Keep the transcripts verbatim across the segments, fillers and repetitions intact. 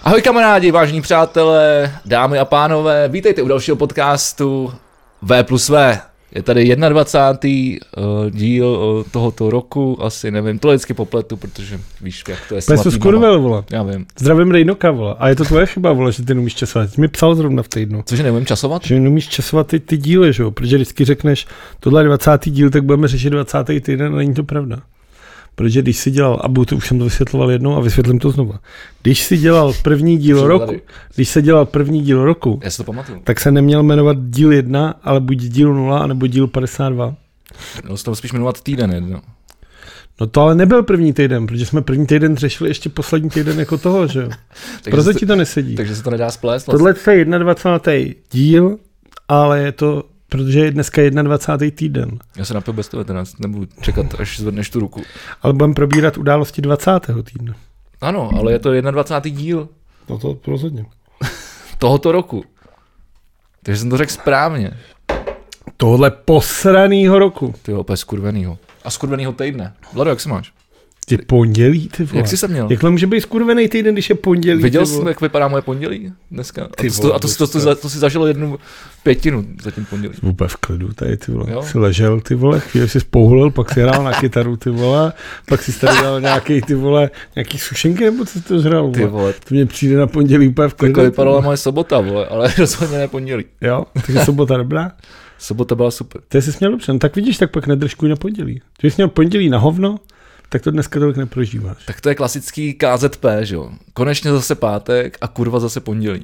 Ahoj kamarádi, vážení přátelé, dámy a pánové, vítejte u dalšího podcastu V plus V. Je tady dvacátý první Uh, díl uh, tohoto roku, asi nevím, to vždycky popletu, protože víš, jak to je. Pes to skurvel, vole. Já vím. Zdravím Rejnoka, vole. A je to tvoje chyba, vole, že ty neumíš časovat. Ty mi psal zrovna v týdnu. Cože neumím časovat? Že neumíš časovat ty, ty díly, že jo? Protože vždycky řekneš, tohle je dvacátý díl, tak budeme řešit dvacátý týden a není to pravda. Protože když jsi dělal, a to už jsem to vysvětloval jednou a vysvětlím to znova. Když jsi dělal první díl roku, tady. když se dělal první díl roku, Já si to pamatuju. tak se neměl jmenovat díl jedna, ale buď díl nula, anebo díl padesát dva. No, se to spíš jmenovat týden jedno. No to ale nebyl první týden, protože jsme první týden řešili ještě poslední týden jako toho, že jo. Proto ti to nesedí. Takže se to nedá splést vlastně. Tohle je dvacátý první díl, ale je to, protože je dneska dvacátý první týden. Já se napiju bez toho, teda nebudu čekat, až zvedneš tu ruku. Ale budeme probírat události dvacátého týdne. Ano, ale je to dvacátý první díl. No to rozhodně. Tohoto roku. Takže jsem to řekl správně. Tohle posranýho roku. Ty jo, opět skurvenýho. A skurvenýho týdne. Vlado, jak se máš? Ty pondělí, ty vole. Jak jsi se měl? Jakhle může být skurvený týden, když je pondělí? Viděl jsi, jak vypadá moje pondělí dneska? A to, vole, a to, to, to, to, to si zažil jednu pětinu za tím pondělí. Úplně v klidu tady, ty vole. Jo? Jsi ležel, ty vole, chvíli jsi spouhlil, pak si hrál na kytaru, ty vole, pak si tady dal nějaký, ty vole, nějaký sušenky, nebo co jsi to zhrál, ty vole. To mě přijde na pondělí úplně v klidu. Takhle vypadala moje sobota, vole, ale rozhodně ne pondělí. Jo, takže sobota dobrá? Sobota byla super. Ty jsi měl dobře, no tak vidíš, tak pak nedržkuj na pondělí. Když jsi měl pondělí na hovno, tak to dneska tolik neprožíváš. Tak to je klasický K Z P, že jo. Konečně zase pátek a kurva zase pondělí.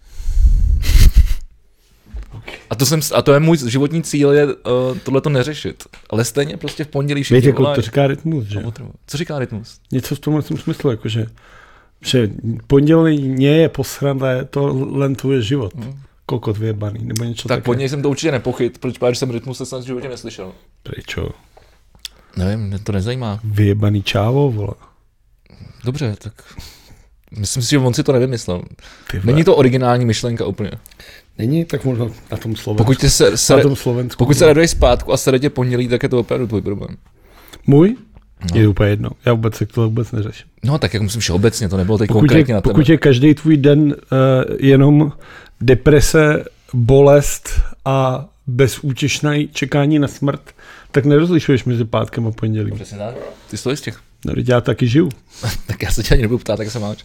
Okay. A, to jsem, a to je můj životní cíl, je uh, tohleto neřešit. Ale stejně prostě v pondělí všichni Víte, jako to říká rytmus, že? Co říká rytmus? Něco v tomhle smyslu, jakože že pondělí je posrané, to lentuje život. Hmm. Kokot vyjebaný, nebo něco tak také. pod něj jsem to určitě nepochyt, proč protože jsem rytmus se snad v životě neslyšel. Prečo? Nevím, mě to nezajímá. Vyjebaný čávo, vole. Dobře, tak myslím si, že on si to nevymyslel. Není to originální myšlenka úplně. Není, tak možná na tom Slovensku. Pokud, tě se, se, na tom Slovensku, pokud se raduješ zpátku a sere tě pondělí, tak je to opravdu tvůj problém. Můj? No. Je úplně jedno. Já vůbec se to vůbec neřeším. No tak jak musím všeobecně, to nebylo teď konkrétně je, na tebe. Pokud je každý tvůj den uh, jenom deprese, bolest a bezútěšné čekání na smrt, tak nerozlišuješ mezi pátkem a pondělím. Přesně tak. Ty jsi z těch. No, já taky žiju. Tak já se tě ani nebudu ptát, tak se máš.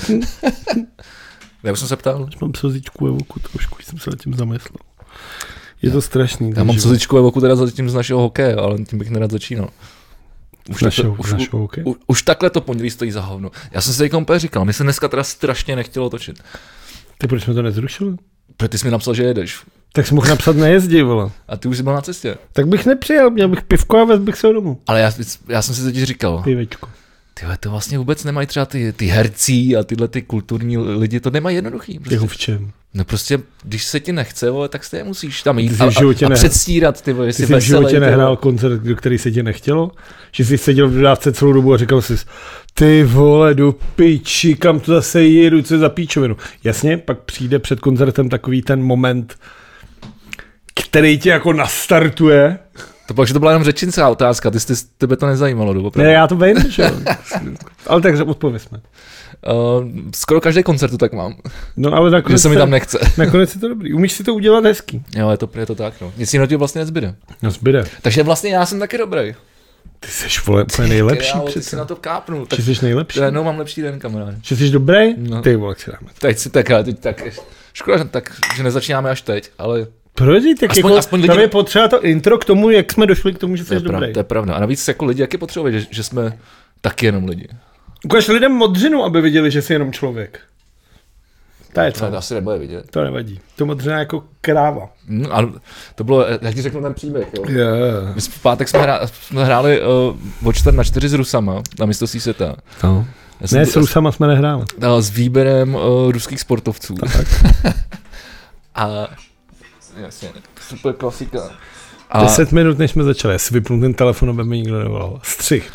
Já už jsem se ptal. Mám slzičku ve oku trošku, jsem se nad tím zamyslel. Je já, to strašný. Já mám slzičku ve oku teda zatím z našeho hokeje, ale tím bych nerad začínal. Už, našeho, takhle, už, našeho hokeje? Už, už takhle to pondělí stojí za hovno. Já jsem si teď úplně říkal, mi se dneska teda strašně nechtělo točit. Ty proč jsme to nezrušili? Protože ty jsi mi napsal, že jedeš. Tak jsi mohl napsat nejezdi, vole. A ty už jsi byl na cestě. Tak bych nepřijel, měl bych pivko a vezl bych se domů. Ale já, já jsem si teď říkal. Pivečko. Tyhle, to vlastně vůbec nemají třeba ty, ty hercí a tyhle ty kulturní lidi, to nemají jednoduchý. Prostě. Jako v čem? No prostě, když se ti nechce, vole, tak stejně musíš tam jít a, a, a předstírat, ty vole, ty jsi v životě nehrál koncert, do který se ti nechtělo? Že jsi seděl v dodávce celou dobu a říkal jsi, ty vole, do piči, kam to zase jedu, co je za píčovinu. Jasně, pak přijde před koncertem takový ten moment, který tě jako nastartuje. To pak, že to byla jenom řečinská otázka, ty jsi, tebe to nezajímalo, doopravdy. Ne, já to vím, že jo. Ale tak odpovězme. Uh, skoro každý koncert to tak mám. No, ale nakonec že se mi tam nechce. Nakonec je to dobrý. Umíš si to udělat hezký. Jo, je to, je to tak, no. Nic jiného ti vlastně nezbyde. No, zbyde. Takže vlastně já jsem taky dobrý. Ty jsi vole úplně nejlepší. Ty jsi na to kápnul. Ty jsi nejlepší. No, mám lepší den, kamarád. Že jsi dobrý? No. Ty vole, si dáme. Teď si tak, teď tak. Škoda, tak, že nezačínáme až teď, ale... Proč? Tak aspoň, jako, aspoň lidi... tam je potřeba to intro k tomu, jak jsme došli k tomu, že jsi dobrý. Pravda, to je pravda. A navíc jako lidi, jak je potřebuje, že, že jsme taky jenom lidi. Ukáž lidem modřinu, aby viděli, že jsi jenom člověk. To je to. To asi nebude vidět. To nevadí. To modřina jako kráva. No, ale to bylo, jak ti řeknu ten příběh, jo. Yeah. My v pátek jsme, hra, jsme hráli uh, o čtvrt na čtyři s Rusama na mistrovství světa. No. Ne, s Rusama jsme nehráli. No, s výběrem uh, ruských sportovců. Tak. A jasně, super klasika. A deset minut, než jsme začali, já si vypnul ten telefon, aby mi nikdo nevolal. Střih.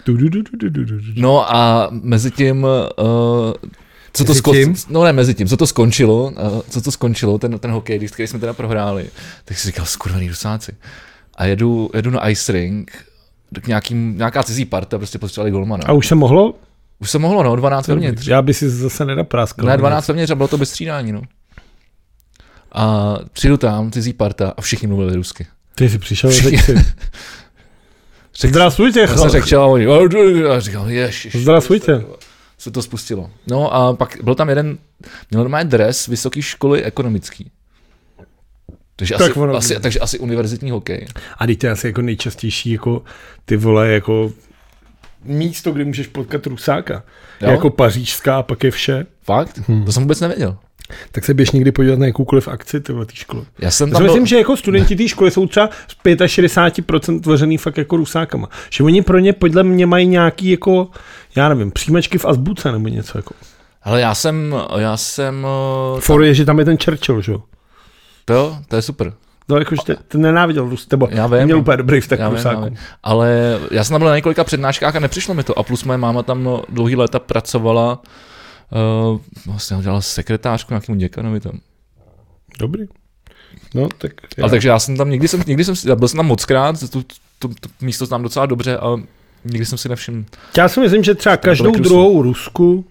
No a mezi tím, uh, co to skončilo, no ne mezi tím, co to skončilo, uh, co to skončilo, ten, ten hokej, který jsme teda prohráli, tak si říkal, skurvený Rusáci. A jedu, jedu na ice ring, k nějakým, nějaká cizí parta, prostě potřebovali golmana. A už se mohlo Už se mohlo, no, dvanáct vevnitř. Já by si zase nedapráskal. Ne, dvanáct vevnitř a bylo to bez střídání, no. A přijdu tam, cizí parta a všichni mluvili rusky. Ty jsi přišel, řekl si. Zdravstvujte, chlap. Já jsem řekl, a oni, a říkal, ježiš. Zdravstvujte. Se to spustilo. No a pak byl tam jeden, měl normálně dres vysoké školy ekonomický. Takže, tak asi, asi, takže asi univerzitní hokej. A teď to je asi jako nejčastější, jako ty vole, jako místo, kde můžeš potkat Rusáka. Jako pařížská a pak je vše. Fakt? Hmm. To jsem vůbec nevěděl. Tak se běž někdy podívat na jakoukoliv akci tyhle té školy. Já jsem tam Já myslím, byl... že jako studenti té školy jsou třeba z šedesát pět procent tvořený fakt jako Rusákama. Že oni pro ně podle mě mají nějaký jako, já nevím, přijímačky v azbuce nebo něco jako. Ale já jsem, já jsem... For je, že tam je ten Churchill, že jo? To jo, to je super. No jakože ty, ty nenáviděl Rus, nebo já vím, měl úplně dobrý vztah k Rusákům. Ale já jsem tam byl na několika přednáškách a nepřišlo mi to. A plus moje máma tam no, dlouhý léta pracovala, uh, vlastně dělala sekretářku nějakému děkanovi tam. Dobrý. No, tak... Já. Ale takže já jsem tam, nikdy jsem, nikdy jsem, já byl jsem tam mockrát, to, to, to, to místo znám docela dobře, ale nikdy jsem si nevšiml. Já si myslím, že třeba každou druhou Rusku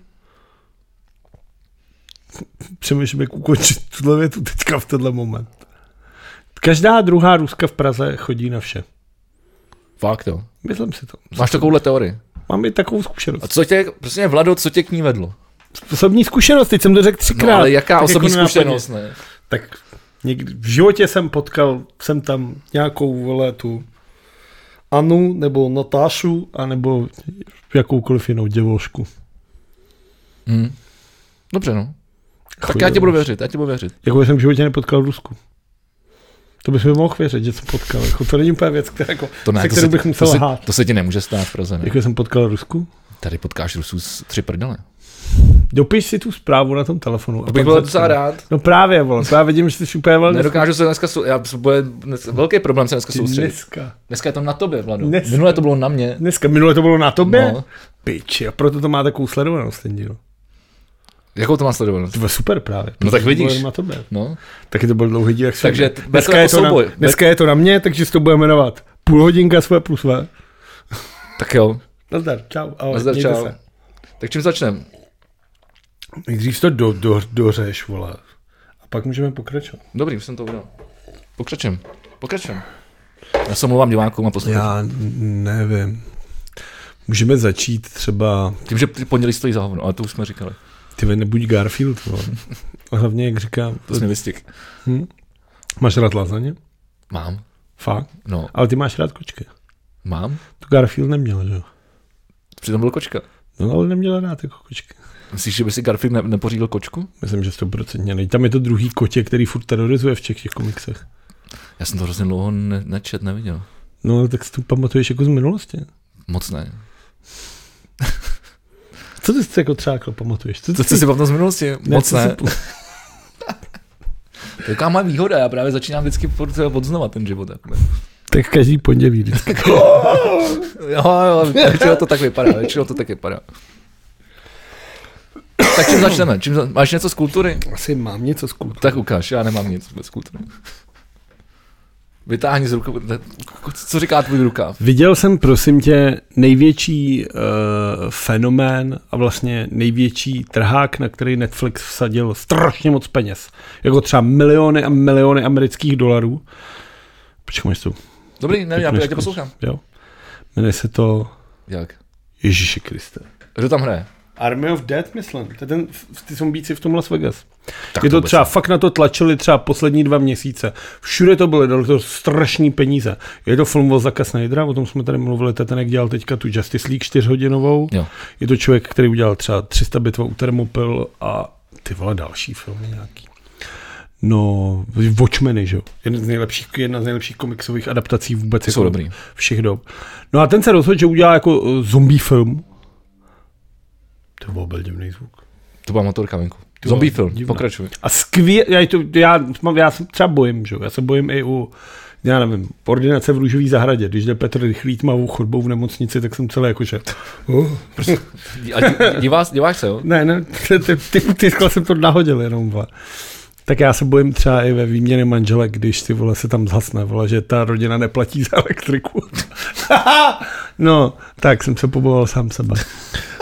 přemýšlím, jak ukončit tuhle větu teďka v tenhle moment. Každá druhá Ruska v Praze chodí na vše. Fakt jo. Myslím si to. Máš takovouhle teorii? Mám i takovou zkušenost. A co tě, prostě Vlado, co tě k ní vedlo? Osobní zkušenost, teď jsem to řekl třikrát. No, ale jaká tak osobní jako zkušenost, ne? Tak někdy v životě jsem potkal, jsem tam nějakou, vole, tu Anu, nebo Natášu, anebo jakoukoliv jinou děvošku. Hmm. Dobře, no. Tak Chodil já ti budu věřit, já ti budu věřit. Jako jsem v životě nepotkal Rusku. To bys mi mohl věřit, že jsem potkal. Jako, to není úplně věc, která, jako, to ne, se to kterou se, bych musel to lhát. Se, to se ti nemůže stát v Praze, ne? Jako jsem potkal Rusku? Tady potkáš Rusů z tři prdele. Dopiš si tu zprávu na tom telefonu. To bych byl docela rád. No právě, vole. Já vidím, že jsi úplně velmi... Nedokážu se dneska... Sou... Já bude velký problém se dneska soustředit. Dneska. Dneska je to na tobě, Vlado. Dneska. Minule to bylo na mě. Dneska, minule to bylo na tobě? No. Piči, a proto to má takovou sledovanost ten díl. Jakou to má sledovanost? To bylo super právě. No tak vidíš. Na tobě. No. Taky to byl dlouhý díl. Takže dneska, je to, na, dneska je to na mě, takže si to budeme jmenovat půl hodinka své plus své. Tak jo. Nazdar, čau. Ahoj, Nazdar, čau. Se. Tak čím začneme? Nejdřív to do, do, dořeš, vole. A pak můžeme pokračovat. Dobrý, už jsem to udělal. Pokračujeme. Pokračujeme. Já se omlouvám divákům a posluchačům. Já nevím. Můžeme začít třeba... Tím, že pondělí stojí za hovno, ale to už jsme říkali. Ty nebuď Garfield, vole. A hlavně, jak říkám... To jsi mi vystěk. Hm? Máš rád lazaně? Mám. Fakt? No. Ale ty máš rád kočky. Mám. To Garfield neměl, že jo? Přitom byl kočka. No, ale neměl rád jako kočky. Myslíš, že by si Garfield ne- nepořídil kočku? Myslím, že sto procent ne. Tam je to druhý kotě, který furt terorizuje v těch, těch komiksech. Já jsem to hrozně dlouho ne- nečet, neviděl. No, tak si to pamatuješ jako z minulosti. Moc ne. Co ty jsi jako třákl, pamatuješ? Co, co ty si pamatuju z minulosti? Moc ne. ne. Jaká má výhoda, já právě začínám vždycky pod, podznova ten život. Takhle. Tak každý pondělí vždycky. jo, jo, většinou to tak vypadá, většinou to tak vypadá. Tak čím začneme? Čím za... Máš něco z kultury? Asi mám něco z kultury. Tak ukáž, já nemám nic z kultury. Vytáhni z rukavu. Co říká tvůj rukáv? Viděl jsem, prosím tě, největší uh, fenomén a vlastně největší trhák, na který Netflix vsadil strašně moc peněz. Jako třeba miliony a miliony amerických dolarů. Počkej, tu. Dobrý, ne, já, já tě poslouchám. Jo. Jmenuje se to... Jak? Ježíši Kriste. Kdo tam hraje? Army of Dead, myslím. To je ten, ty zombíci v tom Las Vegas. Tak je to, to třeba, fakt na to tlačili třeba poslední dva měsíce. Všude to byly, dali to strašný peníze. Je to film od Zacka Snydera, o tom jsme tady mluvili, ten jak dělal teďka tu Justice League čtyřhodinovou. Jo. Je to člověk, který udělal třeba tři sta bitva u Thermopyl a ty vole další filmy nějaký. No, Watchmeny, že jo. Jedna z nejlepších, jedna z nejlepších komiksových adaptací vůbec. Jsou dobrý. Všech dob. No a ten se rozhodl, že udělá jako zombie film. To byl byl divný zvuk. To byla motorka venku. Zombie film, divná. Pokračuj. A skvěl, já, to, já, já se třeba bojím, že? Já se bojím i u, já nevím, ordinace v Růžové zahradě. Když jde Petr rychlý tmavou chodbou v nemocnici, tak jsem celý jakože... Uh. A díváš, díváš se, jo? Ne, ne, ty, ty, ty, ty, ty jsem to nahodil jenom, vole. Tak já se bojím třeba i ve výměně manželek, když ty vole se tam zhasne, vole, že ta rodina neplatí za elektriku. No, tak jsem se poboval sám sebe.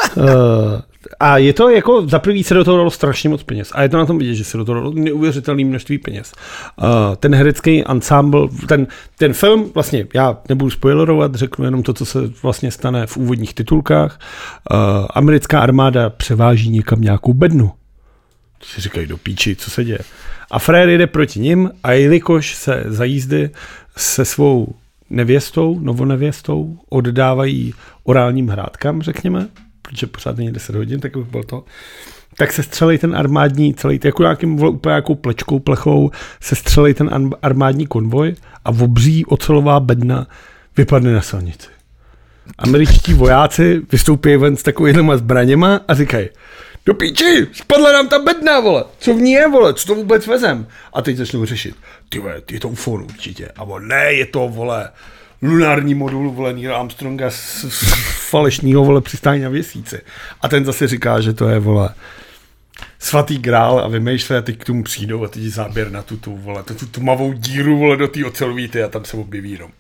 uh, a je to jako, za prvý se do toho dalo strašně moc peněz. A je to na tom vidět, že se do toho dalo neuvěřitelné množství peněz. Uh, ten herecký ensemble, ten, ten film, vlastně, já nebudu spoilerovat, řeknu jenom to, co se vlastně stane v úvodních titulkách. Uh, americká armáda převáží někam nějakou bednu. To si říkají do píči, co se děje. A frér jede proti nim a jelikož se za jízdy se svou nevěstou, novonevěstou oddávají orálním hrádkám, řekněme, protože pořád není deset hodin, tak už bylo to, tak se střelej ten armádní, celý, jako nějakým, úplně nějakou plečkou, plechou, se střelej ten armádní konvoj a obří ocelová bedna vypadne na silnici. Američtí vojáci vystoupí ven s takovýhlema zbraněma a říkají, do píči, spadla nám ta bedna, vole, co v ní je, vole, co to vůbec vezem? A teď začnou řešit, ty vole, je to U F O určitě, a vole, ne, je to, vole, lunární modul, vole, Neil Armstronga z, z falešního, vole, přistání na Měsíci. A ten zase říká, že to je, vole, svatý grál a vymýšle a teď k tomu přijdou a teď je záběr na tu, tu, vole, tu, tu tmavou díru, vole, do té ocelový a tam se objeví jenom.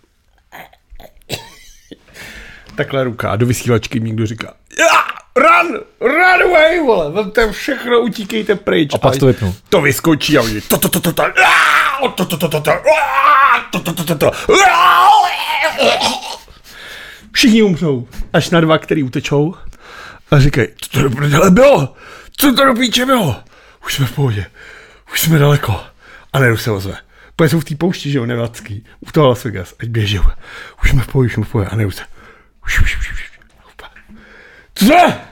Takhle ruka a do vysílačky někdo říká, yeah! Run! Run away, vole! Vemte všechno, utíkejte pryč. A pak to vypnu. To vyskočí a oni to, to, to, to, to, to, to, to, to, to, to, to, to, to. Všichni umřou. Až na dva, který utečou a říkají, co to do prdele bylo? Co to do píče bylo? Už jsme v pohodě. Už jsme daleko. A najednou se ozve. Protože jsou v té poušti, že jo, nevadský. U toho Las Vegas. Ať běží. Už jsme v pohodě, už jsme v pohodě. A najednou se. Co?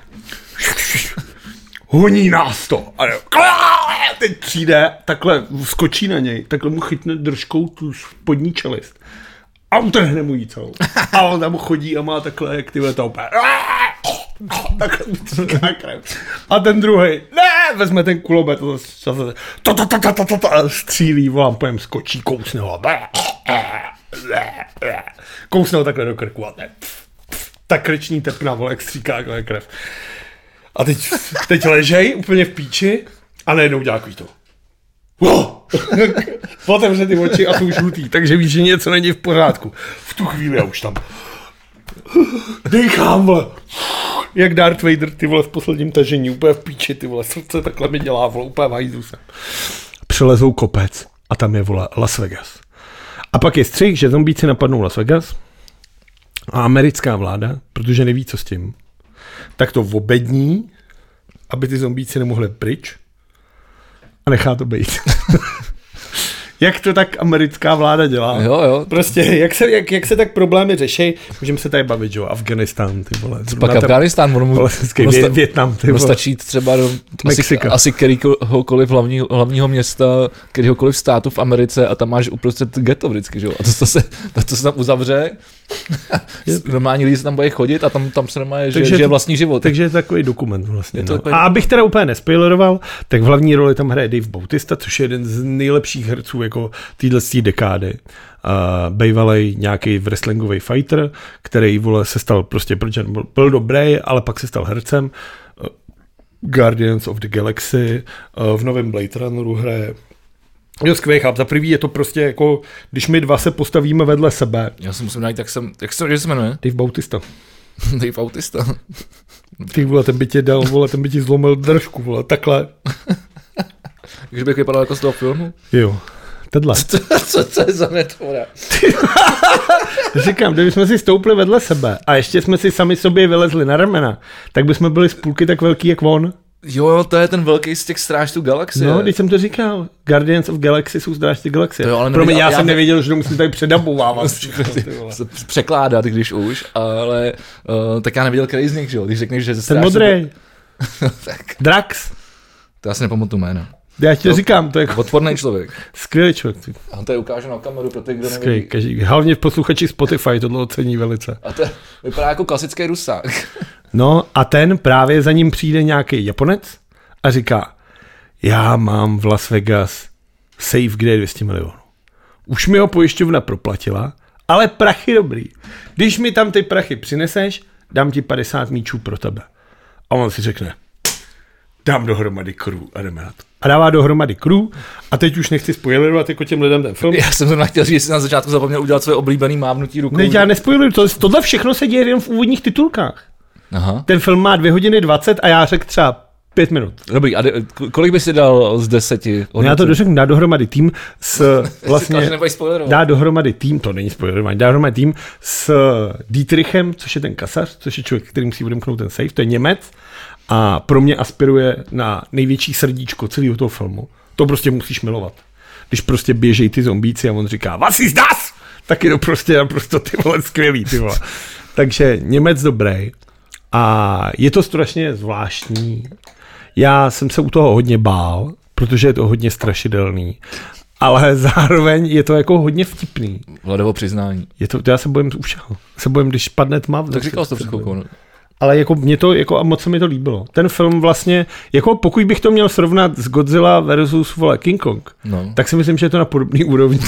Honí nás to. A teď přijde, takhle skočí na něj, takhle mu chytne držkou tu spodní čelist. A utrhne mu jí celou. A on tam chodí a má takhle, jak tyhle to úplně. Takhle utříká krev. A ten druhý, ne, vezme ten kulobet a střílí, volám, pojem skočí, kousne ho. Kousne ho takhle do krku a ne. Ta krční tepna, vole, jak stříká krev. A teď, teď ležej úplně v píči a najednou dělá takový to. Wow! Otevře ty oči a jsou žlutý, takže víš, že něco není v pořádku. V tu chvíli já už tam dýchám, vole. Jak Darth Vader, ty vole, v posledním tažení, úplně v píči, ty vole, srdce takhle mi dělá, vole, úplně vajdu se. Přelezou kopec a tam je, vole, Las Vegas. A pak je střih, že zombíci napadnou Las Vegas a americká vláda, protože neví, co s tím, tak to obední, aby ty zombíci nemohli pryč a nechá to být. Jak to tak americká vláda dělá? Jo, jo. Prostě, jak se, jak, jak se tak problémy řeší, můžeme se tady bavit, jo, Afganistán, ty vole. Pak Afganistán, ono, ono, sta- Větnam, ty vole. Stačí třeba do asi, asi kterýhokoliv hlavní, hlavního města, kterýhokoliv státu v Americe a tam máš uprostřed ghetto vždycky, jo. A to, to, se, to, to se tam uzavře, normální lidi se tam bude chodit a tam, tam se normálně žije, žije vlastní život. Takže je to takový dokument vlastně. No. Takový... A abych teda úplně nespoileroval, tak v hlavní roli tam hraje Dave Bautista, což je jeden z nejlepších herců jako téhle dekády. Uh, bejvalej nějaký wrestlingový fighter, který, vole, se stal prostě, protože byl, byl dobrý, ale pak se stal hercem. Uh, Guardians of the Galaxy, uh, v novém Blade Runneru hraje. Jo, skvělý chlap. Za prvý je to prostě jako, když my dva se postavíme vedle sebe. Já si musím najít, tak jsem, jak se, jak se jmenuje? Dave Bautista. Dave Bautista. Ty vole, ten by tě dal, vole, ten by ti zlomil držku, vole, takhle. Takže bych vypadal jako z toho filmu? Jo. Tedle. Co, co, co je za netvora? Říkám, kdybychom si stoupli vedle sebe a ještě jsme si sami sobě vylezli na ramena, tak bychom byli z půlky tak velký, jak on. Jo, jo, to je ten velký z těch strážců galaxie. No, když jsem to říkal. Guardians of Galaxy jsou strážci galaxie. Jo, ale Promiň, já, já jsem nevěděl, že to musím tady předabovávat. Překládat, když už, ale uh, tak já nevěděl, který z nich, že jo, když řekneš, že ze strážců... Ten modrý. Tak. Drax. To já si nepamatuju jméno. Já ti to říkám, to je jako... Odporný člověk. Skvělý člověk. A on to je ukáže na kameru pro ty, kdo Skvělý, neví. každý, hlavně v posluchači Spotify tohle ocení velice. A to vypadá jako klasický Rusák. No a ten právě za ním přijde nějaký Japonec a říká, já mám v Las Vegas safe, kde je dvě stě milionů. Už mi ho pojišťovna proplatila, ale prachy dobrý. Když mi tam ty prachy přineseš, dám ti padesát míčů pro tebe. A on si řekne, dám dohromady crew a jdeme na to. A dává dohromady crew a teď už nechci spoilerovat jako těm lidem ten film. Já jsem to chtěl říct, že jsi na začátku zapomněl udělat svoje oblíbený mávnutí rukou. Ne, já nespoileruju, to, tohle všechno se děje jen v úvodních titulkách. Aha. Ten film má dvě hodiny dvacet a já řekl třeba pět minut. Dobrý, a de, kolik by si dal z deseti? No já to dořeknu, dá dohromady tým s vlastně, dá dohromady tým, to není spoilerování, dá dohromady tým s Dietrichem, což je ten kasař, což je člověk, který musí odemknout ten safe, to je Němec a pro mě aspiruje na největší srdíčko celého toho filmu. To prostě musíš milovat. Když prostě běžejí ty zombíci a on říká, was ist das? Tak je to prostě naprosto ty vole skvělý, ty vole. Takže Němec dobrý a je to strašně zvláštní. Já jsem se u toho hodně bál, protože je to hodně strašidelný, ale zároveň je to jako hodně vtipný. Vladovo přiznání. Je to, já se bojím už, se bojím, když padne tma. Tak říkal jsi to před chvilkou. Ale jako mě to, jako a moc se mi to líbilo. Ten film vlastně, jako pokud bych to měl srovnat s Godzilla versus vole, King Kong, no. tak si myslím, že je to na podobný úrovni.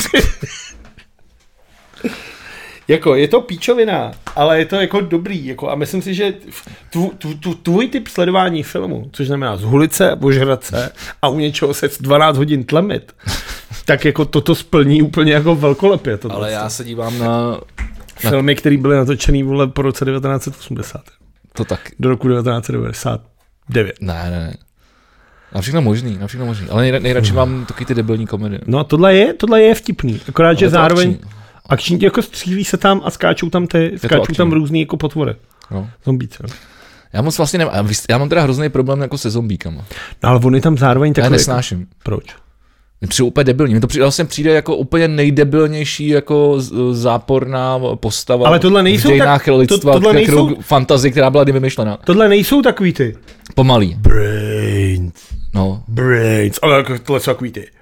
Jako, je to píčovina, ale je to jako dobrý, jako, a myslím si, že tvu, tvu, tvu, tvůj typ sledování filmu, což znamená zhulit se, ožrat se a u něčeho se dvanáct hodin tlemit, tak jako toto splní úplně jako velkolepě. To ale vlastně. Já se dívám na... Filmy, které byly natočený vole po roce devatenáct set osmdesát. To tak. Do roku devatenáct set devadesát devět. Ne, ne, ne. Na všechno možný, na všechno možný. Ale nej, nejradši mám taky ty debilní komedie. No tohle je, tohle je vtipný. Akorát, ale že zároveň... Akční. Akční, jako střílí se tam a skáčou tam ty, skáčou tam různý jako potvory. No. Zombíce. No. Já moc vlastně nemám, já mám teda hrozný problém jako se zombíkama. No ale oni tam zároveň takové... Já nesnáším. Jako, proč? Mě přijde úplně debilní. Mně to přijde, vlastně přijde jako úplně nejdebilnější jako záporná postava ale tohle nejsou v dějinách tak, lidstva, to, tohle nejsou, fantazii, která byla kdy vymyšlená. Tohle nejsou takový ty. Pomalý. Brains. No. Brains. Ale tohle jsou takový ty.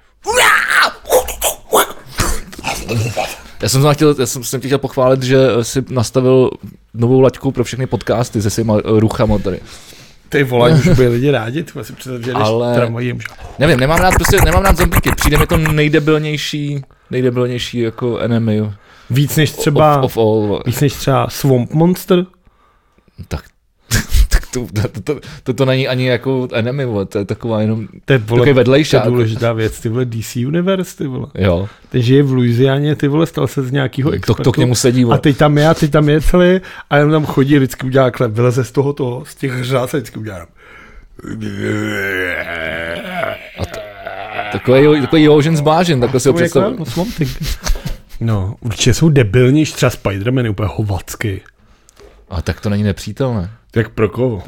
Já jsem, chtěl, já jsem, jsem chtěl pochválit, že si nastavil novou laťku pro všechny podcasty se svýma ruchama tady. Ty vole, už by lidi rádi, ty si představ, že ale... tramvají. Nevím, nemám rád, prostě nemám rád zombíky. Přijde mi to nejdebilnější, nejdebilnější jako enemy. Víc než třeba, of, of all. Víc než třeba Swamp Monster? Tak, tak to, to, to, to, to není ani jako enemy, vole. To je taková jenom to je, vole, takový vedlejšák. To je důležitá věc, ty vole, D C Universe, ty vole. Jo. Ten žije v Louisianě, ty vole, stal se z nějakého expertu. To, to k němu sedí, vole. A teď tam je, a teď tam je celý, a jenom tam chodí, vždycky udělá klep, vyleze z toho toho, z těch hřát se vždycky udělá. A to, takový, takový Jožen zblážen, takhle si ho představuji. No, určitě jsou debilnější, třeba Spider-Man je úplně hovacky. A tak to není nepřítel, ne? Tak pro koho?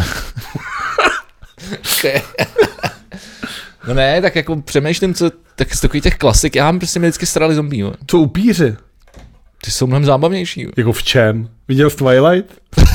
No ne, tak jako přemýšlím, co, tak z takových těch klasik, já mám prostě mě vždycky starali zombí, jo. Co upíři? Ty jsou mnohem zábavnější, jo. Jako v čem? Viděl jsi Twilight?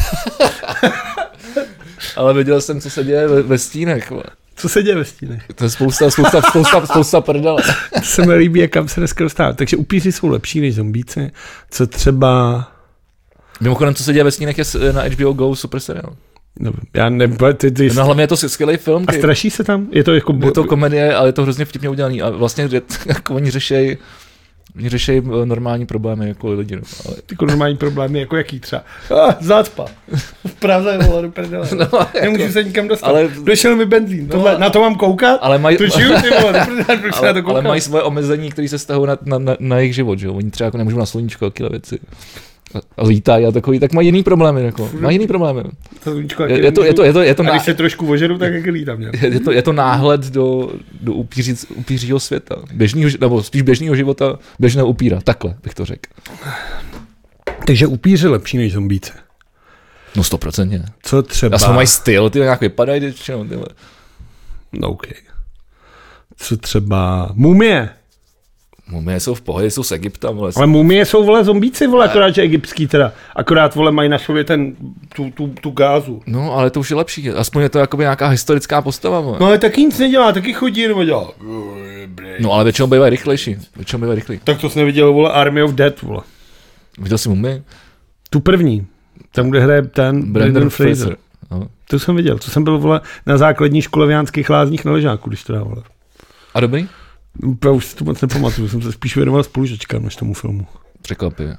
Ale viděl jsem, co se děje ve, ve stínech, jo. Co se děje ve stínech? To je spousta, spousta, spousta, spousta prdele. To se mi líbí, jak kam se dneska dostává. Takže upíři jsou lepší než zombíci. Co třeba... Mimochodem, co se děje ve stínech je na H B O Go super seriál. No, já nevím, ty, ty... No hlavně je to skvělý film. A straší se tam? Je to jako... Je to komedie, ale je to hrozně vtipně udělaný. A vlastně jako oni řešejí Oni řešejí normální problémy jako lidi. No. Ale... Jako normální problémy, jako jaký třeba? Ah, zácpa. V Praze, vole, do prdele. No, nemůžu jako... se nikam dostat. Ale... Došel mi benzín. No, Tohle, na to mám koukat? Ale mají... To žiju, ty vole, do prdele, proč ale, na to koukám? Ale mají svoje omezení, které se stahují na, na, na, na jejich život, že jo? Oni třeba jako nemůžou na sluníčko, takové věci. A lítají a takový, tak mají jiný problémy, jako. Mají jiný problémy. To sluníčko, je, je, to, je to, je to, je to, a když se trošku ožeru, tak jak lítám. Je, je, to, je to náhled do, do upíří, upířího světa. Běžnýho, nebo spíš běžného života, běžného upíra. Takhle bych to řekl. Takže upíři lepší než zombíce. No stoprocentně. Co třeba? Aspoň mají styl, ty nějak vypadají, většinou, tyhle. No OK. Co třeba? Mumie. Mumie jsou v pohodě, jsou z Egypta, vole. Ale mumie jsou, vole, zombíci, vole, akorát, že egyptský teda. Akorát, vole, mají na sobě ten, tu, tu, tu gázu. No, ale to už je lepší. Aspoň je to jakoby nějaká historická postava, vole. No, ale taky nic nedělá, taky chodí nebo dělá. No, ale většinou bývají rychlejší. Většinou bývají rychlejší. Tak to jsi neviděl, vole, Army of Dead, vole. Viděl jsi Mumii? Tu první. Tam, kde hraje ten Brendan Fraser. Fraser. No. To jsem viděl. To jsem byl, vole, na základní škole v Jánských Lázních na Ležáku, když to dával. A dobrý? Já už si to moc nepamatuju, jsem se spíš věnoval spolužačkám než tomu filmu. Překvapivě.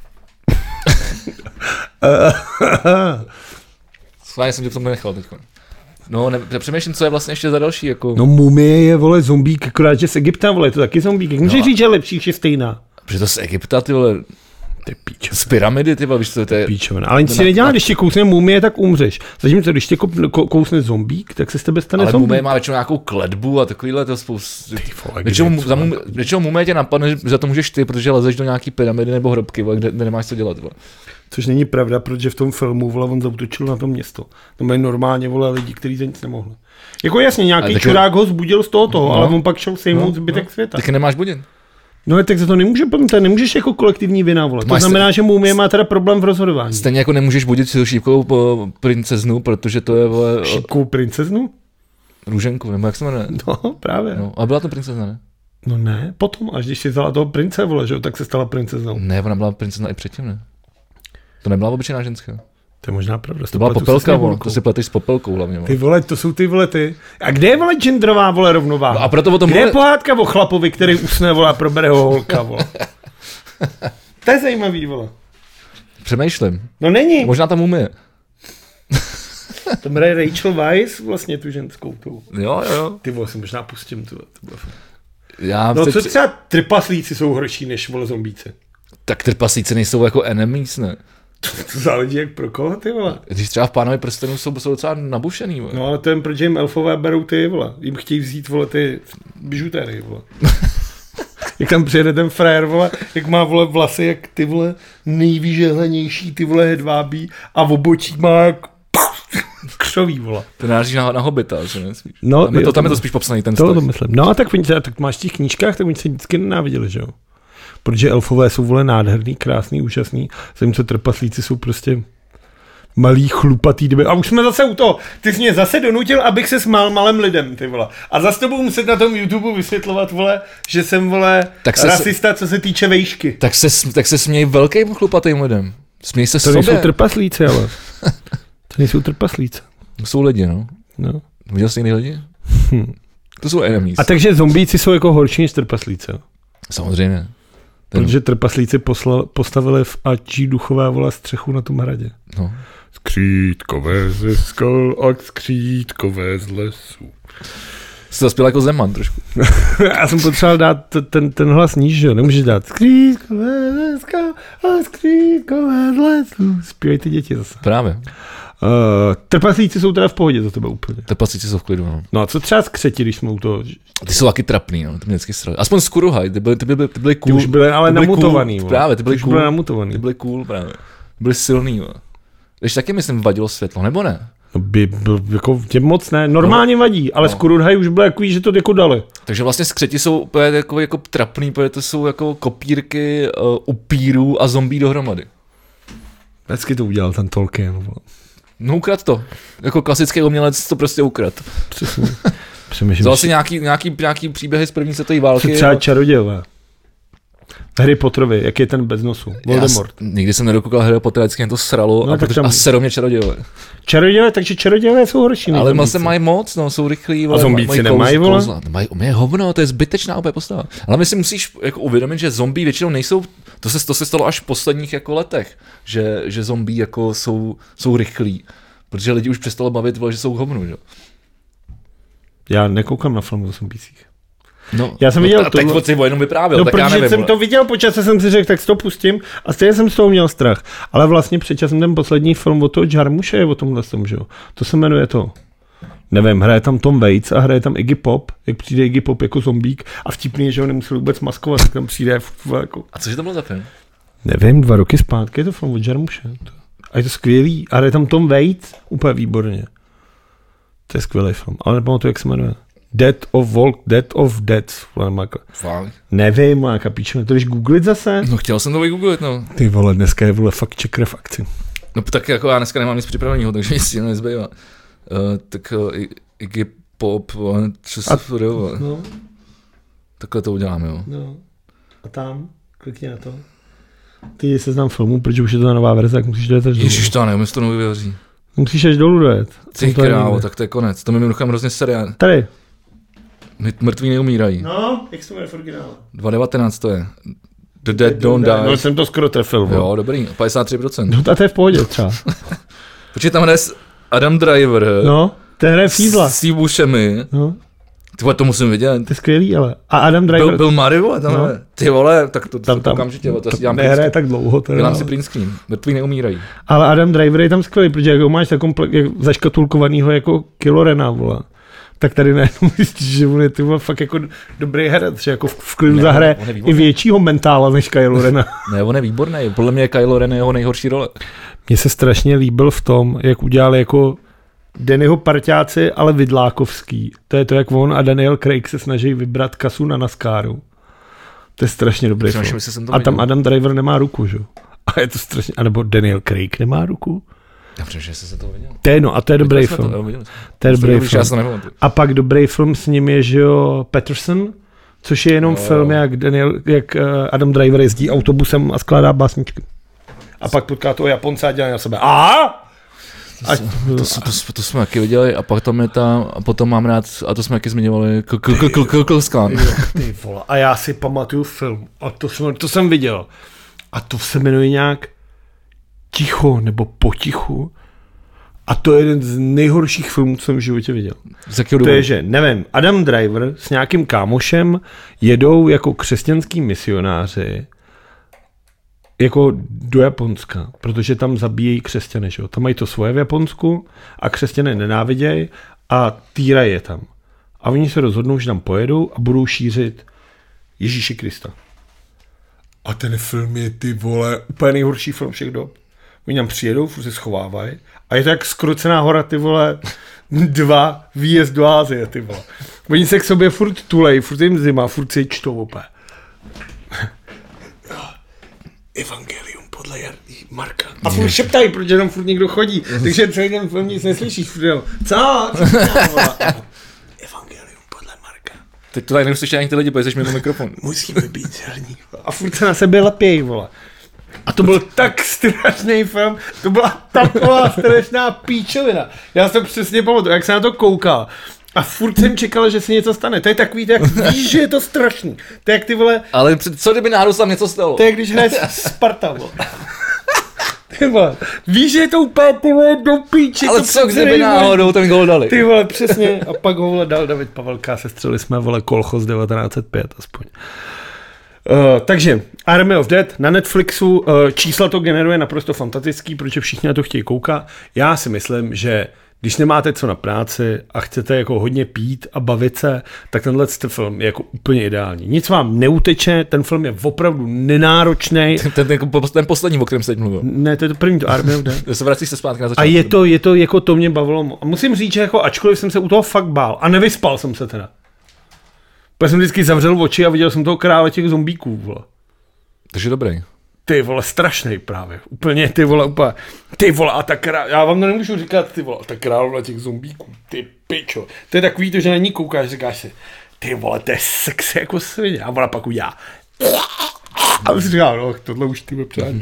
Sváně jsem tě v tom nechal teď. No, ne, přemýšlím, co je vlastně ještě za další, jako... No, Mumie je, vole, zombík, akorát, že z Egypta, vole, je to taky zombík. Jak můžeš no, říct, že je lepší, že je stejná? Protože to z Egypta, ty vole... Ty píčo. Z pyramidy, ty víš co, to je... Píčovina. Ale nic si nedělá, když ti kousne mumie, tak umřeš. Zatímco, když ti kousne zombík, tak se z tebe stane ale zombík. mumie má většinou nějakou kletbu a takovýhle to spoustu... vole, Většinou, za mumie, většinou mumie tě napadne, že za to můžeš ty, protože lezeš do nějaký pyramidy nebo hrobky, vole, kde, kde nemáš co dělat. Vole. Což není pravda, protože v tom filmu vole, on zautočil na to město. To mají normálně vole, lidi, kteří za nic nemohli. Jako jasně, nějaký taky... čurák ho zbudil z toho toho, no, ale on pak šel sejmout no, zbytek no. světa. Taky nemáš budit. No tak za to nemůže, to nemůžeš jako kolektivní vina, vole. To znamená, že mumie má teda problém v rozhodování. Stejně jako nemůžeš budit si šípkovou princeznu, protože to je... Vole, šípkovou princeznu? Růženku, nebo jak se jmenuje? No, právě. No, a byla to princezna, ne? No ne, potom, až když si vzala toho prince, vole, že, tak se stala princeznou. Ne, ona byla princezna i předtím, ne? To nebyla obyčejná ženská. To je možná pravda. To byla popelka, vole, to si pleteš s popelkou hlavně. Vole. Ty vole, to jsou ty vole ty. A kde je vole genderová vole rovnováha? No a proto o tom kde vole... je pohádka o chlapovi, který usne vole a probere ho holka, vole? To je zajímavý, vole. Přemýšlím. No není. Možná tam umí. To hraje Rachel Weisz, vlastně tu ženskou tu. Jo, jo. Ty vole, si možná pustím tu. tu Já no co při... třeba trpaslíci jsou horší než vole zombíci? Tak trpaslíci nejsou jako enemies, ne? To záleží jak pro koho, ty vole. Když třeba v Pánovi prstenů jsou, jsou docela nabušený, vole. No ale to jen proč jim elfové berou ty, vole. Jim chtějí vzít, vole, ty bižutéry, vole. Jak tam přijede ten frajer, vole, jak má, vole, vlasy, jak ty, vole, nejvyžehlenější, ty, vole, hedvábí a v obočí má jak křoví, vole. To náleží na, na Hobita, že ne? Spíš. No, tam, je to, tam je to spíš popsaný ten vztah. To myslím. No a tak, oni, tak máš v těch knížkách, tak oni se vždycky nenáviděli, že jo? Protože elfové jsou, vole, nádherný, krásný, úžasný, zatímco trpaslíci jsou prostě malý, chlupatý dyby. A už jsme zase u toho. Ty jsi mě zase donutil, abych se smál malým lidem, ty vole. A zase to budu muset na tom YouTube vysvětlovat, vole, že jsem, vole, tak se rasista, co se týče vejšky. Tak se, tak se směj velkým chlupatým lidem. Směj se to sobě. To nejsou trpaslíci, ale. To nejsou trpaslíci. To jsou lidi, no. No. Viděl jsi jiný lidi? Hm. To jsou enemies. A takže zombíci jsou jako horší než trpaslíci. Samozřejmě. Ten... Protože trpaslíci poslal, postavili v Ačí duchové, vole, střechu na tom hradě. No. Skřítkové ze skal a skřítkové z lesů. Jsi zaspěl jako Zeman trošku. Já jsem potřeboval dát t- ten, ten hlas níž, že jo? Nemůžeš dát skřítkové ze skal a skřítkové z lesů. Zpívají ty děti zase. Právě. Uh, trpaslíci jsou teda v pohodě za tebe úplně. Trpaslíci jsou v klidu, no. No a co třeba skřeti, když jsme u toho? Ty jsou taky trapný, no. Ty mě vždycky srali. Aspoň Skuruhaj, ty byly, ty byly, ty byly cool. Ty už byly ale ty byly namutovaný. Cool. Právě, ty byly cool. Byly namutovaný. Ty byly cool, právě. Ty byly silný, no. Když taky myslím vadilo světlo, nebo ne? No by, by jako tě moc ne, normálně no. vadí, ale no. Skuruhaj už byl takový, že to jako dali. Takže vlastně skřeti jsou úplně jako, jako trapný, protože to jsou jako kopírky uh, upírů a zombí dohromady. Vždycky to udělal ten Tolkien. No ukrad to. Jako klasický umělec to prostě ukrad. Přesně. Přemýšlím. To asi nějaký, nějaký, nějaký příběhy z první světové války. Třeba čarodějové. Harry Potterovi, jak je ten bez nosu. Voldemort. Já nikdy jsem nedokoukal Harry Pottera, vždycky mě to sralo no, a, protože, tam... a sero mě čarodějové. Čarodějové, takže čarodějové jsou horší. Ale vlastně mají moc, no, jsou rychlí. A zombíci nemají, vole? Mají, mají hovno, to je zbytečná opět postava. Ale my si musíš jako uvědomit, že zombí většinou nejsou, to se, to se stalo až v posledních jako letech, že, že zombí jako jsou, jsou rychlí. Protože lidi už přestalo bavit, vole, že jsou hovno, že? Já nekoukám na film o zombících. No, já jsem no, viděl ta, to. Tak si o jenom vyprávěl, no, tak protože já nevím, jsem vole. to viděl, počas jsem si řekl, tak si to pustím a stejně jsem z toho měl strach. Ale vlastně předčas jsem ten poslední film o toho Jarmuše je o tomhle tom, že jo. To se jmenuje to. Nevím, hraje tam Tom Waits a hraje tam Iggy Pop, jak přijde Iggy Pop jako zombík a vtipný je, že ho nemusel vůbec maskovat, tak tam přijde jako... A cože to bylo za film? Nevím, dva roky zpátky je to film od Jarmuše. A je to skvělý. A hraje tam Tom Waits úplně výborně. To je skvělý film, ale nepamatuji, jak se jmenuje. Dead of Walk, Dead of Dead. Fakt? Nevím, má kapíčeno. To jdeš googlit zase? No chtěl jsem to vygooglit, no. Ty vole, dneska je vole fakt checker v akci. No tak jako já dneska nemám nic připraveného, takže nic jiného nezbývá. Uh, tak uh, Iggy Pop, co se furt, no. Takhle to uděláme, jo. No. A tam, klikni na to. Ty seznam filmů, protože už je to ta nová verze, tak musíš dojet až dolů. Ježiš to, nevím, to nový vyhoří. Musíš až dolů dojet. Ty krávo, tak to je konec. To mi mimochodem hrozně seriál. Tady. Mrtví neumírají. No, jak se to jmenuje v originále? dva devatenáct to je. The Dead Don't Die. No jsem to skoro trefil. Bo. Jo, dobrý, padesát tři procent. No to je v pohodě třeba. Počkej, tam hraje Adam Driver. No, ten hraje Fízla. Steve Buscemi. No. Ty to musím vidět. To je skvělý, ale. A Adam Driver... Byl, byl Mary, vole, tam, no. Ty vole, tak to, tam, to tam, okamžitě, to, to si dělám nehraje tak dlouho. Teda, dělám si print screen, mrtví neumírají. Ale Adam Driver je tam skvělý, protože jak ho máš komple- zaškatulkovanýho jako Kylo Rena, vole. Tak tady najednou zjistíš, že on je ty vole, fakt jako dobrý herec, že jako v, v klidu zahraje i většího mentála než Kylo Rena. Ne, on je výborný, podle mě Kylo Ren je jeho nejhorší role. Mně se strašně líbil v tom, jak udělali jako Dannyho parťáci, ale vidlákovský. To je to, jak on a Daniel Craig se snaží vybrat kasu na NASCARu. To je strašně dobrý film. A tam Adam Driver nemá ruku, že? A je to strašně, anebo Daniel Craig nemá ruku. Já přemýšlím, že jsem to viděl. To je no, a to je dobrý film. To, to je dobrý film. A pak dobrý film s ním je, že jo, Patterson, což je jenom no, film, jak, Daniel, jak Adam Driver jezdí autobusem a skládá básničky. A pak potká toho Japonce a dělá na sebe. Aha! To, to, to, to, to jsme taky viděli a pak tam je ta, a potom mám rád, a to jsme taky zmiňovali, Klskan. Ty vole, a já si pamatuju film, a to jsem, to jsem viděl. A to se jmenuje nějak Ticho nebo Potichu. A to je jeden z nejhorších filmů, co jsem v životě viděl. To je, že, nevím, Adam Driver s nějakým kámošem jedou jako křesťanský misionáři jako do Japonska, protože tam zabíjejí křesťany, že jo. Tam mají to svoje v Japonsku a křesťany nenávidějí a týrají je tam. A oni se rozhodnou, že tam pojedou a budou šířit Ježíše Krista. A ten film je, ty vole, úplně nejhorší film všech dob. Oni tam přijedou, furt se schovávají a je to jak Skrocená hora, ty vole, dva výjezd do Ázie, ty vole. Oni se k sobě furt tulej, furt jim zima, furt si čtou opět. Evangelium podle Jardy Marka. A furt šeptají, protože tam furt někdo chodí. Takže celý ten film nic neslyšíš. Furt jenom, co? Evangelium podle Marka. Teď to tady neuslyší ani ty lidi, protože jsi mimo mikrofon. Musíme být zelní. A furt se na sebe lepějí, vole. A to byl tak strašný film. To byla taková strašná píčovina. Já se přesně pamatuju, jak jsem na to koukal. A furt jsem čekal, že se něco stane. To je takový, jak víš, že je to strašný. To je jak ty vole... Ale co kdyby náhodou tam něco stalo? To je když hraješ Sparta, vole. Ty vole, víš, že je to úplně, ty vole, do píči. Ale co kdyby náhodou ten gol dali? Ty vole, přesně. A pak ho vole dal David Pavelka, sestřeli jsme, vole, Kolchos devatenáct set pět aspoň. Uh, takže Army of Dead na Netflixu, uh, čísla to generuje naprosto fantastický, protože všichni na to chtějí koukat. Já si myslím, že když nemáte co na práci a chcete jako hodně pít a bavit se, tak tenhle film je jako úplně ideální. Nic vám neuteče, ten film je opravdu nenáročný. Ten, ten, ten, ten poslední, o kterém se teď mluvil. Ne, to je to první, to Army of Dead. se vracíš se zpátky na začátku. A je to, je to, jako to mě bavilo. A musím říct, že jako ačkoliv jsem se u toho fakt bál a nevyspal jsem se teda. Protože jsem vždycky zavřel oči a viděl jsem toho krále těch zombíků, vole. Takže dobrý. Ty vole, strašnej právě. Úplně, ty vole, úplně. Ty vole, a ta král, já vám to nemůžu říkat, ty vole, a ta královna těch zombíků, ty pičo. To je takový to, že na ní koukáš, říkáš si, ty vole, to je sexy jako svině. A ona pak udělá. A si říká, no, tohle už ty přáč.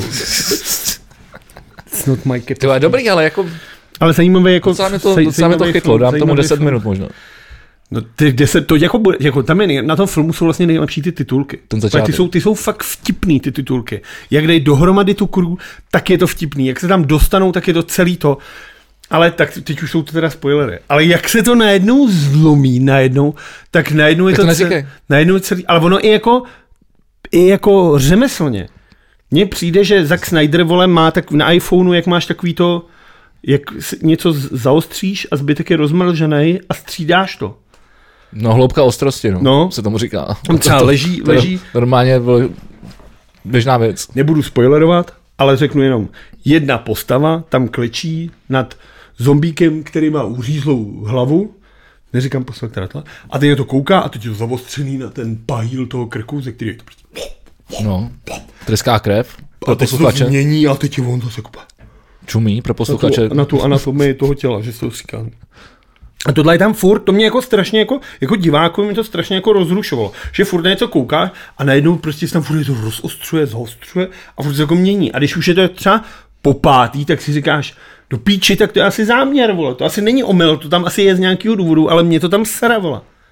It's not my cup. To je dobrý, ale jako... Ale zajímavé jako... Docela mě to, docela mě to chytlo, dám tomu deset minut možná. No ty deset, to jako bude, jako tam je, na tom filmu jsou vlastně nejlepší ty titulky. Ty jsou, ty jsou fakt vtipný ty titulky. Jak dají dohromady tu crew, tak je to vtipný. Jak se tam dostanou, tak je to celý to. Ale tak teď už jsou to teda spoilery. Ale jak se to najednou zlomí, najednou, tak najednou je to, to, to celý, najednou celý, ale ono i jako, i jako řemeslně. Mně přijde, že Zack Snyder, vole, má tak na iPhoneu, jak máš takový to, jak něco zaostříš a zbytek je rozmlžený a střídáš to. No hloubka ostrosti, no, no. se tomu říká. Tam třeba to, leží, to, leží. To normálně byl běžná věc. Nebudu spoilerovat, ale řeknu jenom, jedna postava tam klečí nad zombíkem, který má uřízlou hlavu, neříkám postava, která tla, a teď je to kouká a teď je to zavostřený na ten pahýl toho krku, ze který je to prostě... No, tryská krev. A teď se to změní a teď je on zase kupa. Čumí pro posluchače. Na tu, na tu anatomii toho těla, že se to říká. A tohle je tam furt, to mě jako strašně jako, jako diváku mě to strašně jako rozrušovalo, že furt na něco koukáš a najednou prostě se tam furt to rozostřuje, zaostřuje a furt se jako mění. A když už je to třeba po pátý, tak si říkáš, do píči, tak to je asi záměr, vole, to asi není omyl, to tam asi je z nějakého důvodu, ale mě to tam sere, vole.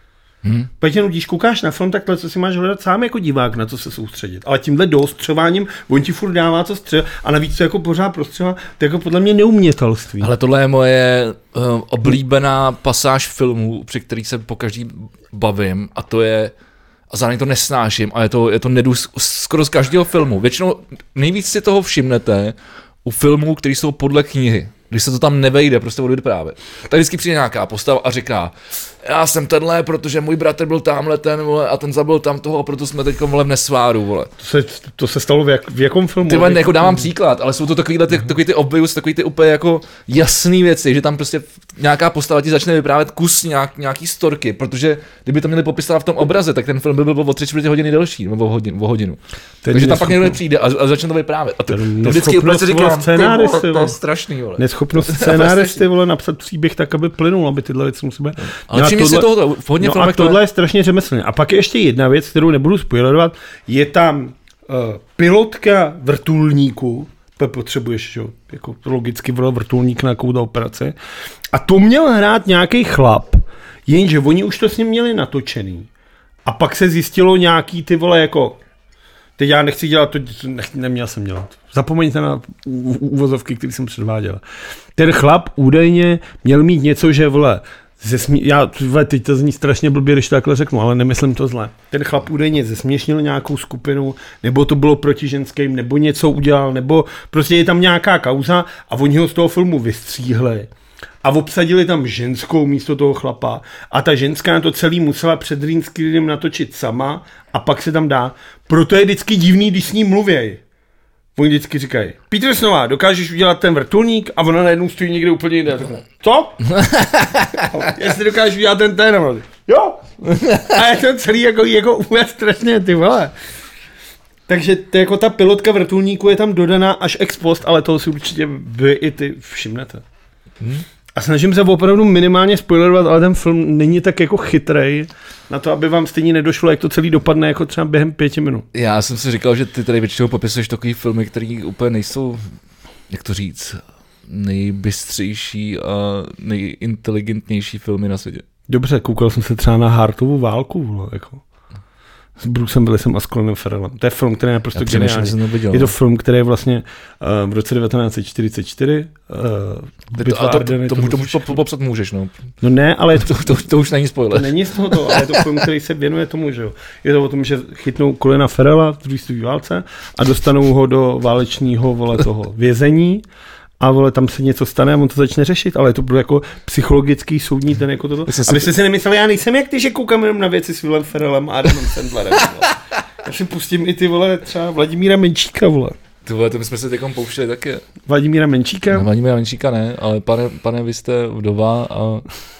Hmm. Protože když koukáš na film, takhle, co si máš hledat sám jako divák, na co se soustředit. Ale tímhle doostřováním, on ti furt dává co střel a navíc to jako pořád prostřeva, to jako podle mě neumětelství. Ale tohle je moje uh, oblíbená pasáž filmů, při který se pokaždý bavím, a to je, a zároveň to nesnáším, a je to, je to nedu skoro z každého filmu. Většinou nejvíc si toho všimnete u filmů, které jsou podle knihy. Když se to tam nevejde, prostě budu vyprávět. Tak vždycky přijde nějaká postava a říká, já jsem tenhle, protože můj bratr byl tamhle ten, vole, a ten zabil tam toho, a proto jsme teď vole v nesváru, vole. To se, to se stalo v, jak, v jakom filmu? Ty vole, jako dávám příklad, ale jsou to takovýhle, ty, takový ty obvious, takový ty úplně jako jasný věci, že tam prostě nějaká postava ti začne vyprávět kus nějak, nějaký storky, protože kdyby to měli popisovat v tom obraze, tak ten film by byl o tři čtvrtě hodiny delší, nebo o hodinu. O hodinu. Takže tam pak někdo přijde a, a začne to vyprávět. A to, to vždycky úplně si říkám, scénáristy, ty vole, to je strašný, vole. Neschopnost scénáristy, vole, napsat příběh tak, aby plynul, aby tyhle věci musí být. Ale všimni si toho, v hodně no a tohle je strašně řemeslné. A pak je ještě jedna věc, kterou nebudu spoilerovat, je tam uh, pilotka vrtulníku, to potřebuješ, jo, jako logicky vrtulník na takovou operaci, a to měl hrát nějaký chlap, jenže oni už to s ním měli natočený. A pak se zjistilo nějaký ty vole jako, teď já nechci dělat to, ne, neměl jsem dělat. Zapomeňte na úvozovky, které jsem předváděl. Ten chlap údajně měl mít něco, že vole, Zesmí... Já teď to zní strašně blbě, když to takhle řeknu, ale nemyslím to zle. Ten chlap údajně zesměšnil nějakou skupinu, nebo to bylo proti ženským, nebo něco udělal, nebo prostě je tam nějaká kauza a oni ho z toho filmu vystříhli a obsadili tam ženskou místo toho chlapa a ta ženská to celý musela před green screenem natočit sama a pak se tam dá. Proto je vždycky divný, když s ním mluvěj. Oni vždycky říkají, Peter Snová, dokážeš udělat ten vrtulník? A ona najednou stojí někde úplně jinde. Co? Jestli dokážeš udělat ten ten, jo? A je to celý jako, jako úplně strašně, ty vole. Takže to jako ta pilotka vrtulníku je tam dodaná až ex post, ale toho si určitě vy i ty všimnete. Hmm. A snažím se opravdu minimálně spoilerovat, ale ten film není tak jako chytrej na to, aby vám stejně nedošlo, jak to celý dopadne jako třeba během pěti minut. Já jsem si říkal, že ty tady většinou popisuješ takový filmy, které úplně nejsou, jak to říct, nejbystřejší a nejinteligentnější filmy na světě. Dobře, koukal jsem se třeba na Hartovu válku, vole, jako. S Brucem Willisem a s Colinem Farrellem. To je film, který je naprosto geniální. Je to film, který je vlastně uh, v roce devatenáct set čtyřicet čtyři. Uh, to, a to, to, to, to, to, to popsat můžeš, no. No ne, ale... To, to, to, to už není spoiler. To není z toho to, ale je to film, který se věnuje tomu, že jo. Je to o tom, že chytnou Colina Farrella v druhé světové válce a dostanou ho do válečního, vole, toho vězení. A vole, tam se něco stane a on to začne řešit, ale je to bylo jako psychologický, soudní ten jako toto. A vy jste si nemysleli, já nejsem jak ty, že koukám jenom na věci s Willem Ferrellem a Adamem Sandlerem. Já si pustím i ty, vole, třeba Vladimíra Menčíka, vole. Ty vole, to my jsme se teďkom pouštěli taky. Vladimíra Menčíka? No, Vladimíra Menčíka ne, ale pane, pane, vy jste vdova a...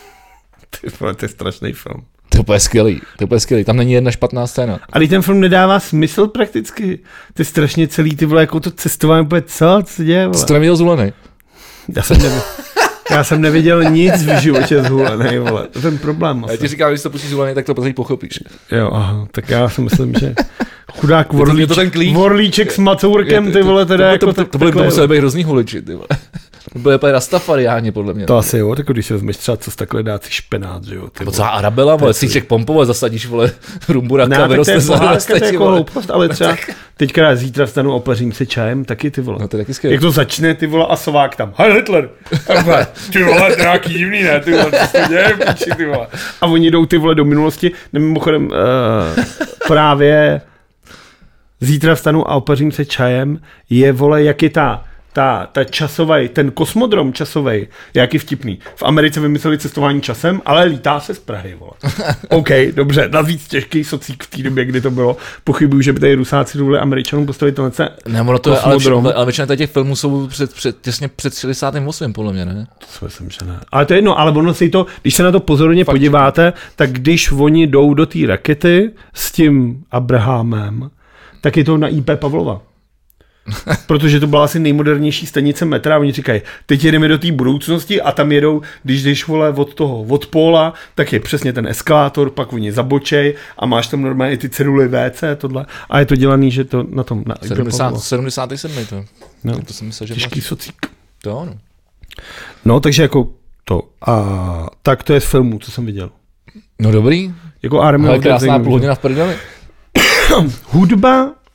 Ty vole, to je strašný film. To je úplně skvělý, to je úplně skvělý, tam není jedna špatná scéna. Ale ten film nedává smysl prakticky. To je strašně celý, ty vole, jako to cestování, úplně co, co se děje, vole. Jsi to neviděl Zhulenej? Já jsem neviděl. Já jsem neviděl nic v životě Zhulenej, vole. To je ten problém. Já ti říkám, když to pustíš Zhulenej, tak to později pochopíš. Jo, aha, tak já si myslím, že chudák vorlíček, vorlíček s macourkem, ty vole, teda to, jako... To, to, to, byly, to museli být hrozný huliči, ty vole. To byly úplně rastafariáni, podle mě. To asi jo, tak když se vezmeš třeba co z takhle dát si špenát, že jo. Ty celá Arabela, vole, Cíček Pompova, zasadíš, vole, rumburaka, vyroste se na to je jako hloupost, ale třeba teďka zítra vstanu a opařím se čajem, taky ty vole. No to je taky skvělé. Jak to začne, ty vole, a Sovák tam, Heil Hitler. Ty vole, nějaký divný, ne, ty vole, co se děje, píči, ty vole. A oni jdou ty vole do minulosti, mimochodem uh, právě zítra vstanu a opařím se čajem, je, vole, jak je ta, ta, ta časovej, ten kosmodrom časovej, jaký vtipný. V Americe vymysleli cestování časem, ale lítá se z Prahy, vole. OK, dobře, navíc těžký socík v té době, kdy to bylo. Pochybuju, že by tady Rusáci dovolili Američanům postavit tenhle ne, ono to je, ale, ale většina těch filmů jsou před, před, těsně před šedesátým osmým podle mě, ne? To si myslím, že ne. Ale to je jedno, ale ono si to, když se na to pozorně Fakt, podíváte, tak když oni jdou do té rakety s tím Abrahamem, tak je to na í pé Pavlova. Protože to byla asi nejmodernější stanice metra a oni říkají, teď jedeme do té budoucnosti a tam jedou, když jdeš, vole, od toho, od póla, tak je přesně ten eskalátor, pak oni zabočej a máš tam normálně ty ceduly vé cé, tohle. A je to dělaný, že to na tom... Na sedmdesát, sedmdesát sedm to. No, to jsem myslel, že těžký máš... socík. To no. No, takže jako to. A tak to je z filmu, co jsem viděl. No dobrý. Jako Army Ale of the krásná Dead. půl hodina v prdeli. Hudba, uh,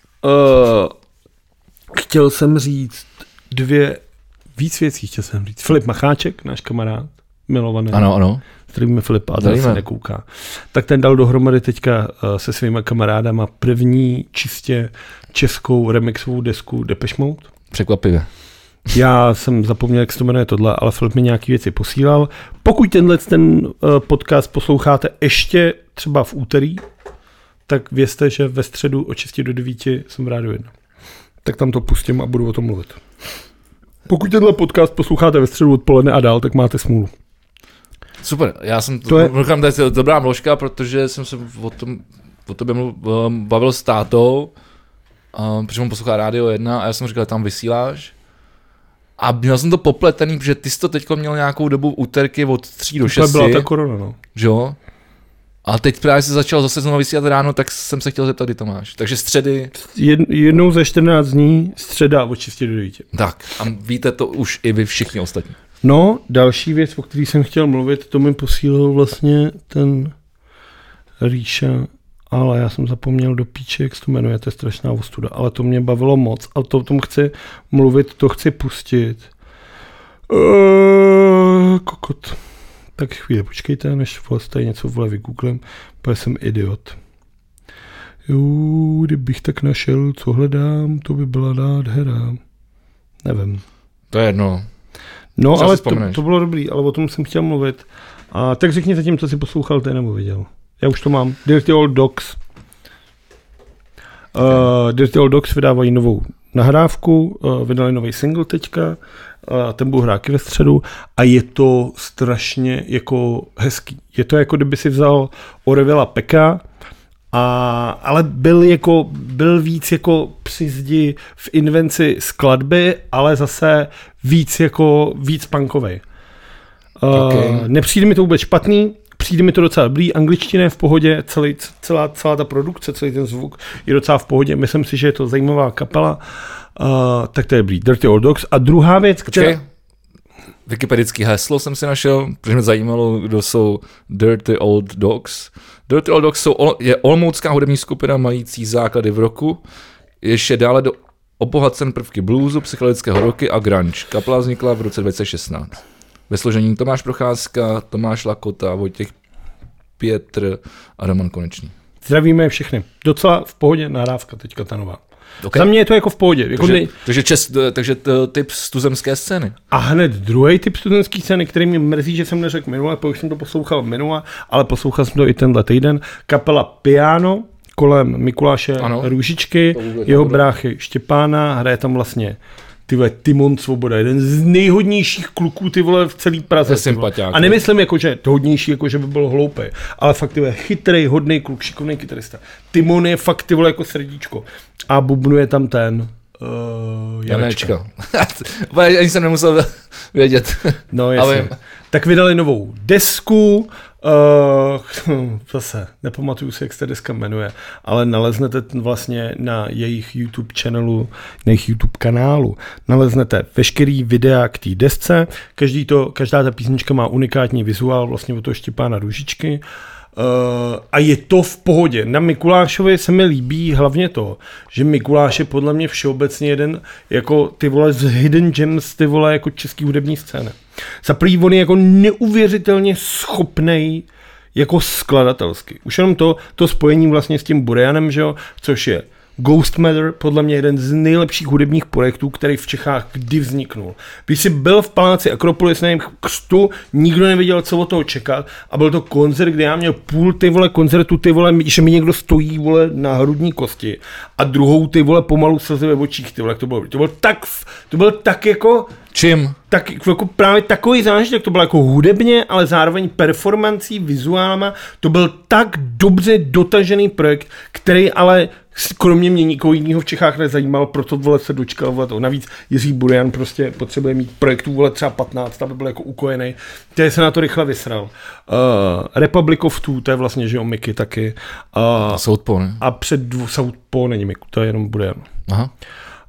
chtěl jsem říct dvě, víc věcí chtěl jsem říct. Filip Macháček, náš kamarád, milovaný. Ano, ano. Zdravíme Filipa, a ten se nekouká. Tak ten dal dohromady teďka uh, se svýma kamarádama první čistě českou remixovou desku Depeche Mode. Překvapivě. Já jsem zapomněl, jak se to jmenuje tohle, ale Filip mi nějaký věci posílal. Pokud tenhle ten uh, podcast posloucháte ještě třeba v úterý, tak vězte, že ve středu od šesti do devíti jsem v Rádiu jedna. Tak tam to pustím a budu o tom mluvit. Pokud tenhle podcast posloucháte ve středu odpoledne a dál, tak máte smůlu. Super, já jsem to je... říkám, to je dobrá vložka, protože jsem se o tom o tobě mluv, bavil s tátou, um, protože on poslouchá Rádio jedna a já jsem říkal, tam vysíláš. A měl jsem to popletený, protože ty jsi to teďko měl nějakou dobu úterky od tří do šesti. To byla ta korona, no. Jo. A teď právě se začal zase znovu vysílat ráno, tak jsem se chtěl zeptat, kdy to máš. Takže středy... Jed, jednou za čtrnáct dní, středa od šesti do devíti. Tak, a víte to už i vy všichni ostatní. No, další věc, o který jsem chtěl mluvit, to mi posílil vlastně ten Ríša, ale já jsem zapomněl do píče, jak se to jmenuje, to je strašná ostuda, ale to mě bavilo moc a to o tom chci mluvit, to chci pustit. Uh, kokot. Tak chvíli, počkejte, než vlastně něco vole vygooglím, protože jsem idiot. Jo, kdybych tak našel, co hledám, to by byla nádhera. Nevím. To je jedno. No, co ale to, to bylo dobrý, ale o tom jsem chtěl mluvit. A tak řekni zatím, co jsi poslouchal, ty nebo viděl. Já už to mám. Dirty Old Dogs. Uh, Dirty Old Dogs vydávají novou nahrávku, uh, vydali nový single teďka, uh, ten budu hrát ve středu a je to strašně jako hezký. Je to jako kdyby si vzal Orwella Peka, a, ale byl, jako, byl víc jako při zdi v invenci skladby, ale zase víc jako víc punkovej. Uh, okay. Nepřijde mi to vůbec špatný, přijde mi to docela dobrý, angličtina je v pohodě, celý, celá, celá ta produkce, celý ten zvuk je docela v pohodě, myslím si, že je to zajímavá kapela, uh, tak to je dobrý, Dirty Old Dogs. A druhá věc, která... Okay. Wikipedický heslo jsem si našel, protože mě zajímalo, kdo jsou Dirty Old Dogs. Dirty Old Dogs jsou, je olomoucká hudební skupina mající základy v rocku, ještě dále do obohacen prvky bluesu, psychologického rocky a grunge. Kapela vznikla v roce dva tisíce šestnáct. Ve složení Tomáš Procházka, Tomáš Lakota, Vojtěch Pětr a Roman Konečný. Zdravíme všechny. Docela v pohodě nahrávka teďka ta nová. Okay. Za mě je to jako v pohodě. Jako takže, nej... takže, čes, takže typ z tuzemské scény. A hned druhý typ z tuzemské scény, který mě mrzí, že jsem neřekl minule, protože jsem to poslouchal minule, ale poslouchal jsem to i tenhle týden. Kapela Piano kolem Mikuláše ano. Růžičky, jeho bráchy Štěpána, hraje tam vlastně ty vole, Timon Svoboda, jeden z nejhodnějších kluků ty vole v celý Praze. A nemyslím jako, že to hodnější, jako že by byl hloupý, ale fakt ty vole, chytrej, hodnej kluk, šikovný kytarista. Timon je fakt ty vole jako srdíčko. A bubnuje tam ten uh, Janečka. Ani jsem nemusel vědět. No jasně. Tak vydali novou desku, uh, zase nepamatuju si, jak se ta deska jmenuje, ale naleznete vlastně na jejich YouTube channelu, na jejich YouTube kanálu, naleznete veškerý videa k té desce, každý to, každá ta písnička má unikátní vizuál vlastně od toho Štěpána Růžičky. Uh, a je to v pohodě. Na Mikulášovi se mi líbí hlavně to, že Mikuláš je podle mě všeobecně jeden jako ty vole z hidden gems, ty vole jako český hudební scény. Za první on je jako neuvěřitelně schopnej jako skladatelsky. Už jenom to, to spojení vlastně s tím Burianem, že jo, což je Ghost Matter, podle mě jeden z nejlepších hudebních projektů, který v Čechách kdy vzniknul. Když jsi byl v paláci Akropolis na jejím křtu, nikdo nevěděl, co od toho čekat a byl to koncert, kde já měl půl ty vole koncertu, ty vole, že mi někdo stojí vole na hrudní kosti a druhou ty vole pomalu slzy ve očích, ty vole, to bylo, to bylo tak, to bylo tak jako... Čím? Tak jako právě takový zážitek, to bylo jako hudebně, ale zároveň performancí, vizuálama, to byl tak dobře dotažený projekt, který ale kromě mě nikoho jiného v Čechách nezajímal, proto vole se dočkal vole to. Navíc Jiří Burian prostě potřebuje mít projektů vole třeba patnáct, aby byl jako ukojený, který se na to rychle vysral. Uh, Republic of Two, to je vlastně, že jo, Mickey taky. Uh, Southpaw, ne? A před dvou, Southpaw není Mickey, to je jenom Burian. Aha.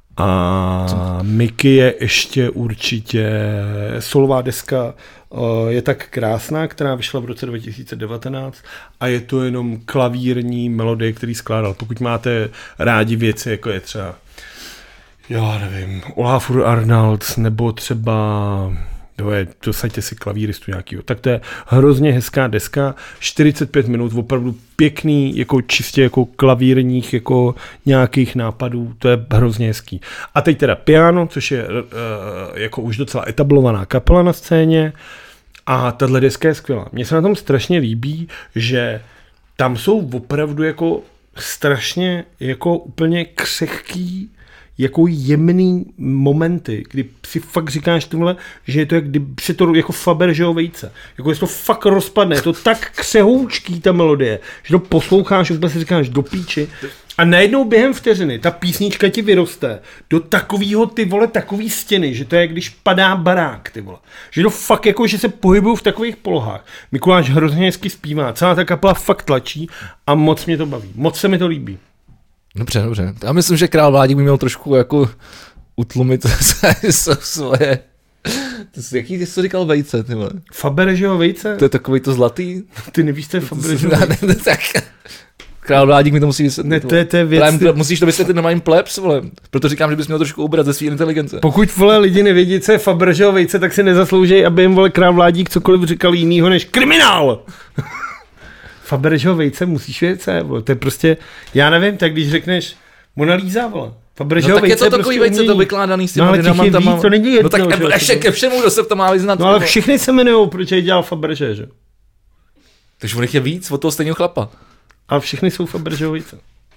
A Mickey je ještě určitě solová deska, je tak krásná, která vyšla v roce dva tisíce devatenáct a je to jenom klavírní melodie, který skládal. Pokud máte rádi věci, jako je třeba, já nevím, Olafur Arnalds, nebo třeba, dosaďte si klavíristu nějakýho, tak to je hrozně hezká deska, čtyřicet pět minut, opravdu pěkný, jako čistě jako klavírních, jako nějakých nápadů, to je hrozně hezký. A teď teda piano, což je uh, jako už docela etablovaná kapela na scéně a tahle deska je skvělá. Mně se na tom strašně líbí, že tam jsou opravdu jako strašně jako úplně křehký jako jemný momenty, kdy si fakt říkáš tohle, že je to jak kdyby se to jako Fabergeho vejce. Jako je to fakt rozpadne, je to tak křehoučký ta melodie, že to posloucháš, úplně si říkáš do píči a najednou během vteřiny ta písnička ti vyroste do takovýho ty vole, takový stěny, že to je, když padá barák, ty vole. Že to fakt jako, že se pohybují v takových polohách. Mikuláš hrozně hezky zpívá, celá ta kapela fakt tlačí a moc mě to baví, moc se mi to líbí. Dobře, dobře. Já myslím, že král Vládík by měl trošku jako utlumit svoje... Jaký jsi to říkal vejce, ty vole? Fabergeho vejce? To je takový to zlatý? Ty nevíš, co je Fabergeho vejce? Ne, tak... Král Vládík mi to musí vysvětlit. Ne, to je, to je věc... Právě, musíš to vysvětlit na mým plebs, vole. Proto říkám, že bys měl trošku ubrat ze své inteligence. Pokud, vole, lidi nevědí, co je Fabergeho vejce, tak si nezaslouží, aby jim, vole, král Vládík cokoliv říkal jinýho než kriminál! Fabergeho vejce musíš vědět, co je, vole. To je prostě, já nevím, tak když řekneš Mona Lisa, vole. Fabergeho no tak vejce je to takový prostě vejce, to vykládaný s těma no, dynamantama. To není jedno, no tak že, ještě ke všemu, kdo se to má vyznat. No ale všichni se jmenujou, proč je dělal Faberge, že? Takže on je víc od toho stejného chlapa. Ale všichni jsou Fabergeho vejce.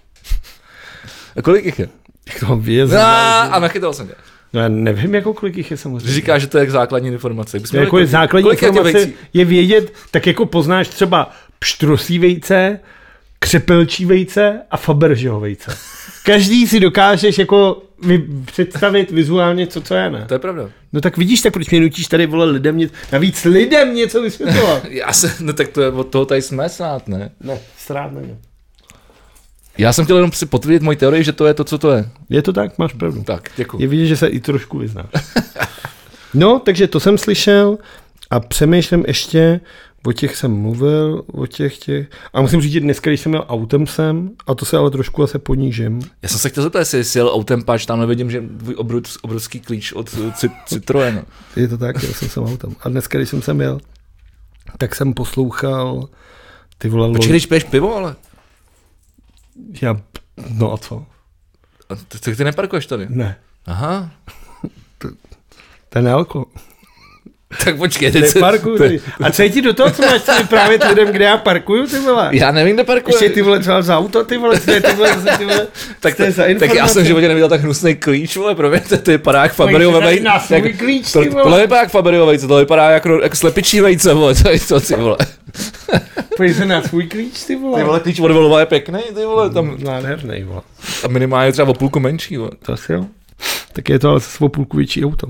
A kolik jich je? To vězí, no, a nachytal jsem tě. No já nevím, jako kolik jich je samozřejmě. Říkáš, že to je základní informace. No, jako je základní informace je, je vědět, tak jako poznáš třeba pštrosí vejce, křepelčí vejce a Fabergeho vejce. Každý si dokážeš jako vy, představit vizuálně, co co je, ne? To je pravda. No tak vidíš, tak proč mě nutíš tady, vole, lidem něco, navíc lidem něco vysvětlovat. Já se, no tak to je, od toho tady jsme snad, ne? Ne, srát ne. Já jsem chtěl jenom si potvrdit moji teorii, že to je to, co to je. Je to tak, máš pravdu. Tak, děkuji. Je vidět, že se i trošku vyznáš. No, takže to jsem slyšel a přemýšlím ještě, o těch jsem mluvil, o těch těch... A musím říct, že dneska, když jsem měl autem sem, a to se ale trošku asi ponížím. Já jsem se chtěl zeptat, jestli jsi jel autem, páč, tam nevidím, že obrud, obrovský klíč od Citroenu. Je to tak, já jsem sem autem. A dneska, když jsem sem jel, tak jsem poslouchal ty vole... Počkej, když piješ pivo, ale... Já... No a co? A ty, ty, ty neparkuješ tady? Ne. Aha. To, to je nealko. Tak počkej, teď se... Neparkuju ty. A co je ti do toho, co máš si vyprávět lidem, kde já parkuju, ty vole? Já nevím, kde parkuju. Ještě ty vole třeba za auto, ty vole, ty vole, ty vole, tak, to je za tak já jsem v životě neviděl tak hnusný klíč, vole, promiňte, to vypadá jak Fabergeho vejce. Na svůj klíč, ty vole. Tohle vypadá jak Fabergeho vejce, to vypadá jak, jak slepičí vejce, vole, to je to, ty vole. Pojď se na svůj klíč, ty vole. Ty vole, klíč od Volva je pěkný, ty vole, tam... Nádherný, vole. A minimálně třeba o půlku menší, vole. To asi jo. Tak je to ale se svou půlku větší auto.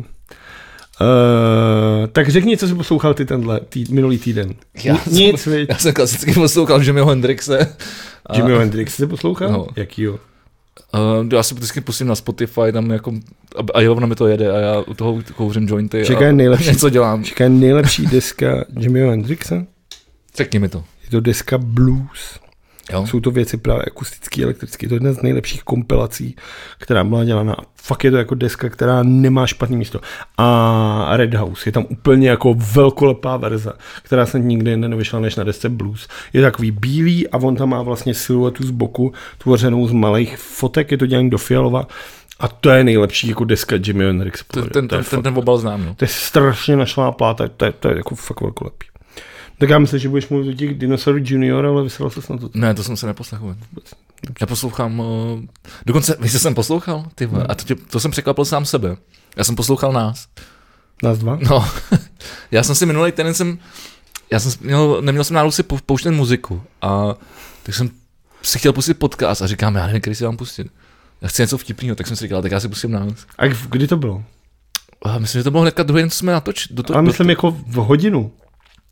Uh, tak řekni, co jsi poslouchal ty tenhle tý, minulý týden. Já Nic, jsem, já jsem klasicky poslouchal Jimmyho Hendrixe. A... Jimmyho Hendrixe jsi poslouchal? No. Jakýho? Uh, já si vždycky pustím na Spotify, tam jako, a Jovna mi to jede a já u toho kouřím jointy Čeká a nejlepší, něco dělám. Čeká nejlepší deska Jimmyho Hendrixe? Řekni mi to. Je to deska Blues. Jo. Jsou to věci právě akustický, elektrický. To je jedna z nejlepších kompilací, která byla dělaná. Fakt je to jako deska, která nemá špatný místo. A Red House je tam úplně jako velkolepá verze, která se nikdy nevyšla než na desce Blues. Je takový bílý a on tam má vlastně siluetu z boku, tvořenou z malých fotek, je to dělaný do fialova. A to je nejlepší jako deska Jimi Hendrix. Ten, ten, ten, ten, ten obal znám. No. To je strašně našláplá, to je, to je, to je jako fakt velkolepý. Tak já myslím, že budeš mluvit o těch Dinosaur Junior, ale vysral ses na to. Ne, to jsem se neposlechl. Já poslouchám, uh, dokonce, víš, co jsem poslouchal? Ty, no. A to, tě, to jsem překvapil sám sebe. Já jsem poslouchal nás. Nás dva? No, já jsem si minulý týden jsem, já jsem měl, neměl jsem náhodou si pouštět muziku a tak jsem si chtěl pustit podcast a říkám, já nevím, který si mám pustit. Já chci něco vtipného, tak jsem si říkal, tak já si pustím nás. A kdy to bylo? A myslím, že to bylo hnedka druhý den, co jsme natočili. Ale myslím do... jako v hodinu.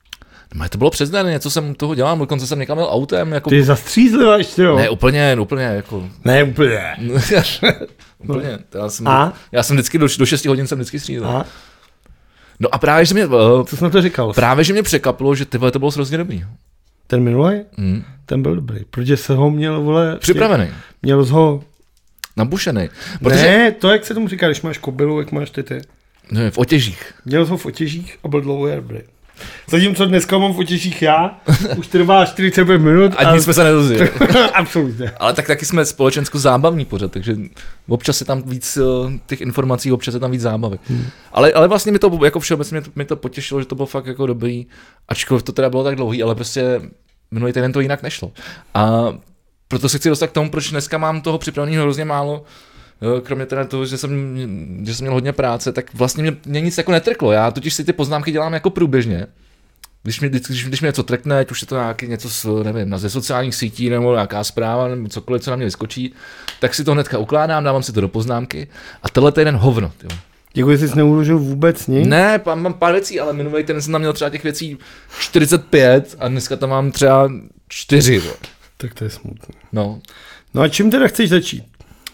No, to bylo přes den, něco jsem toho dělal, dokonce jsem někam jel autem. Jako... Ty zastřízliváš, ty jo? Ne, úplně, úplně, jako... Ne, úplně. úplně. Já jsem, a? já jsem vždycky, do, do šesti hodin jsem vždycky střízel. No a právě, že mě... Uh, Co jsi na to říkal? Právě, že mě překaplo, že tyhle to bylo hrozně dobrý. Ten minulý? Mm. Ten byl dobrý, protože se ho měl, vole... Připravený. Měl jsi ho... Nabušený. Protože... Ne, to jak se tomu říká, když máš kobylu, jak máš ty ty. Ne, v otěžích. Měl jsi ho v otěžích a byl dlouhý dobrý. Zatímco dneska mám v otěžích já, už trvá čtyřicet pět minut. A nic jsme se nedozvěděli. Absolutně. Ale tak taky jsme společensku zábavní pořad, takže občas je tam víc uh, těch informací, občas je tam víc zábavy. Hmm. Ale, ale vlastně mi to jako všeobecně mě to, mě to potěšilo, že to bylo fakt jako dobrý, ačkoliv to teda bylo tak dlouhý, ale prostě minulý týden to jinak nešlo. A proto se chci dostat k tomu, proč dneska mám toho připraveného hrozně málo. Kromě teda toho, že jsem, že jsem měl hodně práce, tak vlastně mě, mě nic jako netrklo. Já totiž si ty poznámky dělám jako průběžně. Když mi, když, když mi něco trkne, ať už je to nějaký něco z, nevím, ze sociálních sítí nebo nějaká zpráva nebo cokoliv, co na mě vyskočí, tak si to hnedka ukládám, dávám si to do poznámky a tenhle týden hovno. Tyjo. Děkuji, jsi neuložil vůbec nic? Ne, mám pár věcí, ale minulý týden jsem tam měl třeba těch věcí čtyřicet pět a dneska tam mám třeba čtyři. Jo. Tak to je smutné. No. No a čím teda chceš začít?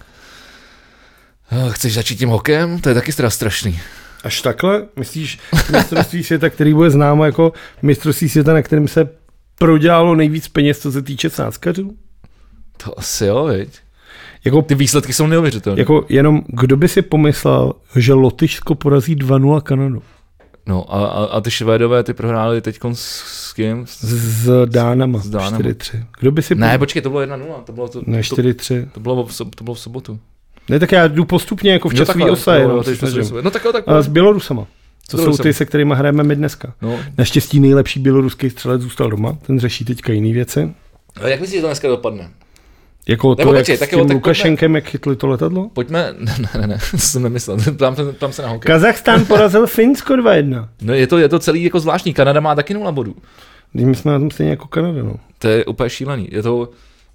Chceš začít tím hokejem? To je taky teda strašný. Až takhle? Myslíš mistrovství světa, který bude známo jako mistrovství světa, na kterém se prodělalo nejvíc peněz, co se týče sázkařů? To asi jo, viď? Jako, ty výsledky jsou neuvěřitelné. Jako jenom, kdo by si pomyslel, že Lotyšsko porazí dva nula Kanadu? No a, a, a ty Švédové, ty prohráli teďkon s, s kým? S, s Dánama. S Dánama. čtyři tři. Kdo by si Ne, pomyslel? Počkej, to bylo jedna nula. To bylo to, ne, čtyři tři. To, to, bylo v, to bylo v sobotu. Ne, tak já jdu postupně jako v časový no, osa. No, no tak jo, tak a s Bělorusama. To jsou ty, se kterými hrajeme my dneska. No. Naštěstí nejlepší běloruský střelec zůstal doma, ten řeší teďka jiný věci. A jak myslíš, že to dneska dopadne? Jako to, počkej, jak s tím Lukašenkem, jak chytli to letadlo? Pojďme, ne, ne, ne, ne, to jsem nemyslel, tam, tam se na hokej. Kazachstán porazil Finsko dva jedna. No je to, je to celý jako zvláštní, Kanada má taky nula bodů. My jsme na tom stejně jako Kanada, no. To je úplně šílený, je to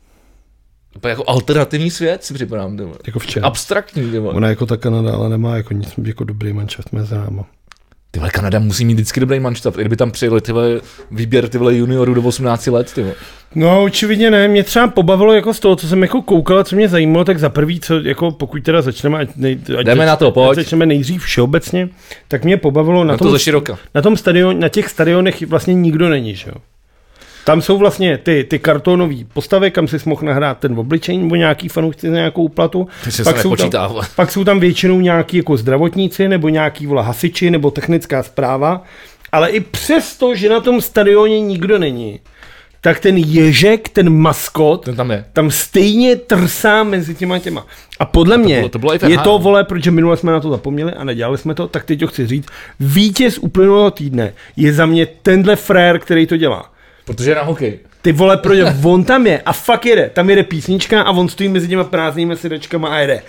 úplně jako alternativní svět, si připadám, tyhle. Jako včera. Abstraktní, tyhle. Ona jako ta Kanada, ale nemá jako nic, jako dobrý manšaft mezi náma. Tyhle, Kanada musí mít vždycky dobrý manšaft, kdyby tam přijeli tyhle výběr tyhle juniorů do osmnácti let, tyhle. No, očividně ne, mě třeba pobavilo jako z toho, co jsem jako koukal, co mě zajímalo, tak za prvý, co jako pokud teda začneme, ať, nej, ať jdeme zač, na to, pojď. začneme nejdřív všeobecně, tak mě pobavilo na, na tom, to ze široka. Na tom stadion, na těch stadionech vlastně nikdo není, že jo. Tam jsou vlastně ty, ty kartonové postavy, kam si mohl nahrát ten obličej nebo nějaký fanoušci za nějakou úplatu. Pak jsou, tam, pak jsou tam většinou nějaký jako zdravotníci nebo nějaký vole hasiči nebo technická správa. Ale i přesto, že na tom stadioně nikdo není, tak ten ježek, ten maskot, ten tam, je. tam stejně trsá mezi těma těma. A podle mě to bylo, to bylo je to, vole, protože minule jsme na to zapomněli a nedělali jsme to, tak teď to chci říct. Vítěz uplynulého týdne je za mě tenhle frér, který to dělá. Protože je na hokej. Ty vole, protože on tam je a fakt jede. Tam jede písnička a on stojí mezi těma prázdnýma sedačkama a jede.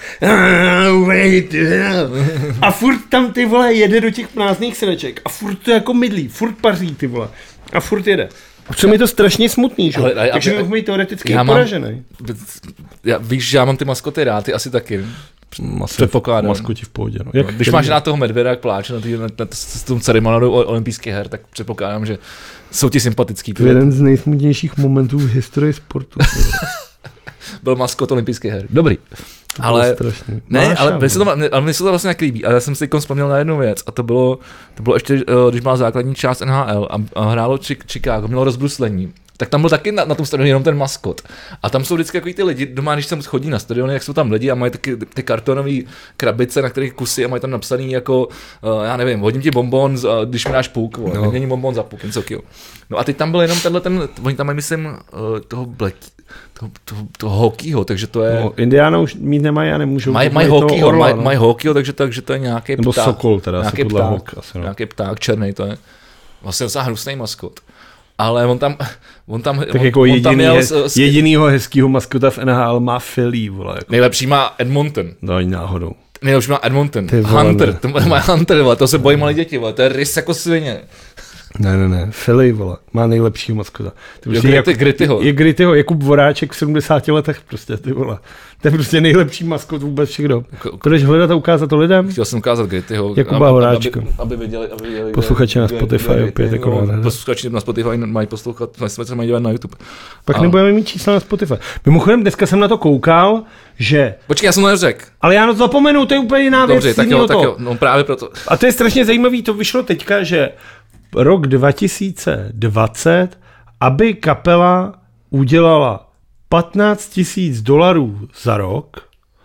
A furt tam ty vole jede do těch prázdných sedaček a furt to jako mydlí, furt paří ty vole. A furt jede. Co mi to strašně smutný, že? Ale, takže bych mohl být teoreticky poražený. Já, víš, že já mám ty maskoty rád, ty asi taky. Předpokládám. Maskoti v pohodě. No. Jak, Když máš na toho medvěda, jak pláče na, tý, na, na tom ceremoniálu olympijských her, tak předpokládám, že jsou ti sympatický. To je jeden z nejsmutnějších momentů v historii sportu. Byl maskot olympijských her. Dobrý. Ale, ne, ale mně se to, ale mně se to vlastně neklíbí. Ale já jsem si vzpomněl na jednu věc a to bylo, to bylo ještě, když byla základní část N H L a, a hrálo Chicago, mělo rozbruslení. Tak tam byl taky na, na tom stadionu jenom ten maskot. A tam jsou vždycky takový ty lidi, doma, když se chodí na stadiony, jak jsou tam lidi a mají taky ty kartonové krabice, na kterých kusy a mají tam napsaný jako, uh, já nevím, hodím ti bonbon, uh, když mi dáš puk, no. Není bonbon za puk, něco takového. No a teď tam byl jenom tenhle ten, oni tam mají, myslím, uh, toho black, toho, toho, toho hokeyho, takže to je... No, Indiana už mít nemají a nemůžou. Mají maj hokeyho, mají maj hokeyho, takže, takže to je nějaký Nebo pták. Sokol teda, nějaký pták, hok, asi, no. Nějaký pták černý, to je vlastně docela hnusný maskot. Ale on tam, on tam, tak on, jako on jediný tam jel je, s, jedinýho hezkýho maskota v N H L má Philly, vole. Jako. Nejlepší má Edmonton. No ani náhodou. Nejlepší má Edmonton. Hunter, to má Hunter, vole, to se bojí malí děti, vole, to je rys jako svině. Ne, ne, ne, Philly, vole, má nejlepšího maskota. To je Gritty, Grittyho. Je Grittyho, Jakub Voráček v sedmdesáti letech prostě, ty vole. To je prostě nejlepší maskot vůbec všeho. To jdeš hledat a ukázat to lidem? Chtěl jsem ukázat Grittyho. Jakuba Voráčka. Aby, aby, viděli, aby viděli. Posluchači na Spotify opět jako no, posluchači na Spotify mají poslouchat, jsme se mají dělat na YouTube. Pak a... nebudeme mít čísla na Spotify. Mimochodem, dneska jsem na to koukal, že... Počkej, já jsem to neřekl. Ale já to zapomenu, to je úplně jiná věc. Dobře, tak jo, tak jo, no právě proto. A to je strašně zajímavý, to vyšlo teďka, že rok dva tisíce dvacet, aby kapela udělala patnáct tisíc dolarů za rok,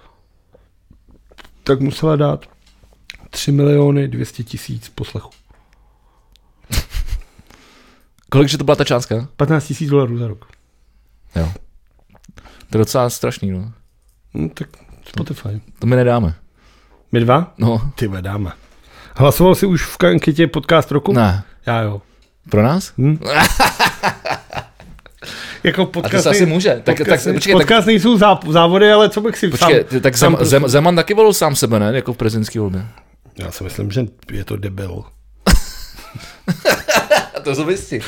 tak musela dát tři miliony dvě stě tisíc poslechů. Kolikže to byla ta částka? patnáct tisíc dolarů za rok. Jo. To je docela strašný, no. No tak Spotify. To my nedáme. My dva? No. Ty dáme. Hlasoval jsi už v anketě podcast roku? Ne. Já jo. Pro nás? Hm? Jako podcast, a to se asi může. Tak, podcast, tak, počkej, podcast tak, nejsou závody, ale co bych si počkej, sám, tak sám Zem, prostě... Zem, Zeman taky volil sám sebe, ne? Jako v prezidentský volbě. Já si myslím, že je to debil. To jsou vysti.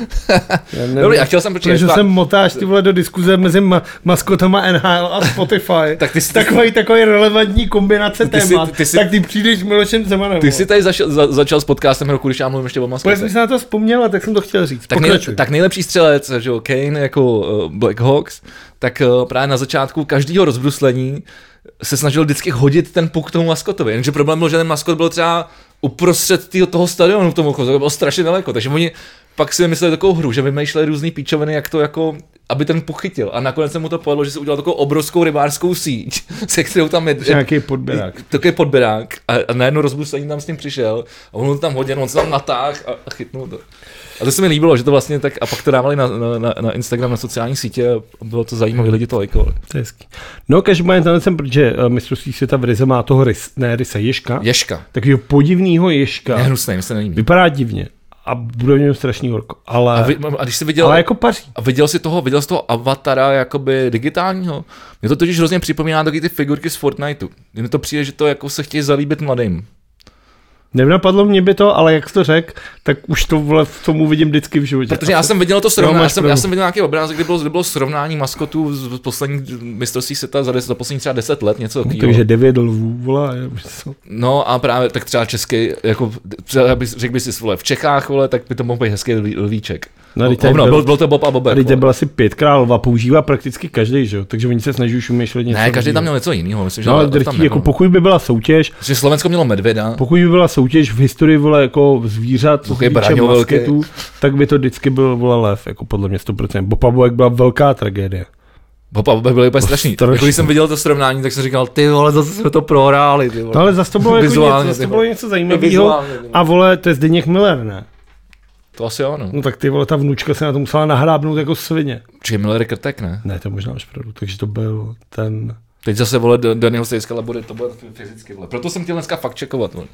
Dobrý, a chtěl jsem počítat. Protože jsem motáš ty vole do diskuze mezi ma- maskotama N H L a Spotify. Tak ty jsi, takový, takový relevantní kombinace ty témat. Ty, ty jsi, tak ty přijdeš Milošem Zemanem. Ty jsi tady zašel, za, začal s podcastem roku, když já mluvím ještě o maskotech. Protože jsi na to vzpomněl, tak jsem to chtěl říct. Tak, nej, tak nejlepší střelec, že jo, Kane jako uh, Blackhawks, tak uh, právě na začátku každého rozbruslení se snažil vždycky hodit ten puk tomu maskotovi. Jenže problém byl, že ten maskot byl třeba uprostřed týho, toho stadionu v tom ochozu, to bylo strašně daleko, takže oni pak si vymysleli takovou hru, že vymýšleli různý píčoviny, jak to jako, aby ten puk chytil. A nakonec se mu to povedlo, že si udělal takovou obrovskou rybářskou síť, se kterou tam je... Nějaký podběrák. Takový podběrák. A, a najednou rozbruslení tam s tím přišel a on to tam hodil, on se tam natáhl a, a chytnul to. A to se mi líbilo, že to vlastně tak, a pak to dávali na, na, na Instagram, na sociální sítě a bylo to zajímavé, lidi to lajkovali. To je hezký. No, každopádně tenhle jsem, protože uh, mistrovství světa v Rize má toho rys, ne ryse, ježka. Ježka. Takovýho podivnýho ježka. Je hnusný, mi se nelíbí. Vypadá divně. A bude v něm strašný horko. Ale, a, vy, a když jsi viděl, ale jako paří. A viděl jsi toho, viděl jsi toho avatara jakoby digitálního? Mně to totiž hrozně připomíná taky ty figurky z Fortniteu. Mně to přijde, že to jako se chtějí zalíbit mladým. Nenapadlo mě by to, ale jak jsi to řekl, tak už to vole, v tomu vidím vždycky v životě. Protože já jsem viděl to srovnání, já jsem, já jsem viděl nějaký obrázek, kde bylo, kde bylo srovnání maskotů z posledních mistrovství světa za, za poslední třeba deset let, něco takového. Takže devět lvů, vole. No a právě tak třeba český, jako třeba řekl by si, vole, v Čechách, vole, tak by to mohl být hezký lvíček. No, no, byl, byl, byl to Bob a Bobek. A teď byl asi pětkrát lva, používá prakticky každý, že jo? Takže oni se snaží už umýšlet něco. Ne, každý tam měl něco jiného, myslím, že no, ale drtí, jako pokud by byla soutěž, že Slovensko mělo medvěda. Pokud by byla soutěž v historii, vole, jako zvířat, masketů, tak by to vždycky byl, vole, lev, jako podle mě sto procent. Bob a Bobek byla velká tragédie. Bob a Bobek byl úplně strašný. Jako když jsem viděl to srovnání, tak jsem říkal, ty vole, zase jsme to prohráli, ty vole. No ale zase to bylo, jako něco, zase to bylo něco zajímavého. A vole, to je Zdeněk Miller, ne? To asi ano. No tak ty vole, ta vnučka se na to musela nahrábnout jako svině. Či Miller Krtek, ne? Ne, to možná máš pravdu, takže to byl ten... Teď zase, vole, Daniel Stejska labory, to bylo fyzicky, vole. Proto jsem chtěl dneska fakt čekovat, vole.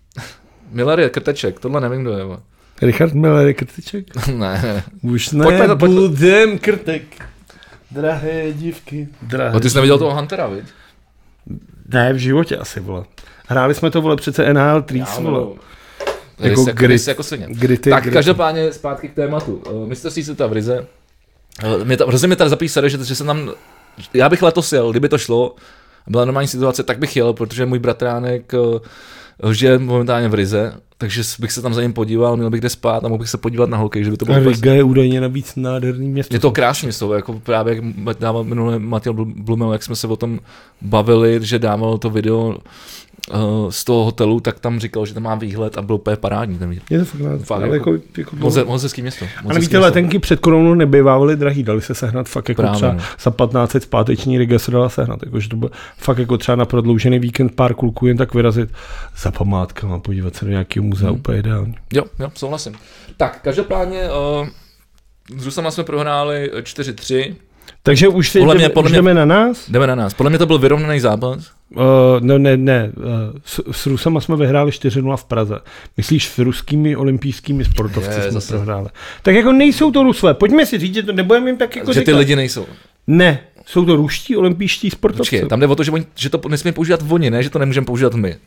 Miller je Krteček, tohle nevím, kdo je, vole. Richard Miller je Krteček? Ne. Už nebudem Krtek, drahé dívky, drahé... A ty jsi neviděl toho Huntera, viď? Ne, v životě asi, vole. Hráli jsme to, vole, přece N H L Trees, vole. Jako, jako, grit, jako svině. Gritty, tak gritty. Každopádně zpátky k tématu. Uh, mistrovství světa v Rize. Uh, mě ta, hrozně mě tady zapísali, že, že jsem tam, já bych letos jel, kdyby to šlo, byla normální situace, tak bych jel, protože můj bratránek uh, žije momentálně v Rize, takže bych se tam za ním podíval, měl bych kde spát a mohl bych se podívat na hokej, že by to bylo. A Riga je údajně navíc nádherný město. Je to krásné město, jako právě jak dával minule Matěj Blumel, jak jsme se o tom bavili, že dával to video Uh, z toho hotelu, tak tam říkal, že tam má výhled a byl úplně parádní ten výhled. Je to fakt, fakt jako, jako, jako moc hezký město. A nevíte, letenky před koronou nebývaly drahý, dali se sehnat fakt jako právě, třeba no. Za patnáct set zpáteční Riga se dala sehnat, jakože to bylo fakt jako třeba na prodloužený víkend pár kluků jen tak vyrazit za památkama, podívat se do nějakého muzea, hmm. úplně ideálně. Jo, jo, souhlasím. Tak, každopádně uh, s Rusama jsme prohráli čtyři tři. Takže už si podle jdeme, mě, podle už mě, jdeme na nás? Jdeme na nás. Podle mě to byl vyrovnaný zápas. Uh, no ne, ne. Uh, s, s Rusama jsme vyhráli čtyři nula v Praze. Myslíš s ruskými olympijskými sportovci je, jsme zase prohráli. Tak jako nejsou to Rusové. Pojďme si říct, že to nebudeme jim tak jako že říkat. Ty lidi nejsou. Ne, jsou to ruští olympijští sportovci. Počkej, tam jde o to, že, oni, že to nesmí používat oni, ne, že to nemůžeme používat my.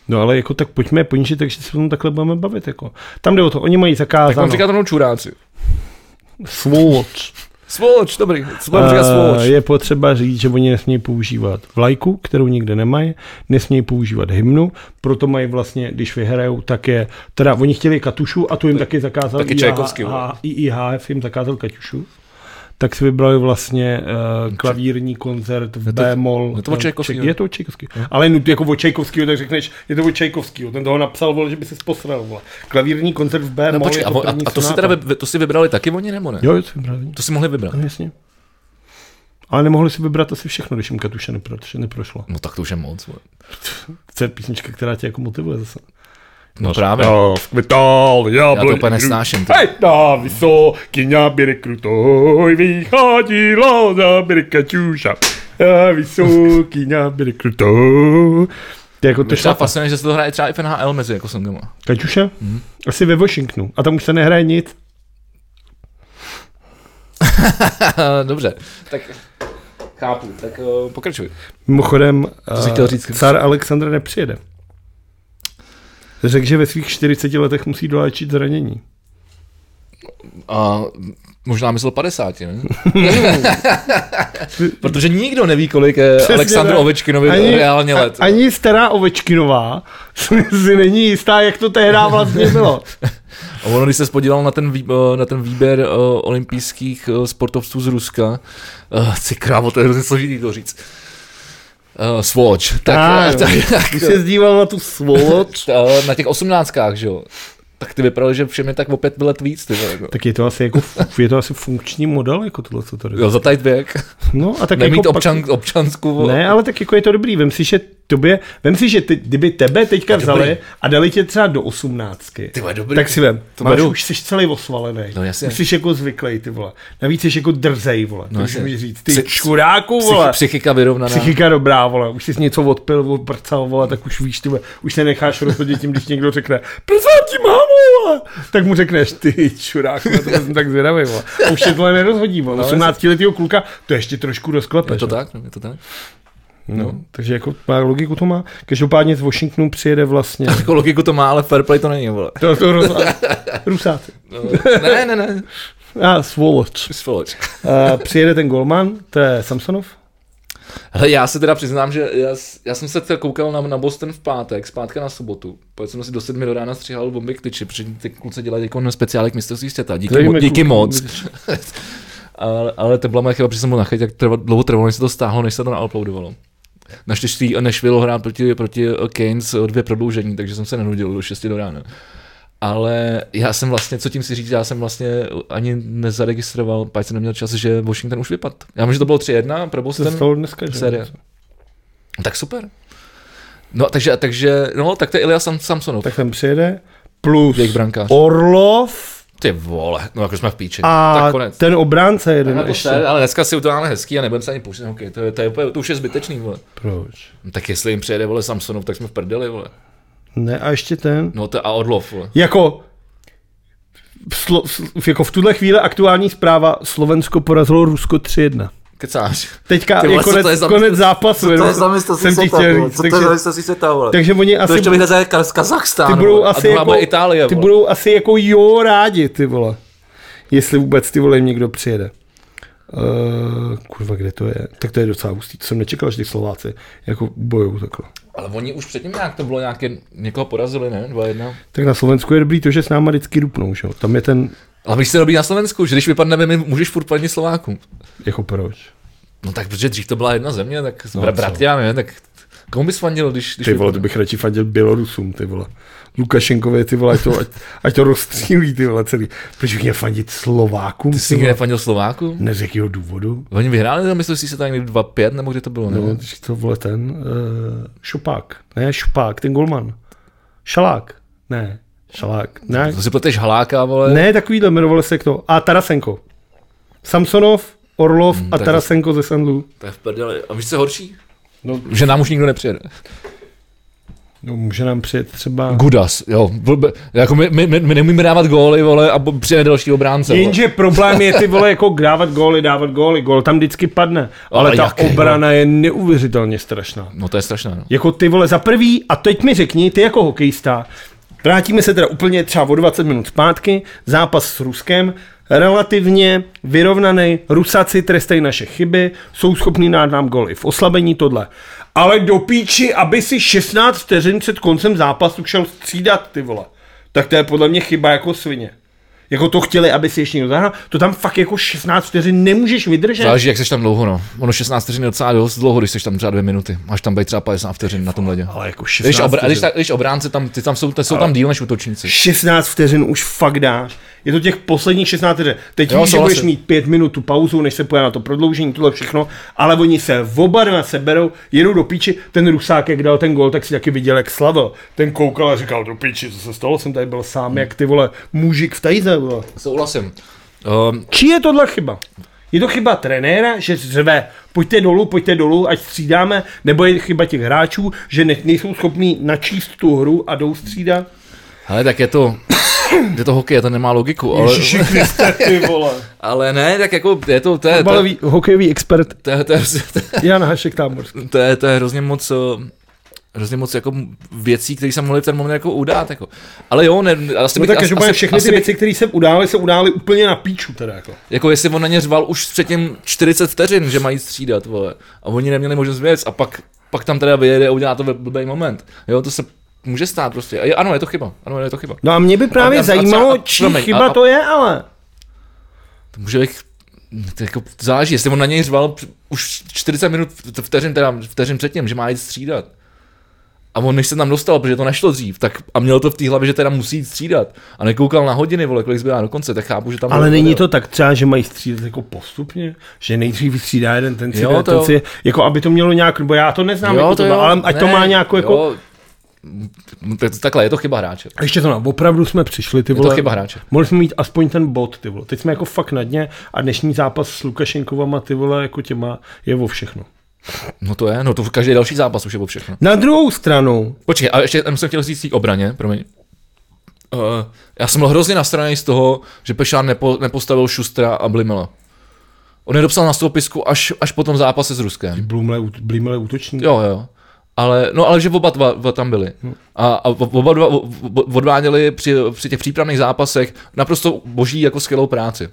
No ale jako tak pojďme ponížit, takže se tom takhle budeme bavit. Jako. Tam jde o to, oni mají zakázáno. Tak mám říkat rovnou čuráci. Svoloč. Svoloč, dobrý. Co mám říkat svoloč? Je potřeba říct, že oni nesmějí používat vlajku, kterou nikde nemají, nesmějí používat hymnu, proto mají vlastně, když vyhrajou, tak je, teda oni chtěli Katušu a tu jim taky zakázal taky Čajkovský, I I H F jim zakázal Kaťušu. Tak si vybrali vlastně uh, klavírní koncert v B-moll. Je to od Čajkovského. Je to od Čajkovského. Ale no, jako od Čajkovského, tak řekneš, je to od Čajkovského. Ten toho napsal, vole, že by se posral. Vole. Klavírní koncert v B-moll. No, počkej, jako a, a to si teda vy, to si vybrali taky oni, nebo ne? Jo, to si vybrali. To si mohli vybrat. No, jasně. Ale nemohli si vybrat asi všechno, když jim Katuše nepro, neprošla. No tak to už je moc. Vole. To je písnička, která tě jako motivuje zase. No právě. No, vkvětal, já, já to úplně nesnáším. Hej, na vysoký náběry krutoj, vychádila záběry Kaťuša. Na vysoký náběry krutoj. Jako to třeba fascinuje, že se to hraje třeba i v N H L mezi jako songama. Kaťuša? Hmm. Asi ve Washingtonu. A tam už se nehraje nic. Dobře, tak chápu, tak uh, pokračuj. Mimochodem, uh, říct, car Alexandr nepřijede. Řekl, že ve svých čtyřiceti letech musí doléčit zranění. A možná myslel padesáti, ne? Protože nikdo neví, kolik je přesně Alexandru ne. Ovečkinovi ani, reálně let. A, ani stará Ovečkinová si není jistá, jak to tehdy vlastně bylo. A ono, když se spodílal na ten, vý, na ten výběr uh, olympijských uh, sportovců z Ruska, uh, ty krávo, to je hrozně složitý to říct. Uh, svoloč. Tak, tak, tak, tak když se zdíval na tu svoloč. Na těch osmnáctkách, že jo. Tak ty vypadalo, že všem je tak o pět let víc. Ty, jako. Tak je to asi jako je to asi funkční model, jako tohle, co tady. Jo, zatajit věk. No, a tak nemít jako občan, pak... občanskou. Ne, ale tak jako je to dobrý. Vem si, že tobě, vem si, že ty, kdyby tebe teďka vzali a dali tě třeba do osmnáctky, ty dobrý. Tak si vem, to máš, beru. Už jsi celý osvalený. No, jasně. Už jsi jako zvyklý, ty vole. Navíc jsi jako drzej, vole. No, takže můžeš říct, ty Psy, čuráku, vole. Psychika vyrovnaná. Psychika dobrá, vole. Už jsi něco odpil, odprcal, vole, tak už víš, ty vole. Už se necháš rozhodit tím, když někdo řekne, prosím ti, mámo, vole. Tak mu řekneš, ty čuráku, to jsem tak zvědavý, vole. A už se tohle nerozhodí, vole. osmnáctiletýho kluka to ještě trošku rozklepeš. Je to tak, je to tak. No, no, takže jako má logiku to má. Každopádně z Washingtonu přijede vlastně. Jako logiku to má, ale fair play to není, vole. To, to Rusáci. No, ne, ne, ne. A svoloč. Svoloč. uh, přijede ten golman, to je Samsonov. Hele, já se teda přiznám, že já, já jsem se teda koukal na, na Boston v pátek, zpátka na sobotu. Pojď jsem si do sedmi do rána stříhal bomby k tyči, protože ty kluci dělají jako speciálek mistrovství světa. Díky, mo- díky moc. ale, ale to byla moje chyba, protože jsem byl na chytě, jak trva, dlouho trvalo, než se to stáhlo, než se to nauploadovalo. Naštěstí Nashville hrál proti, proti Canes dvě prodloužení, takže jsem se nenudil do šesti do rána. Ale já jsem vlastně, co tím si říct, já jsem vlastně ani nezaregistroval, pak jsem neměl čas, že Washington už vypadl. Já myslím, že to bylo tři jedna pro Boston. Dneska, série. Tak super. No, takže, takže, no, tak to je Ilya Sam, Samsonov. Tak ten přijede, plus Orlov. Ty vole, no jako jsme v píči. A tak konec. Ten obránce jeden ještě. Se, ale dneska si uděláme hezký a nebudeme se ani pouštět hokej, to, je, to, je, to už je zbytečný, vole. Proč? No, tak jestli jim přijede, vole, Samsonov, tak jsme v prdeli, vole. Ne, a ještě ten. No to a Orlov, vole. Jako, slo, jako v tuhle chvíli aktuální zpráva, Slovensko porazilo Rusko tři jedna. Kecáš. Teďka je konec, je konec zápasu. To je zamysl si světa, co to je zamysl si světa, vole. Takže oni asi... To ještě vyhraze z Kazachstánu, ty budou asi jako, Itálie, ty budou asi jako jo rádi, ty vole. Jestli vůbec ty vole jim někdo přijede. Uh, kurva, kde to je? Tak to je docela hustý. To jsem nečekal, že ty Slováci jako bojou takhle. Ale oni už předtím nějak to bylo nějaké, někoho porazili, ne? dva jedna. Tak na Slovensku je dobrý to, že s náma vždycky dupnou, že jo? Tam je ten... Ale víš, se dobrý na Slovensku, že když vypadneme, my můžeš furt padnit Slovákům. Jako proč? No tak, protože dřív to byla jedna země, tak no, bra- bratia, ne? Tak komu bys fandil, když... když ty vole, to bych radši fandil Bělorusům, ty vole. Lukašenkovi, ty vole, ať to, ať, ať to rozstřílí, ty vole, celý. Proč bych měl fandit Slovákům? Ty jsi nikdy nefandil Slovákům? Ne z jakého důvodu. Oni vyhráli, tam myslím si se tak někdy dva pět, nebo kde to bylo, ne? No, to vole ten, uh, Šupák, ne, Šupák, ten golman. Šalák, ne, Šalák, ne. To si pleteš Haláka, vole. Ne, takovýhle, jmenovali se to. A Tarasenko. Samsonov, Orlov hmm, a Tarasenko ze Sandlu. To je v prdeli. A víš, co je horší? No, že nám už nikdo nepřijede. No může nám přijet třeba... Gudas, jo. Jako my, my, my neumíme dávat góly, vole, a přijde další obránce. Jenže problém je ty vole jako dávat góly, dávat góly, gól tam vždycky padne. Ale, ale ta jaký, obrana jo? je neuvěřitelně strašná. No to je strašné, no. Jako ty vole za prvý, a teď mi řekni, ty jako hokejista, vrátíme se teda úplně třeba o dvacet minut zpátky, zápas s Ruskem, relativně vyrovnaný, Rusáci trestají naše chyby, jsou schopní dát nám góly v oslabení tohle. Ale do píči, aby si šestnáct vteřin před koncem zápasu šel střídat, ty vole. Tak to je podle mě chyba jako svině. Jako to chtěli, aby si ještě někdo zahrál, to tam fakt jako šestnáct vteřin nemůžeš vydržet. Záleží, jak seš tam dlouho, no. Ono šestnáct vteřin je docela dost dlouho, když seš tam třeba dvě minuty. Máš tam být třeba padesát vteřin na tom ledě. Ale jako šestnáct když, obr- když, když obránce tam, ty tam jsou, ty jsou tam díl než útočníci. šestnáct vteřin už fakt dáš. Je to těch posledních šestnáct vteřin. Teď víš, že budeš mít pět minut tu pauzu, než se pojede na to prodloužení, tohle všechno, ale oni se oba dva seberou, jedou do píči. Ten Rusák, jak dal ten gól, tak si taky viděl, jak slavil. Ten koukal a říkal, do píči, co se stalo, jsem tady byl sám, jak ty vole, mužik v tajze, vole. Souhlasím. Um, Čí je tohle chyba? Je to chyba trenéra, že řve, pojďte dolů, pojďte dolů, ať střídáme, nebo je chyba těch hráčů, že ne, nejsou schopní načíst tu hru a jdou střídat? Ale tak je to, je to hokej, to nemá logiku. Ale, Ježiši Kriste, ty vole. Ale ne, tak jako je to... to je, Fotbalový, to, hokejový expert to, to, to, to, Jan Hašek Táborský. To je, to je hrozně moc... hrozně moc jako věcí, které se mohly v ten moment jako udát. Jako. Ale jo, ne, asi no bych... tak asi, asi, všechny ty věci, které se udály, se udály úplně na píču teda jako. Jako jestli on na ně řval už předtím čtyřicet vteřin, že mají střídat, vole. A oni neměli možnost věc a pak, pak tam teda vyjede a udělá to ve blbý moment. Jo, to se může stát prostě. A ano, je to chyba. Ano, je to chyba. No a mě by právě a, zajímalo, čí chyba a, to je, ale... To může bych... To jako záleží, jestli on na něj řval už čtyřicet minut vteřin, teda vteřin předtím, že má jít střídat. A on než se tam dostal, protože to nešlo dřív, tak a měl to v té hlavě, že teda musí jít střídat. A nekoukal na hodiny, vole, kolik zbývá do konce, tak chápu, že tam... Ale není to tak třeba, že mají střídat jako postupně? Že nejdřív vystřídá jeden, ten si, jo, ten si jako aby to mělo nějak, nebo já to neznám, jo, jako to to, jo, ale ať ne, to má nějakou jako... Jo. Takhle, je to chyba hráče. A ještě to nám, opravdu jsme přišli, ty vole. Je to chyba hráče. Mohli jsme mít aspoň ten bod, ty vole. Teď jsme jako fakt na dně a dnešní zápas s Lukašenkovama, ty vole, jako těma, je o všechno. No to je, no to každý další zápas už je o všechno. Na druhou stranu. Počkej, a ještě jsem chtěl říct k obraně, promiň. Uh, já jsem byl hrozně nastraněný z toho, že Pešán nepo, nepostavil Šustra a Blimela. On je dopsal na stoupisku až, až po tom zápase s Ruskem. Blimele útočník. Jo, jo. Ale, no, ale že oba dva, dva tam byli. A, a oba dva odváděli při, při těch přípravných zápasech naprosto boží jako skvělou práci.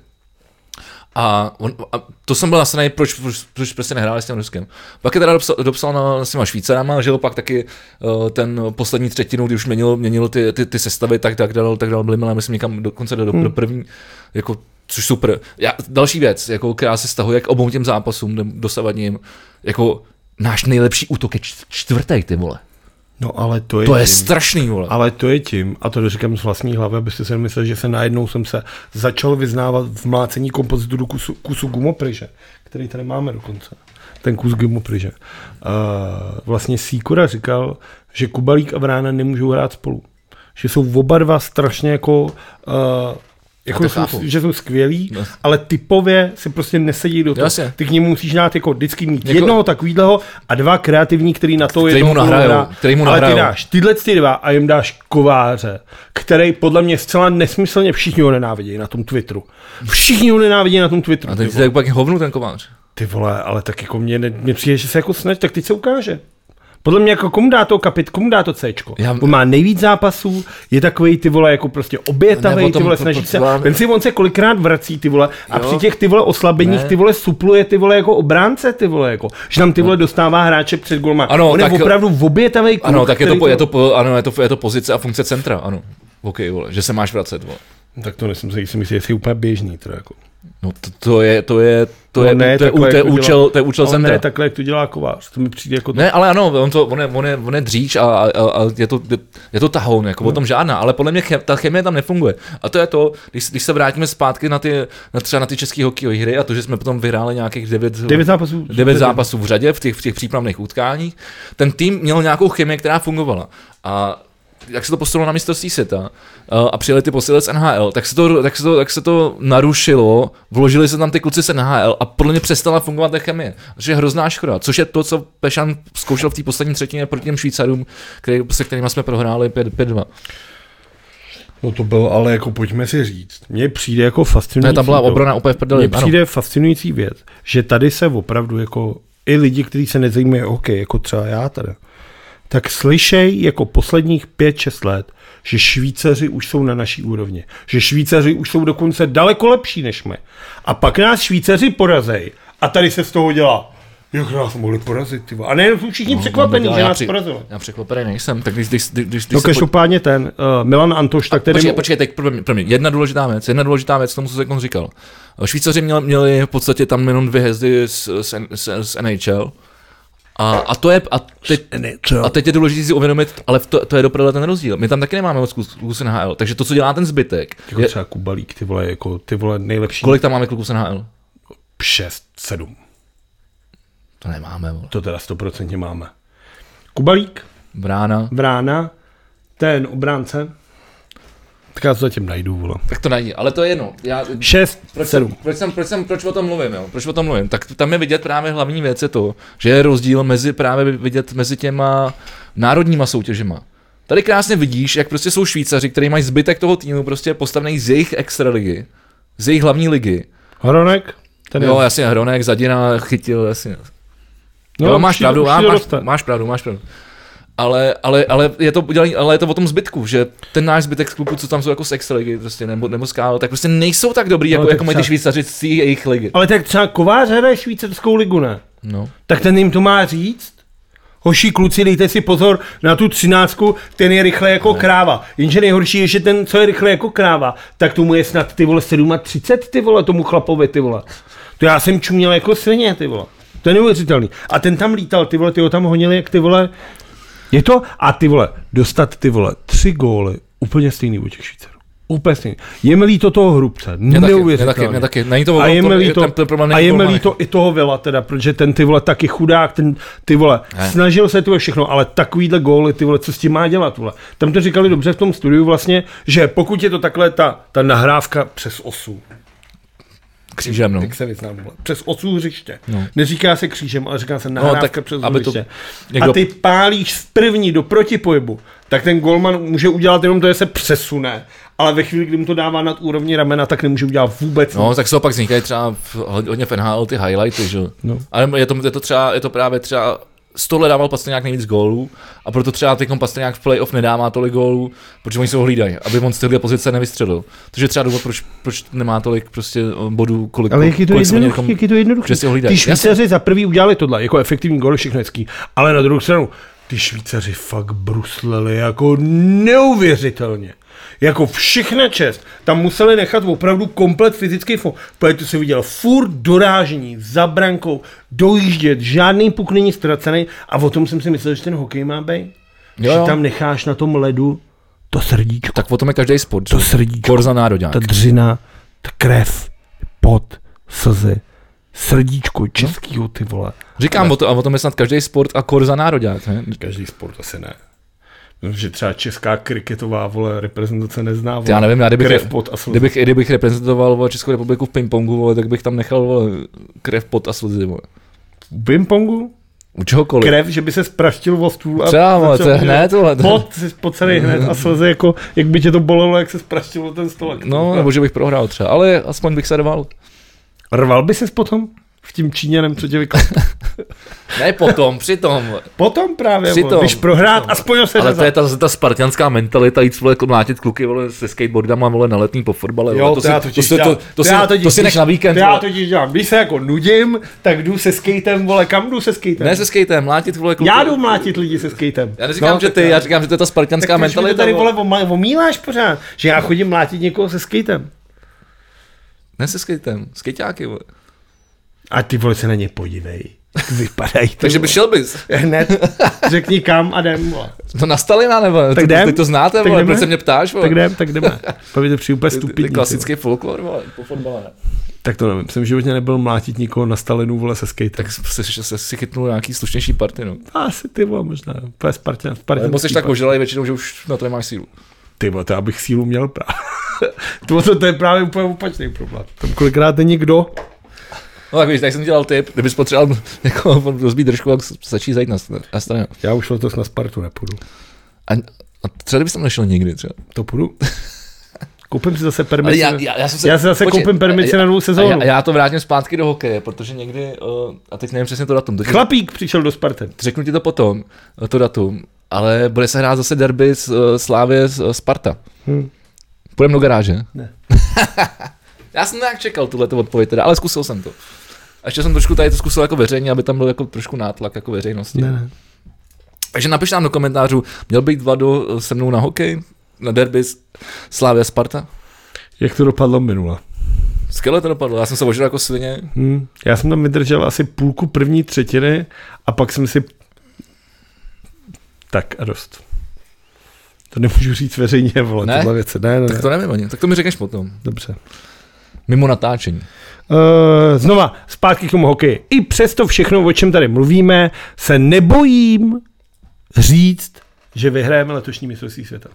A, on, a to jsem byl nastavený, proč, proč, proč prostě nehráli s tím Ruskem. Pak je teda dopsal, dopsal na, s těma Švýcarama, že pak taky uh, ten poslední třetinu, kdy už měnil, měnil ty, ty, ty sestavy, tak, tak dal, tak dal Blimela, myslím někam dokonce do, hmm. do první, jako, což super. Já, další věc, jako, která se stahuje k obou těm zápasům dosavadním, jako náš nejlepší útok je čtvrtý, ty vole. No ale to je To je tím. strašný, vole. Ale to je tím, a to říkám z vlastní hlavy, abyste si mysleli, že se najednou jsem se začal vyznávat v mlácení kompozitu do kusu, kusu gumopryže, který tady máme dokonce. Ten kus gumopryže. Uh, vlastně Sýkora říkal, že Kubalík a Vrána nemůžou hrát spolu. Že jsou oba dva strašně jako... Uh, Jako jsou, že jsou skvělí, no. Ale typově si prostě nesedí do toho. Jasně. Ty k němu musíš dát jako vždycky mít jako... jednoho takovýhleho a dva kreativní, který na to který jednoho mu nahrajou, který mu ale nahrajou. ty dáš tyhle ty dva a jim dáš Kováře, který podle mě zcela nesmyslně všichni ho nenávidí na tom Twitteru. Všichni ho nenávidí na tom Twitteru. A teď je pak hovnu ten Kovář. Ty vole, ale tak jako mě, mě přijde, že se jako snaží, tak teď se ukáže. Podle mě jako komu dá to kapit, komu dá to Cčko. Já... On má nejvíc zápasů, je takovej ty vole jako prostě obětavej, ty vole snaží se. Ten si on se kolikrát vrací ty vole a jo. Při těch ty vole oslabeních ne. Ty vole supluje ty vole jako obránce ty vole jako. Že tam ty vole dostává hráče před golma. Ano, on tak, je opravdu obětavej kluk. Ano, tak je to, to... Je, to, ano, je, to, je to pozice a funkce centra, ano. OK, vole, že se máš vracet, vole. Tak to nesmím si myslím, jestli je úplně běžný teda jako. No to, to je, to je, to no je, ne, to je, to je účel, to je účel centra. Ne, takhle, jak to dělá Kovář, to mi přijde jako... To... Ne, ale ano, on, to, on, je, on, je, on je dříč a, a, a je, to, je, je to tahoun, jako no. O tom žádná, ale podle mě chem, ta chemie tam nefunguje. A to je to, když, když se vrátíme zpátky na ty, na třeba na ty české hokejové hry a to, že jsme potom vyhráli nějakých devět, devět zápasů, devět zápasů v řadě v těch, v těch přípravných utkáních, ten tým měl nějakou chemii, která fungovala. A jak se to postavilo na mistrovství světa uh, a přijeli ty posily z N H L, tak se, to, tak, se to, tak se to narušilo, vložili se tam ty kluci z N H L a podle mě přestala fungovat ta chemie. Což je hrozná škoda, což je to, co Pešan zkoušel v té poslední třetině proti těm Švýcarům, který, se kterými jsme prohráli pět dva. No to bylo, ale jako pojďme si říct, mně přijde jako fascinující. Ne, tam byla obrana úplně v prdeli. Mně přijde fascinující věc, že tady se opravdu jako i lidi, kteří se nezajímají o hokej, jako třeba já tady, tak slyšej jako posledních pět šest let, že Švýcaři už jsou na naší úrovni. Že Švýcaři už jsou dokonce daleko lepší než my. A pak nás Švýcaři porazej a tady se z toho dělá. Jak nás mohli porazit, ty vole. A nejenom jsou všichni no, překvapení, že nás při, porazili. Já překvapený nejsem, tak když... když, když, když no každopádně ten uh, Milan Antoš, tak tedy... Počkej, počkej, teď pro mě, pro mě, jedna důležitá věc, jedna důležitá věc, tomu, co jsem říkal. Švýcaři měli, měli v podstatě tam jenom dvě hvězdy z, z, z, z N H L. A, a to je, a teď, a teď je důležité si uvědomit, ale to, to je dopravdu ten rozdíl. My tam taky nemáme moc kluků z N H L, takže to, co dělá ten zbytek... Jako je, třeba Kubalík, ty vole, jako ty vole nejlepší... Kolik tam máme kluků z N H L? Šest, sedm. To nemáme, vole. To teda stoprocentně máme. Kubalík. Vrána. Vrána. Ten obránce. Tak já to zatím najdu, vole. Tak to najdi, ale to je jedno. Já, šest, proč, sedm. Proč, jsem, proč, jsem, proč o tom mluvím, jo? Proč o tom mluvím? Tak tam je vidět právě hlavní věc je to, že je rozdíl mezi právě vidět mezi těma národníma soutěžima. Tady krásně vidíš, jak prostě jsou Švýcaři, kteří mají zbytek toho týmu prostě postavený z jejich extraligy, z jejich hlavní ligy. Hronek? Ten jo, je... jasně, Hronek, Zadina chytil, jasně. No, jo, máš přijde, pravdu, á, máš, dostat. máš pravdu, máš pravdu. Ale, ale, ale, je to, ale je to o tom zbytku, že ten náš zbytek klubů, co tam jsou jako z extraligy, prostě, nebo, nebo z K H L, tak prostě nejsou tak dobrý, jako, no, jako mají ty Švýcaři z jejich ligy. Ale tak třeba Kovář hraje švýcarskou ligu, ne? No. Tak ten jim to má říct? Hoši kluci, dejte si pozor na tu třináctku, ten je rychle jako ne. kráva. Jenže nejhorší je, že ten, co je rychle jako kráva, tak tomu je snad ty vole třicet sedm, ty vole, tomu chlapovi, ty vole. To já jsem čuměl jako svině, ty vole. To je neuvěřitelný. A ten tam lítal, ty vole, ty ho tam honili, jak ty vole. Je to, a ty vole, dostat ty vole tři góly, úplně stejný u těch Švýcarů. Úplně stejný. Je mi líto toho Hrubce, neuvěřitelný. Mě taky, není to a je mi líto, a je mi líto i toho Vila teda, protože ten ty vole taky chudák, ten ty vole, ne. snažil se ty vole všechno, ale takovýhle góly, ty vole, co s tím má dělat, vole. Tam to říkali dobře v tom studiu vlastně, že pokud je to takhle ta, ta nahrávka přes osu, křížem, no. Tak se vyznám, vole. Přes osu hřiště. No. Neříká se křížem, ale říká se nahrávka no, přes hřiště. Někdo... A ty pálíš z první do protipohybu, tak ten golman může udělat jenom to, že se přesune, ale ve chvíli, kdy mu to dává nad úrovni ramena, tak nemůže udělat vůbec No, nic. Tak se opak vznikají třeba v, hodně v N H L ty highlighty, že? No. Ale je to, je to třeba, je to právě třeba z tohle dával Pastrňák nejvíc gólů a proto třeba teď Pastrňák v playoff nedává tolik gólů, protože oni se ho hlídají, aby on z téhle pozice nevystřelil. Takže třeba důvod, proč, proč nemá tolik prostě bodů, kolik, ale jak je to kolik jednoduchý, jak je to jednoduchý. Že si ho hlídají. Ty Švýcaři za prvý udělali tohle, jako efektivní gól, všechno hezký, ale na druhou stranu, ty Švýcaři fakt brusleli jako neuvěřitelně. Jako všechna čest. Tam museli nechat opravdu komplet fyzický fond. Protože to si viděl furt dorážení, za brankou, dojíždět, žádný puk není ztracený a o tom jsem si myslel, že ten hokej má být. Jo, že tam necháš na tom ledu to srdíčko. Tak o tom je každý sport. To srdíčko. Korza nároďák. Ta dřina, ta krev, pot, slzy, srdíčko českýho, ty vole. Říkám, o, to, a o tom je snad každý sport a korza nároďák. Ne? Každý sport asi ne. Že třeba česká kriketová vole reprezentace nezná vole, já nevím, já kdybych, krev, pot a slzy. Kdybych, kdybych reprezentoval vole, Českou republiku v pingpongu, vole, tak bych tam nechal vole, krev, pot a slzy. Vole. V pingpongu? U čehokoliv. Krev, že by se spraštil o stůl a třeba, vole, to je hned, vole. Pot, pot celý hned a slzy, jako, jak by tě to bolelo, jak se spraštil ten stolek. No, nebo že bych prohrál třeba, ale aspoň bych se rval. Rval by ses potom? V tím Číňanem, co tě vykl... Ne potom, přitom. Potom právě, přitom, když prohrát, přitom. Aspoň se ale řezat. To je ta, ta spartianská mentalita, jít vole, mlátit kluky vole, se skateboardama vole, na letní po fotbale. Jo, to, to, si, to, si, to, to, si, to, to si nech na víkend. To já totiž dělám, když se jako nudím, tak jdu se skatem, vole, kam jdu se skatem? Ne se skatem, mlátit vole kluky. Já jdu mlátit lidi se skatem. Já neříkám, no, že ty, já říkám, že to je ta spartianská tak mentalita. Tak tady vole omíláš pořád, že já chodím mlátit někoho se skatem. Ne se skatem, skejťáky, vole. A ty vole se na ně podívej. Vypadají to. Takže by šel bys. Hned řekni kam a jdem. Vole. To na Stalina nebo? Tak jdem. Teď to znáte, vole, proč se mě ptáš? Vole. Tak jdem, tak jdeme. Pavíte přijde úplně stupidní. Klasický folklor, vole, po fotbale. Tak to nevím, jsem v životě nebyl mlátit nikoho na Stalinu, vole, se skatem. Tak jsi, jsi si chytnul nějaký slušnější party, no. Asi ty vole, možná, to je Spartan. Spartan Nebo jsi tak ožralej většinou, že už na to nemáš sílu. Ty vole, to já bych sílu měl právě. to, to, to je právě úplně opačný problém. Tam kolikrát je někdo. No tak víš, tak jsem dělal tip, kdybys potřeboval jako rozbít držku, tak stačí zajít na, na stranu. Já už letos na Spartu nepůjdu. A, a třeba kdybys tam nešel nikdy třeba. To půjdu. Koupím si zase permici. Já, já, já, se, já si zase počkej, koupím permici na novou sezónu. A já, já to vrátím zpátky do hokeje, protože někdy, uh, a teď nevím přesně to datum. Teď Chlapík přišel do Sparty. Řeknu ti to potom, to datum, ale bude se hrát zase derby s uh, Slávě s uh, Sparta. Hmm. Půjdeme do garáže? Ne. Já jsem nějak čekal tuhleto odpověď teda, ale zkusil jsem to. A ještě jsem trošku tady to zkusil jako veřejně, aby tam byl jako trošku nátlak jako veřejnosti. Ne, ne. Takže napiš nám do komentářů, měl být Vlado se mnou na hokej, na derby Slávě Sparta? Jak to dopadlo minule? Skvěle to dopadlo, já jsem se ožral jako svině. Hmm. Já jsem tam vydržel asi půlku první třetiny a pak jsem si... Tak a dost. To nemůžu říct veřejně, vole, ne? tohle věce. Ne, ne, tak to nevím ani, tak to mi řekneš potom. Dobře. Mimo natáčení. Uh, znova, zpátky k tomu hokeji. I přesto všechno, o čem tady mluvíme, se nebojím říct, že vyhrajeme letošní mistrovství světa.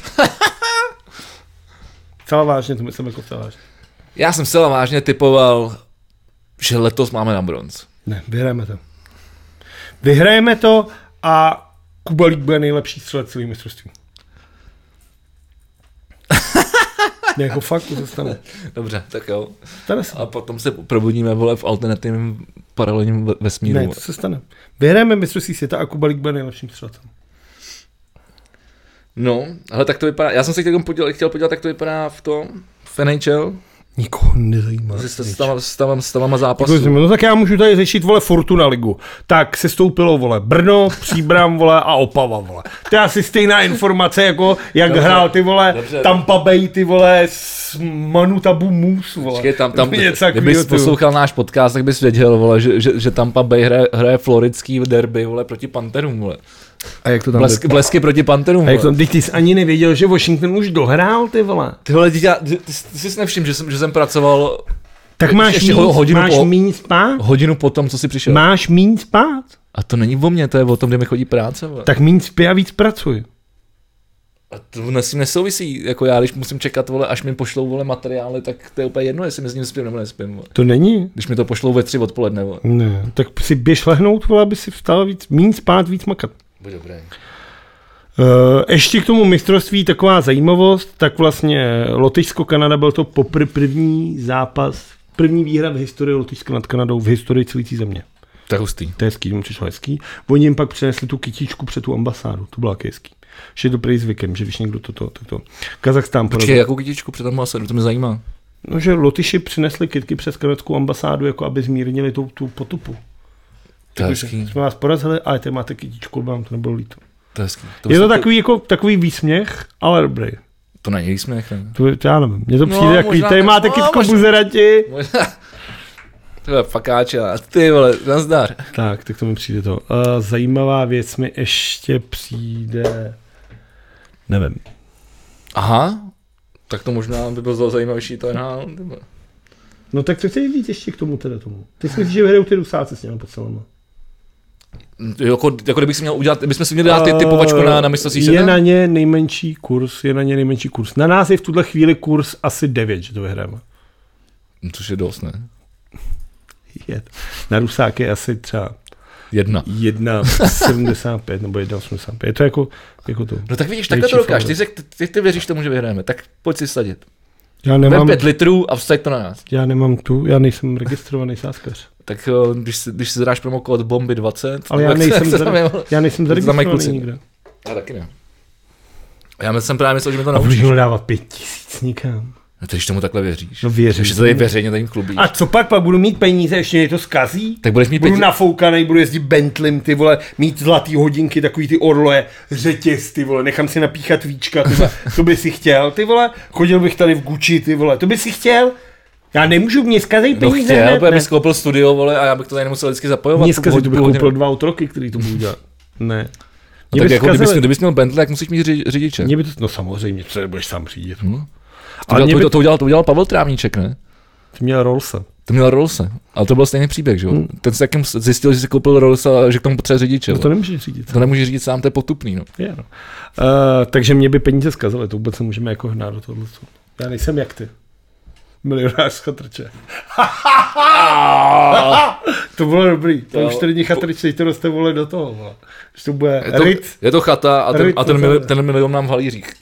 Celá vážně, to myslím jako celá vážně. Já jsem celá vážně typoval, že letos máme na bronz. Ne, vyhrajeme to. Vyhrajeme to a Kubalík bude nejlepší střelec celý mistrovství. Ne, jako fakt, to se stane. Dobře, tak jo. Stane se. A potom se probudíme, vole, v alternativním paralelním vesmíru. Ne, to se stane. Vyhrajeme mistrovství světa a Kubalík bude nejlepším střelcem. No, ale tak to vypadá, já jsem se chtěl podívat, chtěl podívat, jak to vypadá v tom, v N H L. Nikoho nezajímá. S tavama zápasů. No tak já můžu tady řešit, vole, Fortuna ligu. Tak se stoupilo, vole, Brno, Příbram, vole, a Opava, vole. To je asi stejná informace, jako jak dobře, hrál ty, vole, dobře. Tampa Bay, ty, vole, s Manu Tabu Moose, vole. Počkej, tam, tam, kdybys poslouchal náš podcast, tak bys věděl, vole, že, že, že Tampa Bay hraje, hraje floridský derby, vole, proti Pantherům, vole. A jak to tam Blesk, blesky proti Pantherům. A jak to, ty jsi ani nevěděl, že Washington už dohrál, ty vole. Ty vole, ty, ty, ty, ty jsi nevšiml, že jsem, že jsem pracoval. Tak máš ještě míň, hodinu máš po, míň spát? Hodinu potom, co jsi přišel. Máš míň spát? A to není o mně, to je o tom, kde mi chodí práce. Vole. Tak míň spí a víc pracuj. A to s tím nesouvisí, jako já, když musím čekat, vole, až mi pošlou, vole, materiály, tak to je úplně jedno, jestli mi s ním spím nebo nespím. Vole. To není. Když mi to pošlou ve tři odpoledne. Vole. Ne, tak si běž lehnout, vole, aby si vstal víc, míň spát, víc makat. Bude dobré. Uh, ještě k tomu mistrovství taková zajímavost, tak vlastně Lotyšsko-Kanada byl to popr první zápas, první výhra v historii Lotyšska nad Kanadou, v historii celé té země. To je hustý. To je hezký, mu přišlo hezký. Oni jim pak přinesli tu kytičku před tu ambasádu, to bylo taky hezký. Že je to prý zvykem, že víš někdo toto, toto. Kazachstán. Počkej, jakou kytičku před ambasádu, to mě zajímá. No, že Lotyši přinesli kytky přes kanadskou ambasádu, jako aby zmírnili tu, tu potupu. To je hezký. Jsme vás porazili, ale ty máte kytičku, vám to nebylo líto. To je hezký. To je to takový, jako, takový výsměch, ale dobrý. To není výsměch, ne? To, to já nevím, mně to no, přijde takový, tady máte no, kytko možná, buzerati. Možná. To je fakáča, ty vole, nazdar. Tak, tak to mi přijde to. Uh, zajímavá věc mi ještě přijde, nevím. Aha, tak to možná by bylo zajímavější to N H L. No tak to chci víc ještě k tomu teda tomu. Ty si myslíš, že vyhrajou ty Rusáci s těmi podcelama? Jako, jako kdybych si měl udělat, bychom si měli dát ty typovačku na, na mistrovství světa? Je na ně nejmenší kurz, je na ně nejmenší kurz. Na nás je v tuhle chvíli kurz asi devět, že to vyhrajeme. Což je dost, ne? Je. Na Rusáky je asi třeba jedna. jedna sedmdesát pět nebo jedna osmdesát pět. Je to jako, jako to. No tak vidíš, takhle to dokáž. Ty, ty, ty věříš tomu, že vyhrajeme. Tak pojď si sadit. Já nemám pět litrů a vsaď to na nás. Já nemám tu, já nejsem registrovaný sázkař. Tak když si, když si zadáš promokód bomby dvacet, ale já nejsem, zare, já nejsem zaregistrovaný nikde. Já taky ne. Já jsem právě myslel, že mi to naučíš. A můžu dávat pět tisíc nikam. No to když tomu takhle věříš. No věřím. Když to tady veřejně tady chlubíš. A co pak, pak budu mít peníze, ještě mě to zkazí? Tak budeš mít budu pěti... nafoukanej, budu jezdit Bentlem, ty vole, mít zlatý hodinky, takový ty orloje, řetěz, ty vole, nechám si napíchat víčka, ty vole, to by si chtěl, ty vole, chodil bych tady v Gucci, ty vole, to by si chtěl? Já nemůžu, mě zkazej peníze. No chtěl, bys koupil studio, vole, a já bych to tady nemusel vždycky zapojovat. Mě zkazej, to bych koupil dva otroky, který to budu dělat. Ne. No tak jako kdybys, kdybys měl Bentley, tak musíš mít řidiče. Mě by to, no samozřejmě, co nebudeš sám řídit. Hmm. To, udělal, to, to, to, udělal, to udělal Pavel Trávníček, ne? Ty měl Rollse. To měl Rollse, ale to byl stejný příběh, že jo? Hmm. Ten se jakým zjistil, že si koupil Rollse a že k tomu potřebuje řidiče. No to nemůžeš řídit. To nemůžeš řídit sám, to je potupný, no. Je, no. Uh, takže mě by peníze zkazily, to vůbec můžeme jako hnát do tohohle. Já nejsem jak ty. Milionář z chatrče. To bylo dobrý. To už tady chatrč, teď to roste vole do toho. Vole. Když to bude je to, Ritz. Je to chata a ten, Ritz, a ten, mili, ten milion nám v halířích.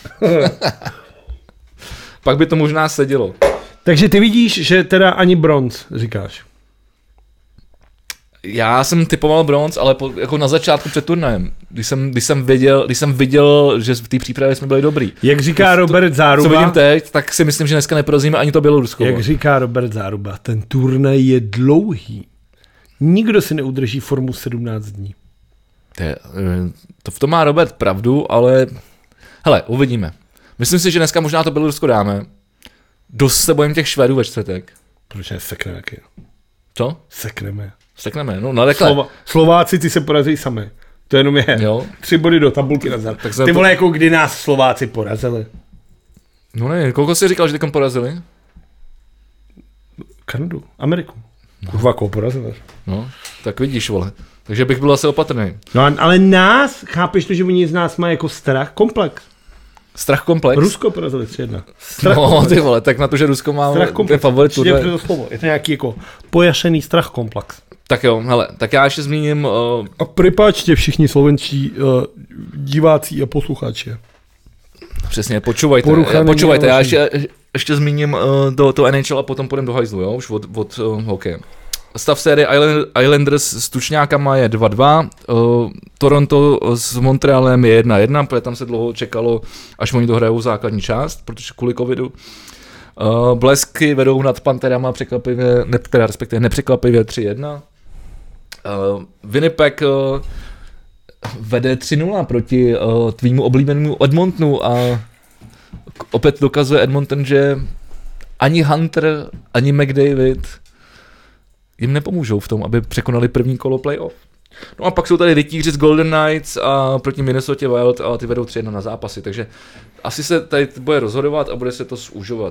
Pak by to možná sedělo. Takže ty vidíš, že teda ani bronz, říkáš. Já jsem typoval bronz, ale po, jako na začátku před turnajem, když jsem, když jsem, viděl, když jsem viděl, že v té přípravě jsme byli dobrý. Jak říká Robert Záruba. Co vidím teď, tak si myslím, že dneska neporazíme ani to Bělorusko. Jak říká Robert Záruba, ten turnaj je dlouhý. Nikdo si neudrží formu sedmnáct dní. To, je, to v tom má Robert pravdu, ale hele, uvidíme. Myslím si, že dneska možná to Bělorusko dáme. Dost se bojím těch Švédů ve čtvrtek. Proč ne sekneme? Co? Sekneme. Sekneme, no na rekle. Slova, Slováci ty se porazí sami. To jenom je. Jo. Tři body do tabulky nazad. Ty vole, to... jako kdy nás Slováci porazili. No ne, kolik jsi říkal, že takom porazili? Kanadu, Ameriku. Kurva, koho porazili. No, tak vidíš, vole. Takže bych byl asi opatrný. No ale nás, chápeš to, že oni z nás mají jako strach, komplex. Strach komplex? Rusko porazili tři jedna. No komplex. Ty vole, tak na to, že Rusko má ten favorit turné. Je to nějaký jako pojašený strach komplex. Tak jo, hele, tak já ještě zmíním... Uh... A pripáčte všichni slovenští uh, diváci a posluchači. Přesně, počúvajte, já, počúvajte, já ještě, ještě zmíním uh, do, do N H L a potom půjdem do hajzlu, jo, už od, od uh, hokeje. Stav série Islanders s Tučňákama je dva dva, uh, Toronto s Montrealem je jedna jedna, protože tam se dlouho čekalo, až oni dohrajou základní část, protože kvůli covidu. Uh, Blesky vedou nad Panterama překvapivě, ne, teda respektive nepřekvapivě tři jedna. Uh, Winnipeg uh, vede tři nula proti uh, tvýmu oblíbenému Edmontonu a opět dokazuje Edmonton, že ani Hunter, ani McDavid jim nepomůžou v tom, aby překonali první kolo playoff. No a pak jsou tady rytíři z Golden Knights a proti Minnesota Wild a ty vedou tři jedna na zápasy, takže asi se tady bude rozhodovat a bude se to zúžovat.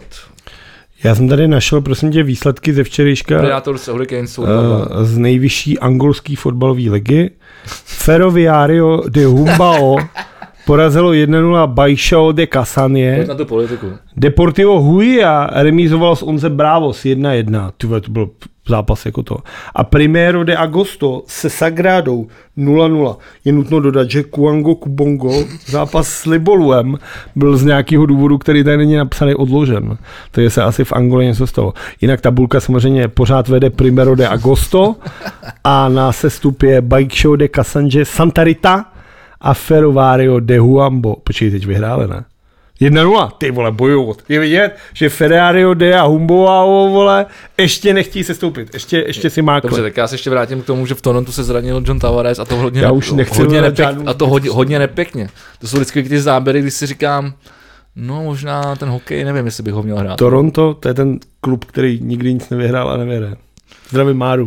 Já jsem tady našel, prosím tě, výsledky ze včerejška Predators Hurricanes uh, z nejvyšší angolské fotbalové ligy. Ferroviario de Humbao porazilo jedna nula Baixao de Casanie. Na tu politiku. Deportivo Huila remízovalo s Onze Bravos jedna jedna. Tyhle, to byl zápas jako to. A Primero de Agosto se Sagradou nula nula. Je nutno dodat, že Kuango Kubongo zápas s Liboluem byl z nějakého důvodu, který tady není napsaný, odložen. Takže se asi v Angole něco stalo. Jinak tabulka samozřejmě pořád vede Primero de Agosto a na sestup je Baixao de Casanje Santa Rita a Ferroviario de Huambo. Počkej, teď vyhráli, ne? jedna nula, ty vole, bojou. Je vidět, že Ferroviario de Humbao, vole, ještě nechtějí se stoupit, ještě, ještě si mákle. Dobře, tak já se ještě vrátím k tomu, že v Torontu se zranil John Tavares a to hodně, já už nechci hodně, nepěk, a to hodně, hodně nepěkně. To jsou vždycky ty záběry, když si říkám, no možná ten hokej, nevím, jestli bych ho měl hrát. Toronto, to je ten klub, který nikdy nic nevyhrál a nevyhraje. Zdravím Máru.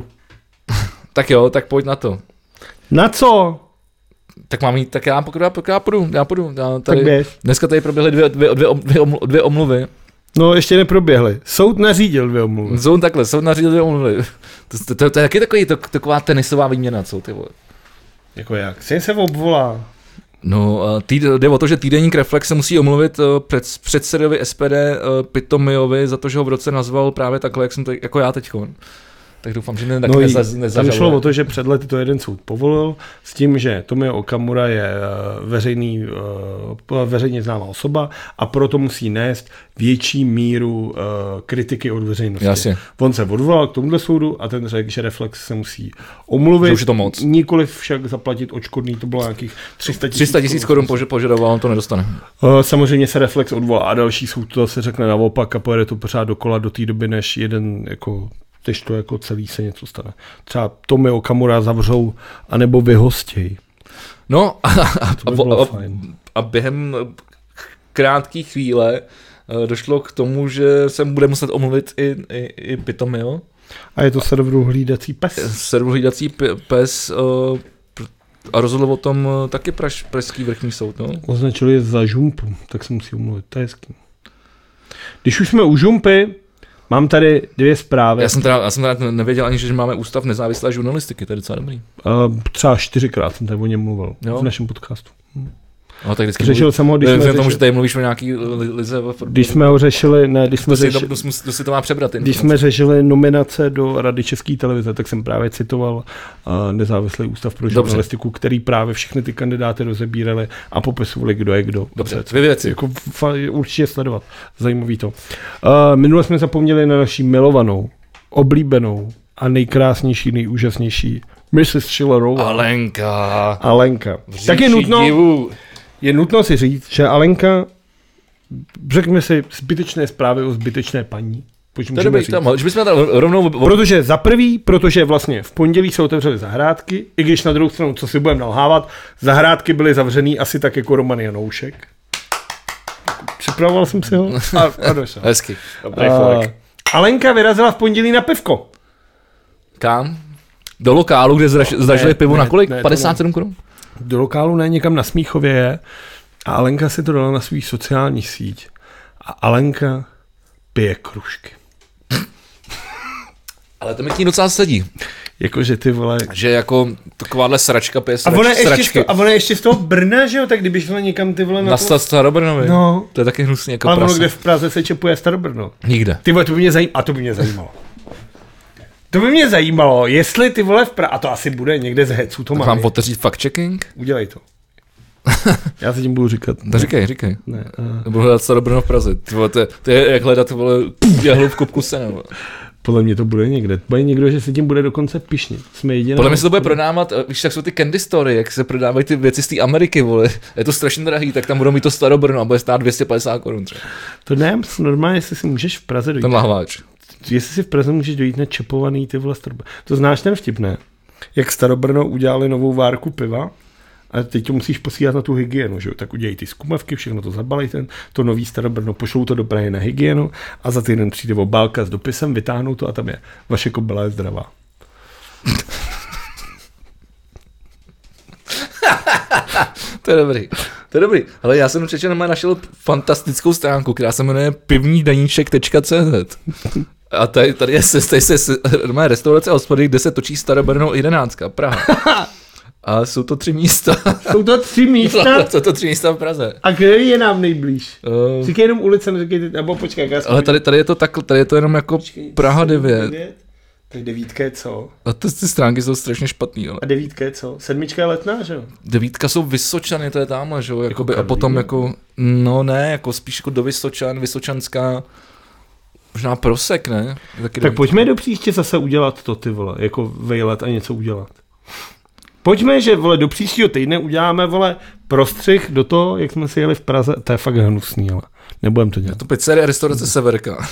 Tak jo, tak pojď na to. Na co? Tak mám jít, tak já, já, já půjdu, já půjdu. Já tady, dneska tady proběhly dvě, dvě, dvě, dvě, dvě omluvy. No, ještě neproběhly. Soud nařídil dvě omluvy. Soud takhle, soud nařídil dvě omluvy. To, to, to, to je taky takový, to, taková tenisová výměna, co ty vole. Jako jak? Jsem se obvolá. No, tý, jde o to, že týdeník Reflex se musí omluvit před, předsedovi S P D Pitomiovi za to, že ho v roce nazval právě takhle, jak jsem to, jako já teďko. Tak doufám, že ne, tak no nezažaluje. Tam šlo o to, že před lety to jeden soud povolil s tím, že Tomio Okamura je veřejný, veřejně známá osoba a proto musí nést větší míru kritiky od veřejnosti. Jasně. On se odvolal k tomuhle soudu a ten řekl, že Reflex se musí omluvit. Už je to moc. Nikoliv však zaplatit odškodný, to bylo nějakých tři sta tisíc korun požadoval, on to nedostane. Samozřejmě se Reflex odvolá a další soud to se řekne naopak a pojede to pořád dokola do té doby, než jeden jako tež to jako celý se něco stane. Třeba Tomio Okamura zavřou, anebo vyhostěj. No a, a, a, a, a během krátké chvíle došlo k tomu, že se bude muset omluvit i, i, i Pitomio. A je to serveru hlídací pes. Serveru hlídací pes a rozhodl o tom taky praž, pražský vrchní soud. No? Označili je za žumpu, tak se musí omluvit. To je hezký. Když už jsme u žumpy, Mám tady dvě zprávy. Já jsem teda, já jsem teda nevěděl ani, že máme ústav nezávislé žurnalistiky, to je docela dobrý. Uh, třeba čtyřikrát jsem tady o něm mluvil jo? v našem podcastu. Hm. No, tak vždycky řešil mluví, jsem ho, když jsme řešili, tomu, že tady mluvíš o nějaký lize. Když jsme ho řešili, ne, když jsme to si, řešili, to, to si to má přebrat. Když jsme řešili nominace do Rady České televize, tak jsem právě citoval uh, nezávislý ústav pro žurnalistiku, který právě všechny ty kandidáty rozebírali a popisovali, kdo je kdo. Dobře, dvě věci. Jako, určitě sledovat. Zajímavý to. Uh, minule jsme zapomněli na naší milovanou, oblíbenou a nejkrásnější, nejúžasnější missus Schillerová. Alenka. Alenka. Tak je nutno, divu. je nutno si říct, že Alenka, řekněme si zbytečné zprávy o zbytečné paní. To je dobrý, tam, že bychom tam rovnou... Protože za prvý, protože vlastně v pondělí se otevřely zahrádky, i když na druhou stranu, co si budeme nalhávat, zahrádky byly zavřený asi tak jako Roman Janoušek. Připravoval jsem si ho a, a došel. Hezky. Dobrý forek. Alenka vyrazila v pondělí na pivko. Kam? Do lokálu, kde zraž, zdražili pivo ne, na kolik? ne, padesát sedm korun? Do lokálu ne, někam na Smíchově je. A Alenka si to dala na svý sociální síť. A Alenka pije kružky. Ale to mi k ní docela sedí. Jakože ty vole... Že jako takováhle sračka pije srač, a ona sračky. To, a ona ještě z toho Brna, že jo? Tak kdyby šla někam ty vole... Na, na to... Starobrnovi. No. To je taky hnusný jako ale prasa. ono, kde v Praze se čepuje Starobrno. Nikde. Ty vole, to by mě zajímalo. A to by mě zajímalo. To by mě zajímalo, jestli ty vole v Praze... A to asi bude někde z Heců, to mám. Mám otevřít fact-checking? Udělej to. Já se tím budu říkat. To říkej, říkej. Ne, uh... Budu hledat Starobrno v Praze. Ty vole, to, je, to je jak hledat vole, jehlu v kupku sena. Podle mě to bude někde. Bude někdo, že se tím bude dokonce pišnit. Jsme jediná. Podle mě se to bude prodávat, víš, tak jsou ty candy story, jak se prodávají ty věci z té Ameriky, vole. Je to strašně drahý, tak tam budou mít to Starobrno a bude stát dvě stě padesát korun třeba. To ne, normálně, jestli si můžeš v Praze dojít. Ten lahváč. Jestli si v Praze můžeš dojít na čepovaný ty vole Starobrno. To znáš ten vtip, ne? Jak Starobrno udělali novou várku piva, a teď to musíš posílat na tu hygienu, že jo? Tak udělají ty zkumavky, všechno to zabalej, ten, to nový Starobrno, pošlou to do Prahy na hygienu a za týden přijde obálka s dopisem, vytáhnou to a tam je: vaše kobila je zdravá. To je dobrý. To je dobrý. Ale já jsem určitě našel fantastickou stránku, která se jmenuje pivní daníček tečka cé zet. A tady, tady je tady se moje restaurace a hospody, kde se točí Starobrno jedenáct, Praha. A jsou to tři místa. Jsou to tři místa? Jsou to tři místa v Praze. A kde je nám nejblíž? Uh, Říkej jenom ulice, neříkejte, nebo počkej. Já ale tady, tady je to tak, tady je to jenom jako počkej, Praha devět. Tak devítka je co? A ty, ty stránky jsou strašně špatný, ale. A devítka je co? Sedmička je Letná, že jo? Devítka jsou Vysočany, to je tamhle, že jo? Jakoby, jako a potom ne? Jako, no ne, jako spíš jako do Vysočan, Vysočanská, možná Prosek, ne? Taky tak devítka. Pojďme do příště zase udělat to, ty vole, jako vejlet a něco udělat. Pojďme, že vole, do příštího týdne uděláme, vole, prostřih do toho, jak jsme si jeli v Praze. To je fakt hnusný, ale nebudem to dělat. Je to pizzeria restaurace Severka.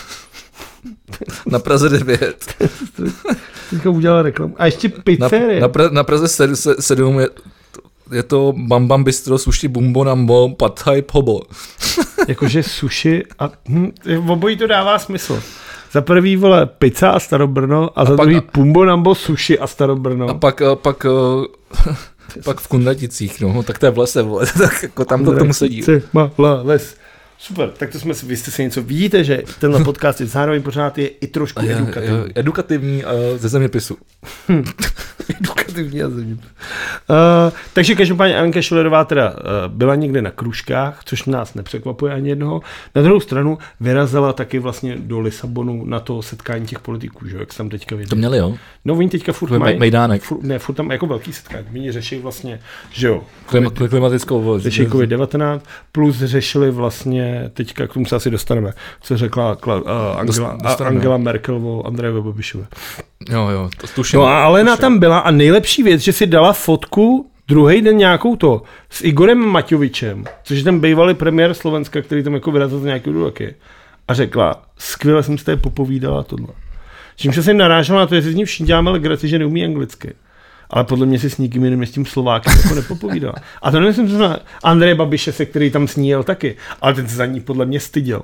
Na Praze devět. Teďka udělala reklamu. A ještě pizzerie. Na, na, pra, na Praze sedm je, je to Bam Bam Bistro, sushi, bumbo, nambo, pad thai, pobo. Jakože sushi a hm, obojí to dává smysl. Za prvý, vole, pizza a Starobrno a, a za druhý pumbo, nambo, sushi a Starobrno. A pak, pak, pak v Kunraticích, no, tak to je v lese, vole, tak jako tam to tomu sedí. Mala, les. Super, tak to jsme si, vy jste si něco, vidíte, že tenhle podcast je zároveň pořád je i trošku je, edukativní. Je, edukativní uh, ze zeměpisu. Edukativní a zeměpisu. Uh, takže každopádně Alenka Schillerová teda uh, byla někde na kružkách, což nás nepřekvapuje ani jednoho. Na druhou stranu vyrazila taky vlastně do Lisabonu na to setkání těch politiků, že? Jak se tam teďka vidí. To měli, jo? No oni teďka furt mají. Mejdánek. Furt, ne, furt tam jako velký setkání. Oni řeší vlastně, že jo. Klima, klimatickou voz. Řeší covid devatenáct, plus řešili vlastně, teďka k tomu se asi dostaneme, co řekla Kla, uh, Angela, Angela Merkel o Andrejovi Babišovi. Jo, jo, to tuším. No a Alena tam byla a nejlepší věc, že si dala fotku druhý den nějakou to s Igorem Maťovičem, což je ten bývalý premiér Slovenska, který tam jako vyrazil z nějakého důleky. A řekla, skvěle jsem si tady popovídala tohle. Čímž jsem narážela na to, jestli s ním všichni děláme legraci, že neumí anglicky. Ale podle mě si s nikým jiným, s tím Slovákem jako nepopovídala. A to nemyslím, že na Andreje Babiše, se který tam s ní jel taky, ale ten se za ní podle mě styděl.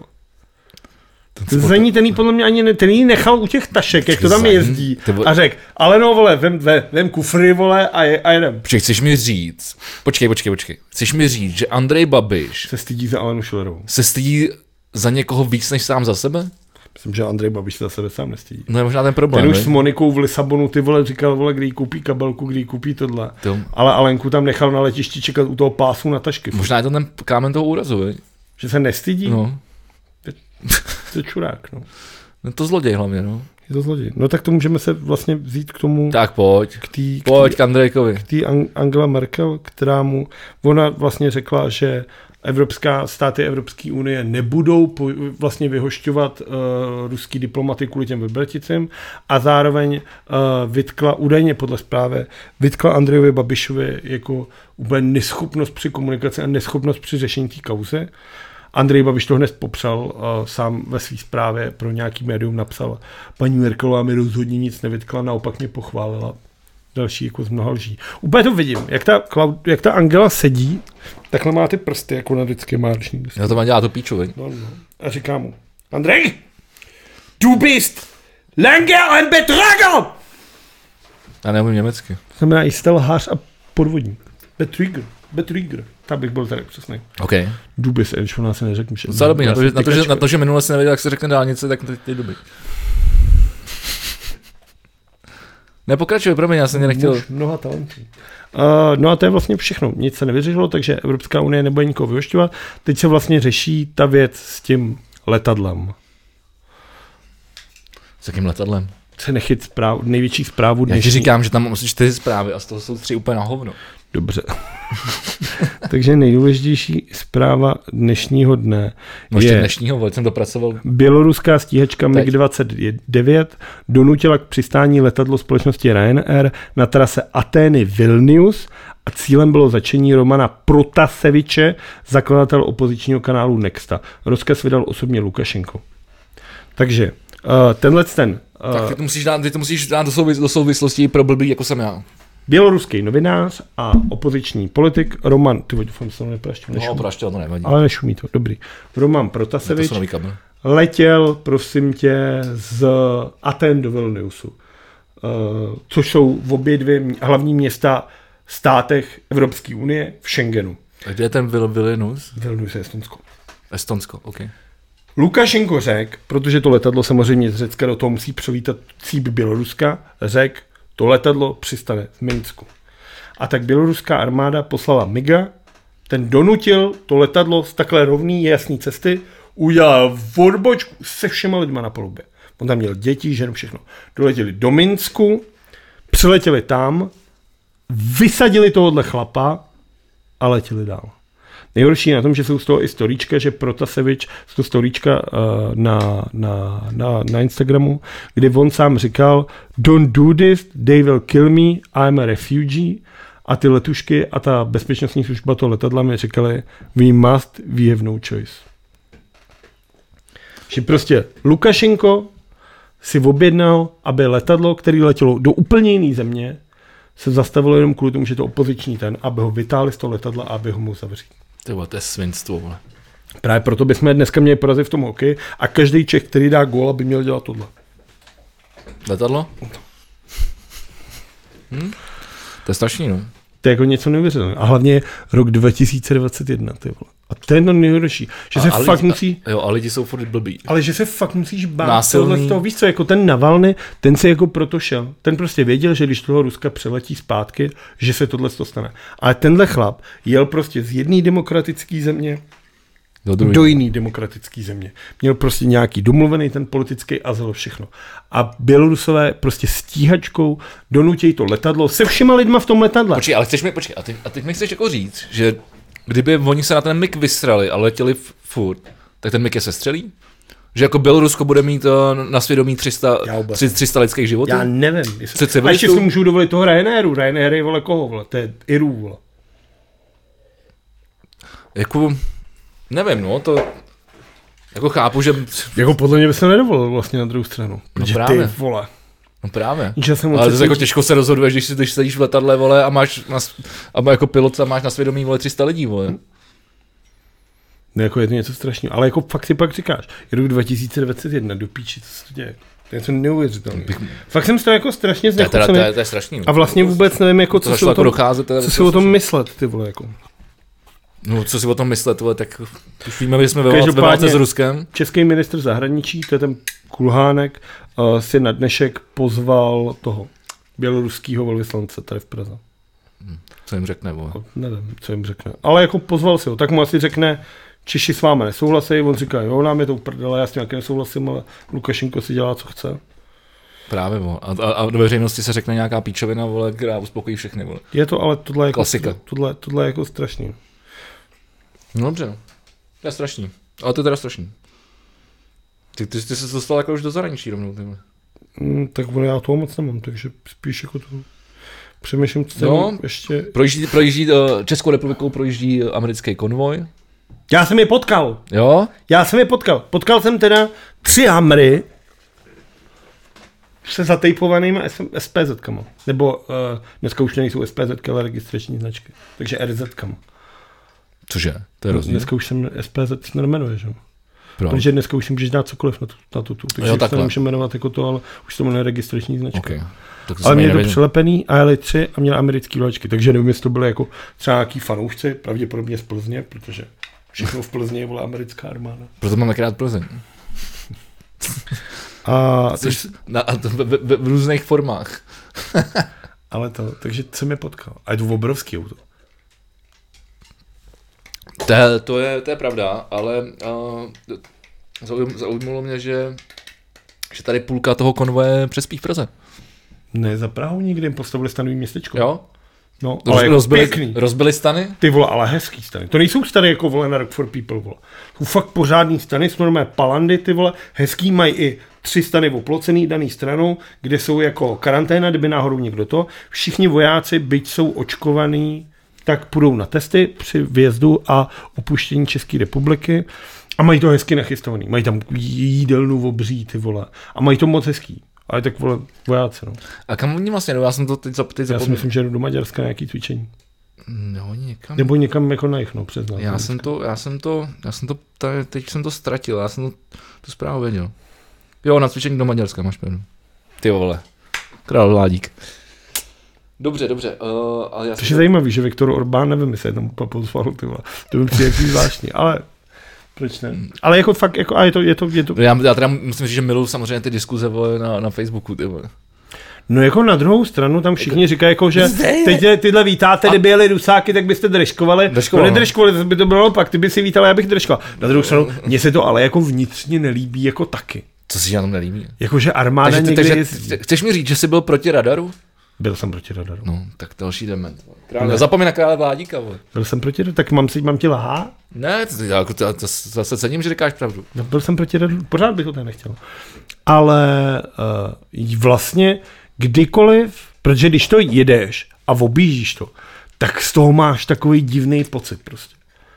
Ten za ní ten jí podle mě ani ne, ten jí nechal u těch tašek, jak to tam jezdí a řekl, ale no vole, vem, vem, vem kufry vole a, je, a jedem. Počkej, chceš mi říct, počkej, počkej, počkej, chceš mi říct, že Andrej Babiš se stydí za Alenu Schillerovou. Se stydí za někoho víc než sám za sebe? Myslím, že Andrej Babiš se za sebe sám nestydí. No je možná ten problém. Ten už ne? s Monikou v Lisabonu, ty vole, říkal, vole, kdy jí koupí kabelku, kdy jí koupí tohle. To... Ale Alenku tam nechal na letišti čekat u toho pásu na tašky. Možná je to ten kámen toho úrazu, veď? Že se nestydí? No. To je čurák, no. No to zloděj hlavně, no. Je to zloděj. No tak to můžeme se vlastně vzít k tomu... Tak pojď. K tý, pojď k, k Andrejkovi. K té Angela Merkel, která mu... Ona vlastně řekla, že Evropská, státy Evropské unie nebudou po, vlastně vyhošťovat uh, ruský diplomaty kvůli těm Vrběticím a zároveň uh, vytkla, údajně podle zprávy, vytkla Andrejovi Babišovi jako úplně neschopnost při komunikaci a neschopnost při řešení té kauzy. Andrej Babiš to hned popřel, uh, sám ve své zprávě pro nějaký médium napsal, paní Merkelová mi rozhodně nic nevytkla, naopak mě pochválila. Další jako z mnoha lží. Úplně to vidím, jak ta, jak ta Angela sedí, takhle má ty prsty, jako na vždycky márční. Já to má dělat to píču, veď? No, no. A říká mu, Andrej, du bist Langer ein Betrüger! Já neumím německy. To znamená jistě lhář a podvodník. Betrüger, Betrüger. Tak bych byl tady přesný. OK. Du bist, když ona se neřekne. Docela dobrý, na to, že, na, to, že, na to, že minule si nevěděl, jak se řekne dálnice, tak teď je dobrý. Nepokračuj, promiň, já jsem mě nechtěl. Muž mnoha talentů. Uh, no a to je vlastně všechno. Nic se nevyřešilo, takže Evropská unie nebude nikoho vyhošťovat. Teď se vlastně řeší ta věc s tím letadlem. S jakým letadlem? Se nechyt zpráv, největší zprávu dnešní. Já ti říkám, že tam mám asi čtyři zprávy a z toho jsou tři úplně na hovno. Dobře. Takže nejdůležitější zpráva dnešního dne no je... dnešního, vole, jsem dopracoval. Běloruská stíhačka M I G dvacet devět donutila k přistání letadlo společnosti Ryanair na trase Atény-Vilnius a cílem bylo začení Romana Protaseviče, zakladatel opozičního kanálu Nexta. Rozkaz vydal osobně Lukašenko. Takže uh, tenhle ten... Uh, tak ty to musíš dát, ty to musíš dát do, souvis, do souvislosti pro blbý, jako jsem já. Běloruský novinář a opoziční politik Roman, ty doufám, že se to nepraštím, nešumí. No, praštil, to nevadí. Ale nešumí to, dobrý. Roman Protasevič letěl, prosím tě, z Aten do Vilniusu, uh, což jsou v obě dvě hlavní města v státech Evropské unie v Schengenu. A kde je ten Vil- Vilnius? Vilnius je Estonsko. Estonsko, OK. Lukašenko řekl, protože to letadlo samozřejmě z Řecka do toho musí přelítat cíp Běloruska, řekl, to letadlo přistane v Minsku. A tak běloruská armáda poslala Miga, ten donutil to letadlo z takhle rovný jasný cesty, udělal odbočku se všema lidma na palubě. On tam měl děti, ženu, všechno. Doletěli do Minsku, přiletěli tam, vysadili tohohle chlapa a letěli dál. Nejhorší je na tom, že jsou z toho i storíčka, že Protasevič, z toho storíčka uh, na, na, na, na Instagramu, kdy on sám říkal don't do this, they will kill me, I'm a refugee. A ty letušky a ta bezpečnostní služba toho letadla mi říkali we must, we have no choice. Že prostě Lukašenko si objednal, aby letadlo, který letělo do úplně jiné země, se zastavilo jenom kvůli tomu, že to opoziční ten, aby ho vytáhli z toho letadla a aby ho mohl zavřít. Tyhle, to je svinstvo, vole. Právě proto bychom dneska měli porazit v tom hokeji a každý Čech, který dá gól, by měl dělat tohle. Letadlo? Hm? To je strašný, no. To je jako něco neuvěřitelného. A hlavně rok dva tisíce dvacet jedna, ty vole. A to je to nejhorší, že a, se fakt lidi, musí... A, jo, a lidi jsou furt blbí. Ale že se fakt musíš bát Násilný. tohle z toho, víš co, jako ten Navalny, ten se jako proto šel. Ten prostě věděl, že když toho Ruska přeletí zpátky, že se tohle to stane. Ale tenhle chlap jel prostě z jedné demokratické země do, do jiné demokratické země. Měl prostě nějaký domluvený ten politický azyl, všechno. A Bělorusové prostě stíhačkou donutějí to letadlo se všema lidma v tom letadle. Počkej, ale chceš mi, počkej, a teď, a teď mi chceš jako říct, že kdyby oni se na ten MiG vysrali a letěli furt, tak ten MiG je sestřelí? Že jako Bělorusko bude mít uh, na svědomí tři sta, tři sta lidských životů? Já nevím. Jestli... A ještě si můžu dovolit toho Ryanairu. Ryanair je vole koho, vole? To je Iru, vole. Jako, nevím, no, to... Jako chápu, že... Jako podle mě by se nedovolil vlastně na druhou stranu. No právě. Ty vole. No právě. Jsem ale to je jako těžko se rozhoduješ, když, když sedíš v letadle, vole, a máš, na, a jako pilot a máš na svědomí, vole, tři sta lidí, vole. No jako je to něco strašného, ale jako fakt si pak říkáš, je rok dva tisíce dvacet jedna, do píči, co se děje. To je něco neuvěřitelného. Bych... Fakt jsem z toho jako strašně znechucený. To, to, to je strašný. A vlastně vůbec nevím, jako, co, si o, tom, docházet, co si o tom myslet, ty vole, jako. No, co si o tom myslet, vole, tak už víme, že jsme ve válce, ve válce s Ruskem. Český ministr zahraničí, to je ten Kulhánek, uh, si na dnešek pozval toho běloruského velvyslance tady v Praze. Hmm, co jim řekne, vole? Nevím, co jim řekne. Ale jako pozval si ho, tak mu asi řekne, Češi s vámi nesouhlasí, on říká, jo, nám je to uprdele, já s tím nějaké nesouhlasím, ale Lukašenko si dělá, co chce. Právě, vole. A, a, a do veřejnosti se řekne nějaká píčovina, vole, která uspokojí všechny, vole. Je to, ale tohle je jako, klasika. Tohle, tohle je jako strašný. No dobře, to je strašný. Ale to je teda strašný. Ty, ty, ty jsi dostal jako už do zahraničí rovnou, ty. Mm, tak já toho moc nemám, takže spíš jako to přemýšlím, co no, ještě... Projíždí, projíždí Českou republikou projíždí americký konvoj. Já jsem je potkal. Jo? Já jsem je potkal. Potkal jsem teda tři Hamry se zatejpovanýma S P Z-kama. Nebo uh, dneska už nejsou S P Z, ale registrační značky. Takže R Z-kama. Cože? To je rozdíl. Dneska už jsem S P Z nemenuje, že? Proč? Protože dneska už si můžeš dát cokoliv na tu, na tu, tu. Takže jo, se nemůžeme jmenovat jako to, ale už to jmenuje registrační značka. Okay. Ale měli to přilepený a jeli tři a měli americký vlačky, takže nevím, jestli to byly jako třeba nějaký fanoušci, pravděpodobně z Plzně, protože všechno v Plzni je vole americká armáda. Proto máme krát Plzeň. A, Což, na, a to v, v, v různých formách. ale to, takže jsem je potkal. A je to obrovský auto. To, to, je, to je pravda, ale uh, zaujím, zaujmulo mě, že, že tady půlka toho konvoje přespí v Praze. Ne, za Prahu nikdy jim postavili stanový městečko. Jo? No, Roz, ale jako rozbili, pěkný. Rozbili stany? Ty vole, ale hezký stany. To nejsou stany jako vole na Rock for People, vole. Jsou fakt pořádný stany, jsou normálně palandy, ty vole. Hezký, mají i tři stany oplocený daný stranou, kde jsou jako karanténa, kdyby náhodou někdo to. Všichni vojáci, byť jsou očkovaný, tak půjdou na testy při vjezdu a opuštění České republiky a mají to hezky nachystovaný. Mají tam jídelnu obří, ty vole. A mají to moc hezký. Ale tak vole, vojáci, no. A kam oni vlastně jdou? Já jsem to teď, teď zapomněl. Já si myslím, že jdu do Maďarska na nějaký cvičení. No, někam. Nebo někam jako na jich, no, přes nás. Já jsem to, já jsem to, já jsem to, teď jsem to ztratil, já jsem to, tu zprávu věděl. Jo, na cvičení do Maďarska, máš pravdu. Ty vole, král Vládík. Dobře, dobře. Uh, ale já Což je to... zajímavý, že Viktor Orbán, nevím, jestli je tam pozval, ty vole. To by přijde jaký zvláštní, ale proč ne? Ale jako fakt, jako, a je to, je to, je to... Já, já teda musím říct, že miluji samozřejmě ty diskuze vole, na, na Facebooku, ty vole. No jako na druhou stranu tam všichni říkají, jako, že teď tyhle vítáte, kdyby jeli Rusáky, tak byste držkovali. Držkoval, no nedržkovali, to by to bylo opak, ty by si vítal, já bych držkoval. Na druhou stranu, mně se to ale jako vnitřně nelíbí jako taky. Co si na tom nelíbí? Jakože armáda takže, někde takže, je... Chceš mi říct, že jsi byl proti radaru? Byl jsem proti radaru. No, tak další dement. Krále, zapomeň na krále Vládíka, vole. Byl jsem proti radaru, tak mám, si, mám ti lhát? Ne, to, to, to, to zase cením, že říkáš pravdu. No, byl jsem proti radaru, pořád bych to tak nechtěl. Ale uh, vlastně kdykoliv, protože když to jedeš a objíždíš to, tak z toho máš takový divný pocit prostě.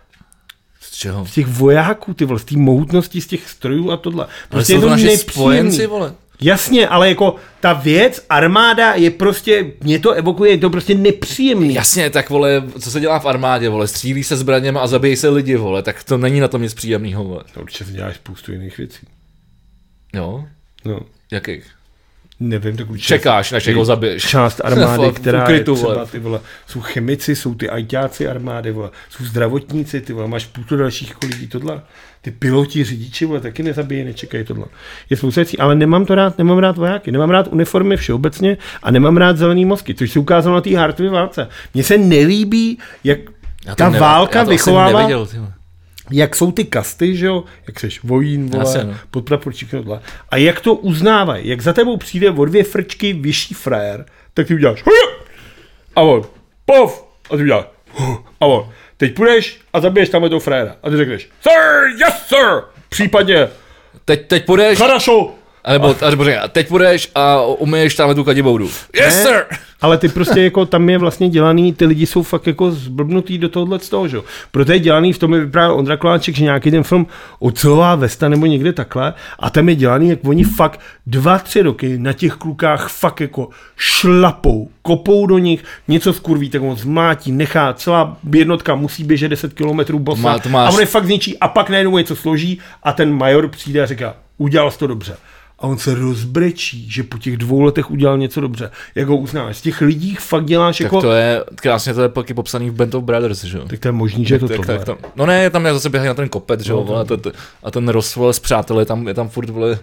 Z čeho? Z těch vojáků, ty vole, z té mohutnosti, z těch strojů a tohle. Prostě ale jsou to naši spojenci, vole. Jasně, ale jako ta věc, armáda je prostě, mě to evokuje, je to prostě nepříjemný. Jasně, tak vole, co se dělá v armádě, vole, střílí se zbraněma a zabíjí se lidi, vole, tak to není na tom nic příjemného, vole. To určitě děláš spoustu jiných věcí. Jo? No. Jakých? Nevím, tak určitě. Čekáš, než ho zabiješ. Část armády, která ukrytu, je třeba, vole. ty vole, jsou chemici, jsou ty ajťáci armády, vole, jsou zdravotníci, ty vole, máš spoustu dalších jako lidí, tohle. Ty piloti, řidiči, vole, taky nezabíjí, nečekají tohle. Je spoustu věcí, ale nemám to rád, nemám rád vojáky, nemám rád uniformy všeobecně a nemám rád zelený mozky, což se ukázalo na té Hartově válce. Mně se nelíbí, jak ta nevím, válka vychovává, neviděl, jak jsou ty kasty, že jo, jak seš vojín, vole, Jasně, no. podpraporčík, tohle. A jak to uznávají, jak za tebou přijde o dvě frčky vyšší frér, tak ty uděláš a on, pov, a ty uděláš a on, teď půjdeš a zabiješ tamhle toho fréra a ty řekneš, sir, yes sir, případně, teď, teď půjdeš, хорошо, a nebo, a nebo a teď půjdeš a umyješ tamhle tu kadiboudu. Yes ne, sir! ale ty prostě jako tam je vlastně dělaný, ty lidi jsou fakt jako zblbnutý do tohohle z toho, že jo. Proto je dělaný, v tom je vyprávěl Ondra Koláček, že nějaký ten film Ocelová vesta nebo někde takhle a tam je dělaný, jak oni fakt dva, tři roky na těch klukách fakt jako šlapou, kopou do nich, něco skurví, tak on zmátí, nechá, celá jednotka musí běžet deset kilometrů bosa Má, máš... a on je fakt zničí a pak najednou něco složí a ten major přijde a říká, udělal jsi to dobře. a on se rozbrečí, že po těch dvou letech udělal něco dobře. Jak ho uznáš? Z těch lidí fakt děláš tak jako... to je, krásně to je taky popsaný v Band of Brothers, že jo? Tak to je možný, že je to tak, tohle. tak, tak, no ne, tam je zase běhají na ten kopec, že jo, No, vole, a, to, to, a ten Ross, vole, s přáteli, tam, je tam furt, vole,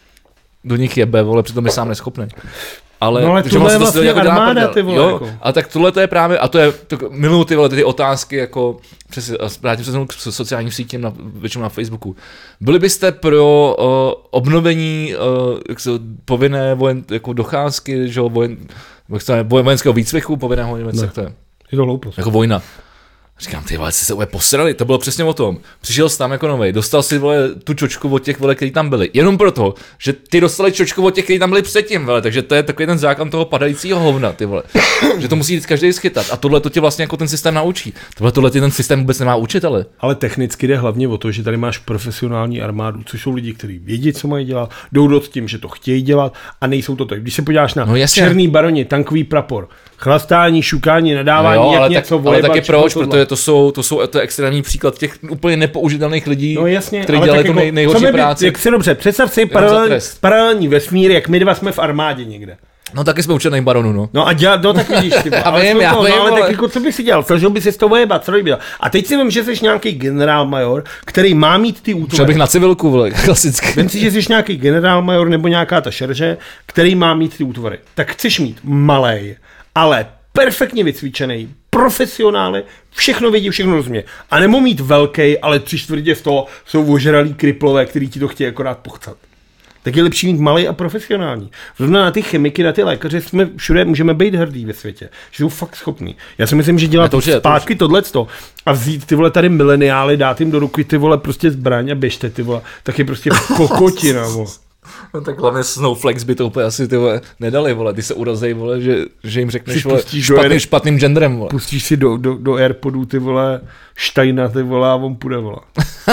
do nich jebe, vole, přitom je sám neschopný. Ale, no ale tohle je vlastně jako armáda, ty vole. Jo, jako. a tak tohle to je právě, a to je, to, miluju ty vole, ty otázky, jako, přes, vrátím se k sociálním sítím, na, většinou na Facebooku. Byli byste pro uh, obnovení uh, jak se, povinné vojen, jako docházky, že jo, vojen, vojenského výcviku, povinného, nevím, jak to je. Je to hloupost. Jako vojna. Říkám, ty vole, jsi se úplně posrali, to bylo přesně o tom. Přišel jsi tam jako novej, dostal si, vole, tu čočku od těch, vole, kteří tam byli. Jenom proto, že ty dostali čočku od těch, kteří tam byli předtím, vole, takže to je takový ten zákon toho padajícího hovna, ty vole. Že to musí jít každý schytat a tohle to tě vlastně jako ten systém naučí. Tohle tohle ten systém vůbec nemá učitele. Ale technicky jde hlavně o to, že tady máš profesionální armádu, což jsou lidi, kteří vědí, co mají dělat, jdou do tím, že to chtějí dělat a nejsou to tak. Když se podíváš na no, černý baroni, tankový prapor, chlastání, šukání, nadávání, no jo, jak ale něco tak, vojebat, ale taky proč, tohle. protože to jsou, to jsou to je extrémní příklad těch úplně nepoužitelných lidí, no jasně, kteří dělají tu nej, jako, nejhorší práci. Jak si dobře, představ si paralel, paralelní vesmír, jak my dva jsme v armádě někde. No taky jsme u černých baronů, no. No a dělat, no tak vidíš ty. Já vím, já to, vím, no, ale ale... tak jako co bys si dělal? Snažil bys se z toho vojebat, co by dělal? A teď si vím, že jsi nějaký generál major, který má mít ty útvary. Šel bych na civilku, vole, klasicky. Vem si, že jsi nějaký generál major nebo nějaká ta šerže, který má mít ty útvary. Tak chceš mít malej, ale perfektně vycvičený, profesionály, všechno vědí, všechno rozumí. A nebo mít velký, ale tři čtvrtě z toho jsou ožralí kriplové, který ti to chtějí akorát pochcat. Tak je lepší mít malý a profesionální. Zrovna na ty chemiky, na ty lékaře jsme všude můžeme být hrdí ve světě. Že jsou fakt schopní. Já si myslím, že dělat to zpátky tohleto a vzít ty vole tady mileniály, dát jim do ruky ty vole prostě zbraň a běžte ty vole, tak je prostě kokotina. Vole. No tak hlavně Snowflakes by to úplně asi ty vole nedali, vole, ty se urazej, vole, že, že jim řekneš, vole, špatný, špatným genderem, vole. Pustíš si do, do, do Airpodů, ty vole, Steina, ty vole, a on půjde, vole.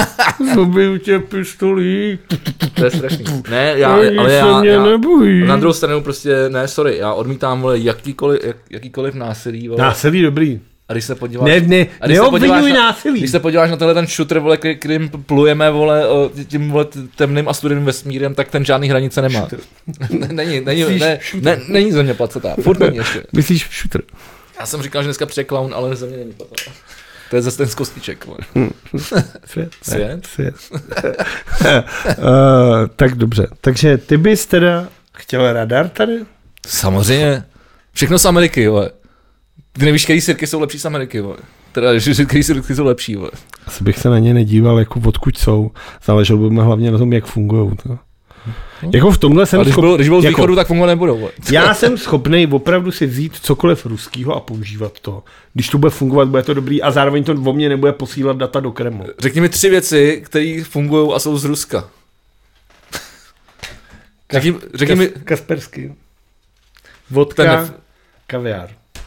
Zabiju tě pistolí. To je strašný. Ne, já, Oni ale se já, mě já nebojí. na druhou stranu prostě, ne, sorry, já odmítám, vole, jakýkoliv, jak, jakýkoliv násilí, vole. Násilí dobrý. A když se podíváš... Ne, ne, neobvinuj násilí. Když se podíváš na tenhle ten shooter, vole, kterým plujeme, vole, tím, vole, temným a studeným vesmírem, tak ten žádný hranice nemá. není, není, ne, ne, není země placatá, furt není ještě. Myslíš shooter? Já jsem říkal, že dneska přijde clown, ale země není placatá. To je zase ten z kostiček, vole. Svět. Svět? Svět. uh, tak dobře, takže ty bys teda chtěl radar tady? Samozřejmě. Všechno z Ameriky, vole. Ty nevíš, který sirky jsou lepší z Ameriky, vole. Teda, že který sirky jsou lepší, vole. Asi bych se na ně nedíval, jako odkud jsou. Záleželo by mi hlavně na tom, jak fungujou. To. Hmm. Jako v tomhle jsem když schop... byl, když byl z jako... východu, tak fungovat nebudou, vole. Já jsem schopnej opravdu si vzít cokoliv ruskýho a používat to. Když to bude fungovat, bude to dobrý a zároveň to o mě nebude posílat data do Kremlu. Řekni mi tři věci, které fungují a jsou z Ruska. Řekni, řekni Kas, mi... Kaspersky. Vodka, nef... kaviár.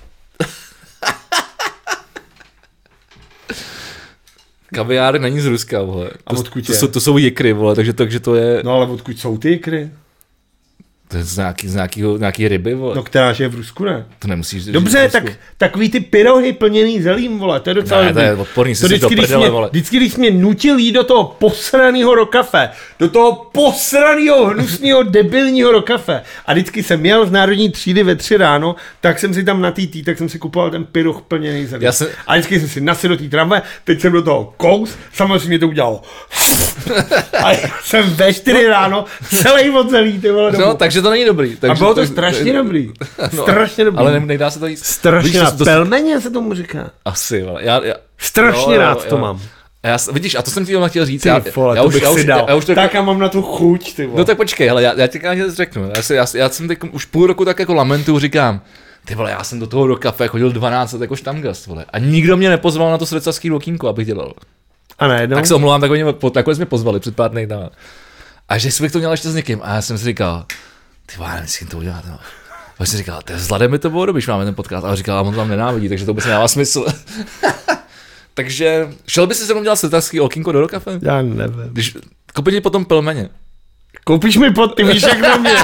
Kaviár není z Ruska, vole. A to, odkud to, je? jsou, to jsou jikry, vole, takže, takže to je... No ale odkud jsou ty jikry? To je z nějaký, z nějakýho, nějaký ryby, vole. No která je v Rusku, ne? To nemusíš... Dobře, tak takový ty pyrohy plněný zelím, vole, to je docela... Ne, to je odporný, si do prdele, vole. Vždycky, když mě nutil jít do toho posranýho rokafe, do toho posranýho, hnusného, debilního rokafe a vždycky jsem jel z národní třídy ve tři ráno, tak jsem si tam na té tý, tak jsem si kupoval ten pyroh plněný zelím. Jsem... A vždycky jsem si nasedl do té tramvaje, teď jsem do toho kous, samozřejmě to udělalo. A jsem ve čtyři ráno celý od zelí, ty vole, no, takže to není dobrý. Takže a bylo to tak, strašně tak, dobrý. No, strašně dobrý. Ale nejdá se to jíst. Strašně rád. Pelmeně se tomu říká. Asi, vole. Já, já, strašně jo, rád jo, to jo. mám. A já, vidíš, a to jsem ti chtěl říct. Ty já, vole, já, to už, bych já, si už, dal. Já, už to, tak já mám na tu chuť, ty vole. No tak počkej, hele, já, já ti řeknu. Já, si, já, já jsem teď už půl roku tak jako lamentuju, říkám, ty vole, já jsem do toho do kafe chodil dvanáct let jako štamgast, vole. A nikdo mě nepozval na to srdcařský okýnko, abych dělal. A najednou? Tak se omlouvám, tak oni takhle jsme pozvali před pár dny. A že bych to měl ještě s někým. A já jsem si říkal, ty vole, nevím, s kým to udělat. No. A jsem si říkal, s Vladem by to bylo dobrý, když máme ten podcast. A říkal, a on to tam nenávidí, takže to vůbec nedává smysl. Takže šel by si se mnou dělat srdcařský okýnko do kafe? Já nevím. Když, koupíš mi potom pelmeně. Koupíš mi pod, ty víš jak na mě.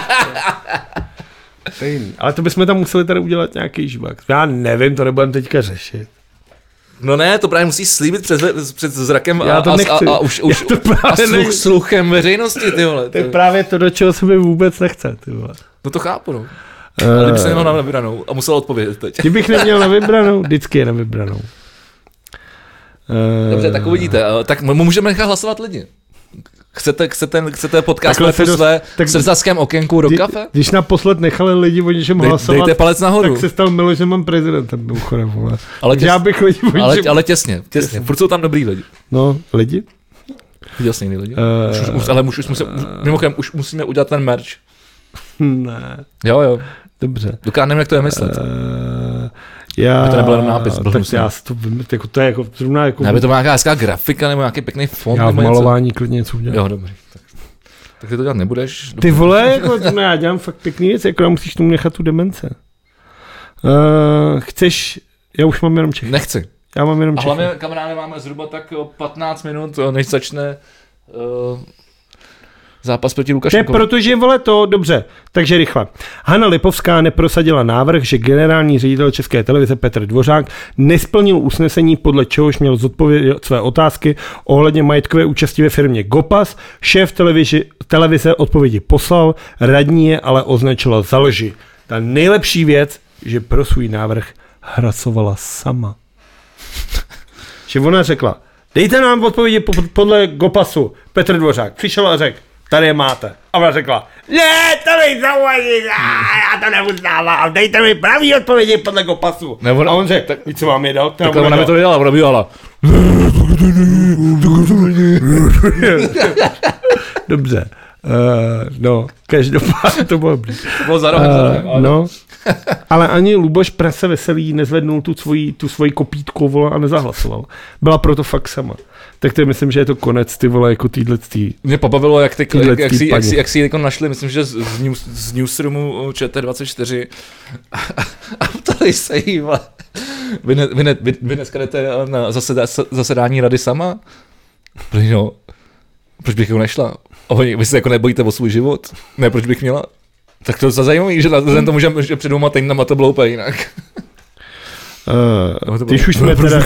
Ale to bychom tam museli tady udělat nějaký žbak. Já nevím, to nebudem teďka řešit. No ne, to právě musíš slíbit před, před zrakem a, to a, a, a už, už a sluch, sluchem veřejnosti, ty vole. To je právě to, do čeho se mi vůbec nechce, ty vole. No to chápu, no. Uh, Ale kdyby se neměl na vybranou a musel odpovědět teď. Kdybych neměl na vybranou, vždycky je na vybranou. Uh, Dobře, tak uvidíte. Tak můžeme nechat hlasovat lidi. Chcete, chcete, chcete podcast ve své srdcařském okénku do kdy, kafe? Když naposled nechali lidi o něčem Dej, hlasovat, dejte palec nahoru. Tak se stal Miloš Zeman prezidentem, mimochodem, vole. Ale, těs, já bych lidi o ale, ale těsně, těsně. Furt jsou tam dobrý lidi. No, lidi? Viděl jsi jiný lidi? Uh, už, už, ale už, už musím, mimochodem, už musíme udělat ten merch. Ne. Jo, jo. Dobře. Dokud nevím, jak to je myslet. Uh, já, aby to nebyl nápis. Tak já to vím, jako, to je jako zrovna jako... Ne, aby to byla nějaká hezká grafika nebo nějaký pěkný fond. Já v malování něco. Klidně něco udělám. Jo, dobrý. Tak, tak ty to dělat nebudeš. Ty vole, jako, no, já dělám fakt pěkný věc, jako musíš tomu nechat tu demence. Uh, chceš, já už mám jenom Čechy. Nechci. Já mám jenom Čechy. A hlavně, kamaráde, máme zhruba tak patnáct minut, než začne... Uh, zápas proti Lukašenkovi. To je protože, vole, to, dobře, takže rychle. Hana Lipovská neprosadila návrh, že generální ředitel České televize Petr Dvořák nesplnil usnesení, podle čehož měl zodpovědět své otázky ohledně majetkové účasti ve firmě Gopas. Šéf televizi, televize odpovědi poslal, radní je ale označila za lži. Ta nejlepší věc, že pro svůj návrh hlasovala sama. Že ona řekla, dejte nám odpovědi podle Gopasu. Petr Dvořák přišel a řekl, tady je máte. A ona řekla, ne, to nejsou oni, já to neuznávám, dejte mi pravý odpovědi podle Gopasu. Nebo, a on řekl, tak víc, co vám je dal? Tak ona mi to dělala, ona by dělala. Dobře. Uh, no, každopádně to bylo dobrý. To bylo za rohem, uh, za rohem. Ale... No, ale ani Luboš Prase Veselý nezvednul tu svoji, tu svoji kopítku, vole, a nezahlasoval. Byla proto fakt sama. Tak to je, myslím, že je to konec, ty vole, jako týhletý. Mě pobavilo, jak, ty, jak, jak, si, jak, si, jak si ji jako našli, myslím, že z, z, news, z newsroomu Č T dvacet čtyři a ptali se jí, vole, vy, ne, vy, ne, vy, vy dneska jdete na zaseda, zasedání rady sama? No, proč bych jako nešla? Oni, vy se jako nebojíte o svůj život? Ne, proč bych měla? Tak to je zajímavý, že na tomu, že, že před dvěma týdnama to bylo úplně jinak. Uh, když už jsme teda...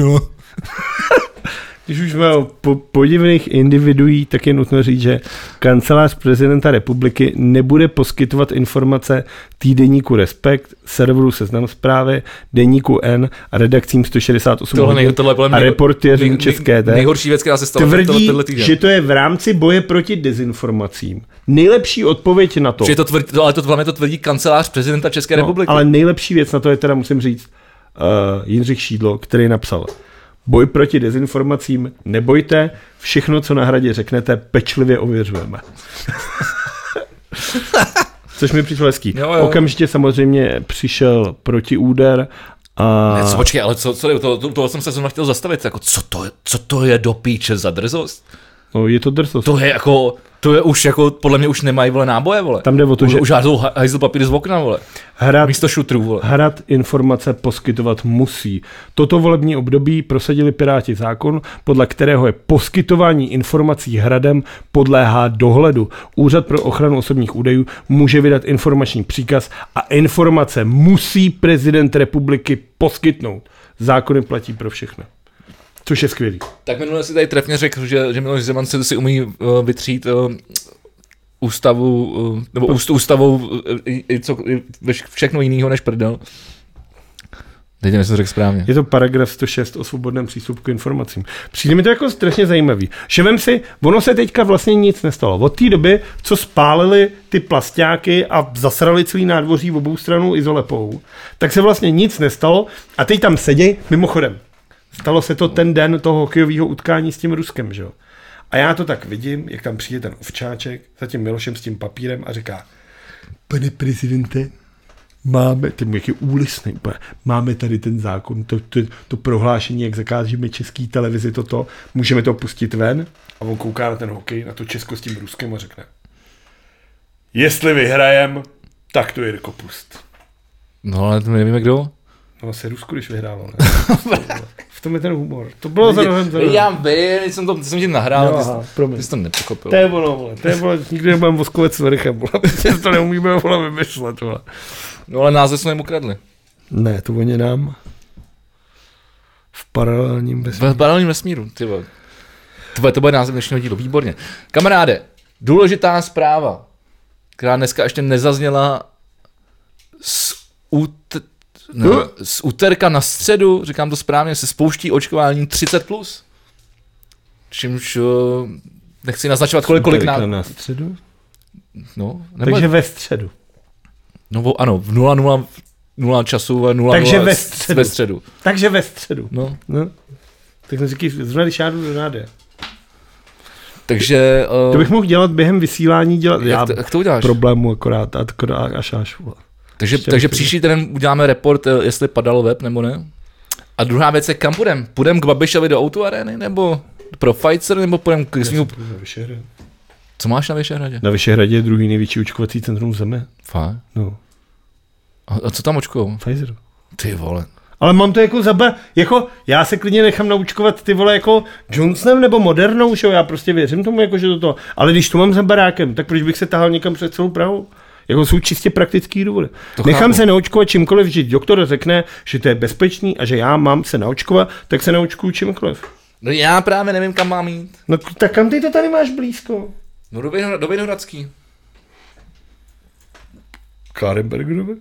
Když už jsme o po, podivných individuí, tak je nutno říct, že kancelář prezidenta republiky nebude poskytovat informace týdeníku Respekt, serveru Seznam Zprávy, deníku N a redakcím sto šedesát osm tohle nej, tohle a reportéřům nej, České té. Nejhorší věc, která se stala tvrdí, že to je v rámci boje proti dezinformacím. Nejlepší odpověď na to. Že to tvrdí, ale to, to tvrdí kancelář prezidenta České no, republiky. Ale nejlepší věc na to je teda, musím říct, uh, Jindřich Šídlo, který napsal: boj proti dezinformacím, nebojte, všechno, co na hradě řeknete, pečlivě ověřujeme. Což mi přišlo hezký. Jo, jo. Okamžitě samozřejmě přišel protiúder a... Ne, co, počkej, ale co, co to, to, toho jsem se zrovna chtěl zastavit, jako co to, co to je do píče za drzost? No, je to drzost. To je jako... To je už jako, podle mě už nemají, vole, náboje, vole. Tam jde o to, už, že... Už házou hajzl papír z okna, vole. Hrad, místo šutrů, vole. Hrad informace poskytovat musí. Toto volební období prosadili Piráti zákon, podle kterého je poskytování informací Hradem podléhá dohledu. Úřad pro ochranu osobních údajů může vydat informační příkaz a informace musí prezident republiky poskytnout. Zákony platí pro všechno. Což je skvělý. Tak minule si tady trefně řekl, že, že Miloš Zeman si, si umí uh, vytřít uh, ústavu, uh, nebo úst, ústavou uh, i, i co, i všechno jiného než prdel. Teď nevím, jestli to řekl správně. Je to paragraf sto šest o svobodném přístupu k informacím. Přijde mi to jako strašně zajímavý. Že vem si, ono se teďka vlastně nic nestalo. Od té doby, co spálili ty plasťáky a zasrali celý nádvoří v obou stranou izolepou, tak se vlastně nic nestalo a teď tam seděj, mimochodem. Stalo se to ten den toho hokejového utkání s tím Ruskem, že jo? A já to tak vidím, jak tam přijde ten ovčáček za tím Milošem s tím papírem a říká: pane prezidente, máme, ten jak je úlisný, máme tady ten zákon, to, to, to prohlášení, jak zakážeme český televizi, toto, můžeme to pustit ven? A on kouká na ten hokej, na to Česko s tím Ruskem a řekne: jestli vyhrajem, tak to Jirko pust. No ale to my nevíme kdo. No asi Rusko, když vyhrálo, ne? V tom je ten humor. To bylo za rohem. Já vím, jsem, to, jsem ti nahrál, no, ty, aha, jsi, ty jsi to nepochopil. To je ono, vole. To je ono, nikdy nebudeme voskovec s vrchem, vole. Protože to neumíme, vole, vymyslet, vole. No ale název jsme jim ukradli. Ne, to oni nám. V paralelním vesmíru. V paralelním vesmíru, ty vole. To bude, to bude vesmíru, ty vole. Tvoje, to bude, to bude, to bude název dnešního dílu, výborně. Kamaráde, důležitá zpráva, která dneska ještě nezazněla z, út, ne, uh. z úterka na středu, říkám to správně, se spouští očkování třicet plus. Čímž uh, nechci naznačovat, kolik, kolik na... na středu? No, nebo... Takže ve středu. No ano, v nula nula nula času a nula Takže nula ve středu. ve středu. Takže ve středu. No. no. Tak jsem říkal, zrovna když já jdu do rádia. Takže... Uh, to bych mohl dělat během vysílání, dělat... Jak, já to, jak to uděláš? Problému akorát, akorát až až. Takže, takže příští týden uděláme report, jestli padal web nebo ne. A druhá věc je, kam půjdem? Půjdem k Babišovi do O dva Areny, nebo pro Pfizer, nebo půjdem k svýmu... Co máš na Vyšehradě? Na Vyšehradě je druhý největší očkovací centrum v zemi. Fakt? No. A, a co tam očkujou? Pfizer. Ty vole. Ale mám to jako zaba, jako já se klidně nechám naučkovat ty vole jako Johnsonem nebo Modernou, že jo, já prostě věřím tomu, jako že to to, ale když to mám za barákem, tak proč bych se tahal někam před celou Prahu? Jako jsou čistě praktický důvody. To nechám chápu. Se naočkovat čímkoliv, že doktor řekne, že to je bezpečný a že já mám se naočkovat, tak se naočkuju čímkoliv. No já právě nevím, kam mám jít. No tak kam ty to tady máš blízko? No do, Vinohrad, do Vinohradský. Klarenbergerovi?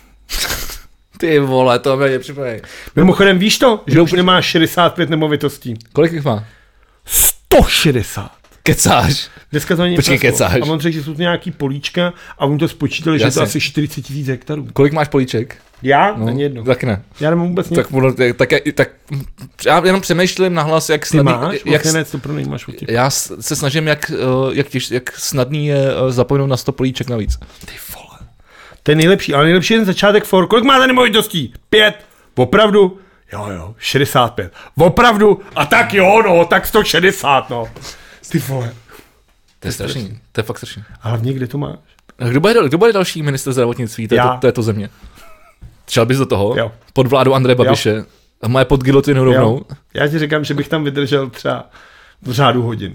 Ty vole, to mě nepřipadej. Mimochodem víš to, že už nemáš šedesát pět nemovitostí? Kolik jich má? sto šedesát. Kecáš. Dneska to ani Počkej, kecáš. A on řekl, že jsou to nějaký políčka a oni to spočítali, Jasně. že to asi čtyřicet tisíc hektarů. Kolik máš políček? Já? No, ani jedno. Tak ne. Já nemám vůbec nic. Tak, tak, tak, tak já jenom přemýšlím nahlas, jak snadný... Ty máš? Jak, jak, to pro něj máš od těch. Já se snažím, jak, jak, těž, jak snadný je zapojnout na sto políček navíc. Ty vole. To je nejlepší, ale nejlepší je ten začátek for. Kolik máte nemovitostí? Pět. Opravdu? Jo, jo, šedesát pět. Opravdu? A tak jo, no, tak sto šedesát, no. Ty vole. To je strašný, to je fakt strašný. A hlavně, kde to máš? Kdo bude, kdo bude další ministr zdravotnictví této, této země? Šel bys do toho? Jo. Pod vládu Andreje Babiše? Jo. A má je pod gilotinu rovnou? Jo. Já ti říkám, že bych tam vydržel třeba v řádu hodin.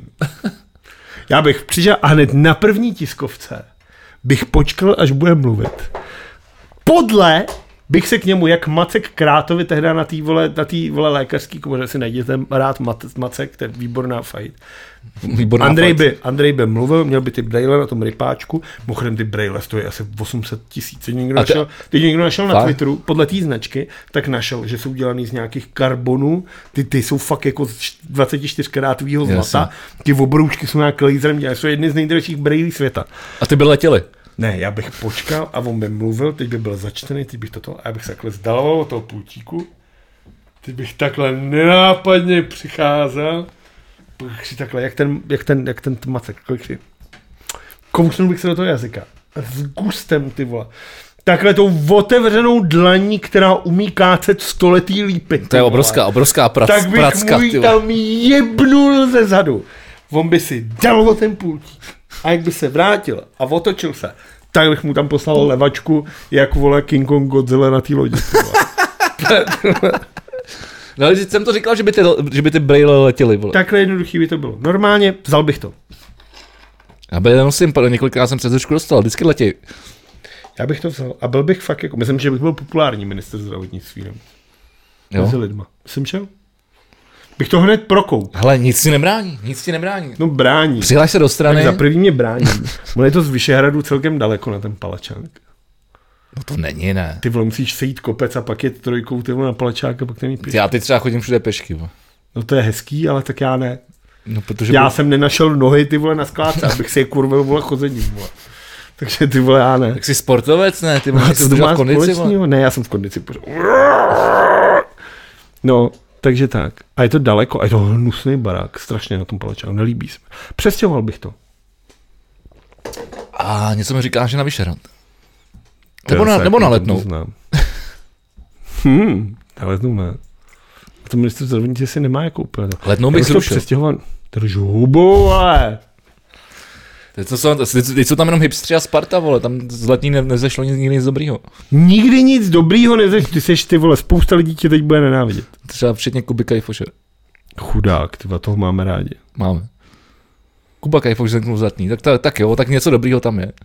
Já bych přišel a hned na první tiskovce bych počkal, až bude mluvit. Podle bych se k němu, jak Macek Krátovi tehdy na té vole, na té vole lékařský komoře, si najděte rád Macek, to je výborná fight. Výborná Andrej, fight. By, Andrej by mluvil, měl by ty brejle na tom rypáčku, mimochodem ty brejle stojí asi osm set tisíc. Někdo te... našel, když někdo našel na Twitteru, podle té značky, tak našel, že jsou dělaný z nějakých karbonů, ty, ty jsou fakt jako dvacet čtyři karátovýho zlata, ty obroučky jsou nějak laserem dělané, jsou jedny z nejdražších brejlí světa. A ty by letěly? Ne, já bych počkal a on by mluvil, teď by byl začtený, teď bych toto, a já bych se takhle zdaloval od toho pultíku, teď bych takhle nenápadně přicházel, bych si takhle, jak ten, jak ten, jak ten Macek, kolik si, kousnul bych se do toho jazyka, s gustem, ty vole, takhle tou otevřenou dlaní, která umí kácet stoletý lípy. To je obrovská, obrovská prac, tak bych pracka, můj tam jebnul ze zadu, on by si dal o ten pultík. A jak by se vrátil a otočil se, tak bych mu tam poslal levačku, jak vole King Kong Godzilla na té lodi. No ale jsem to říkal, že by ty, že by ty brejle letěly. Vole. Takhle jednoduchý by to bylo. Normálně vzal bych to. Já by nenosím, několikrát jsem přes řečku dostal, vždycky letěj. Já bych to vzal a byl bych fakt jako, myslím, že bych byl populární ministr zdravotnictví. Jo? Mezi lidma. Myslím, že jo? Bych to hned prokoup. Hele, nic ti nebrání, nic ti nebrání. No brání. Přihlaš se do strany. Tak za první mě brání. On je to z Vyšehradu celkem daleko na ten Palačák. No to není, ne. Ty vole, musíš sejít kopec a pak je trojkou ty vole na Palačák a pak ten pěšky. Já teď třeba chodím všude pešky. Bo. No to je hezký, ale tak já ne. No, protože já byl... jsem nenašel nohy ty vole na skládce, abych si je kurvil vole chozením. Vole. Takže ty vole já ne. Tak jsi sportovec, ne? Ty máš to v kondici, vole? Ne, já jsem v kondici. No, takže tak. A je to daleko, a je to hnusný barák, strašně na tom Palačáku, nelíbí se. Přestěhoval bych to. A něco mi říkáš, že na Vyšehrad. Nebo na, nebo na Letnou. Hm, na Letnou ne. A to ministr zdravotnictví si nemá jako úplně. Letnou bych zrušil. Přestěhoval. Drž hubu, ale. Teď jsou, teď jsou tam jenom hipstři a Sparta, vole, tam z Letní ne, nezešlo nic, nic dobrýho. Nikdy nic dobrýho nezešlo, ty seš ty vole, spousta lidí tě teď bude nenávidět. Třeba včetně Kuby Kajfoše. Chudák, tyva, toho máme rádi. Máme. Kuba Kajfoš řeknul Zlatný, tak, tak, tak jo, tak něco dobrýho tam je.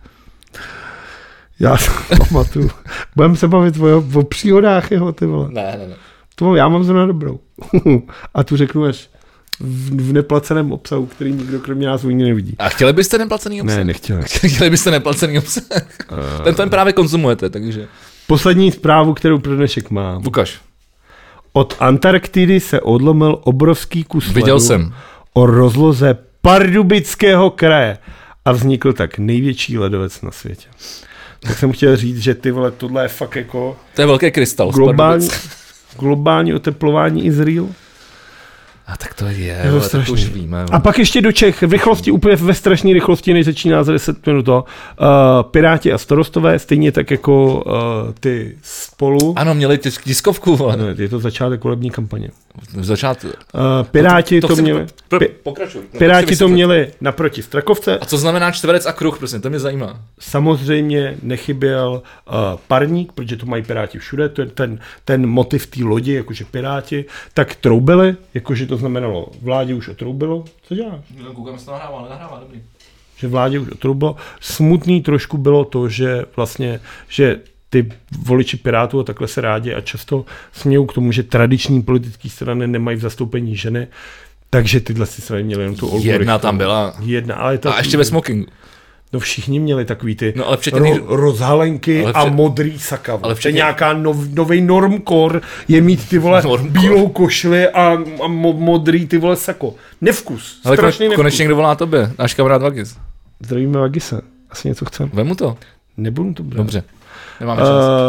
Já si pamatuju. Budeme se bavit o, o příhodách jeho, ty vole. Ne, ne, ne. To já mám zrovna dobrou. A tu řeknu až v, v neplaceném obsahu, který nikdo kromě nás nikdy nevidí. A chtěli byste neplacený obsah? Ne, nechtěli. Chtěli byste neplacený obsah? Uh... Ten ten právě konzumujete, takže... Poslední zprávu, kterou pro dnešek mám. Ukaž. Od Antarktidy se odlomil obrovský kus Viděl ledu jsem. o rozloze Pardubického kraje a vznikl tak největší ledovec na světě. Tak jsem chtěl říct, že ty vole, tohle je fakt jako... To je velký krystal. Globální, globální oteplování is real. A tak to je, je ale to už víme. A pak ještě do Čech v rychlosti, úplně ve strašné rychlosti, než začíná za deset minut to. Uh, Piráti a starostové, stejně tak jako uh, ty Spolu. Ano, měli tisk, tiskovku. Ale... No, je to začátek volební kampaně. Začátek. Uh, Piráti no to, to, to měli. Pro, pokračuj. No, Piráti to měli naproti Strakovce. A co znamená čtverec a kruh, prosím, to mě zajímá. Samozřejmě nechyběl uh, parník, protože to mají Piráti všude, to je ten, ten motiv té lodi, jakože Piráti, tak troubili, jakože to znamenalo, vládě už otroubilo. Co děláš? No, koukám, jestli to nahrává, ale nahrává, dobrý. Že vládě už otroubilo. Smutný trošku bylo to, že vlastně, že ty voliči Pirátů a takhle se rádi a často smějou k tomu, že tradiční politické strany nemají v zastoupení ženy, takže tyhle si strany měly jenom tu Olgu Jedna Richterovou. tam byla. Jedna, ale ta, a ještě ve smokingu. No všichni měli takový ty no, ale ro, rozhalenky ale a včet... modrý saka. Ale včetně... nějaká nov, novej normkor je mít ty vole normkor. Bílou košli a, a mo, modrý ty vole sako. Nevkus. Ale strašný nevkus. Konečně kdo volá tobě? Náš kamarád Vagis. Zdravíme Vagise. Asi něco chcem. Vemu to. Nebudu to brát. Dobře. Uh,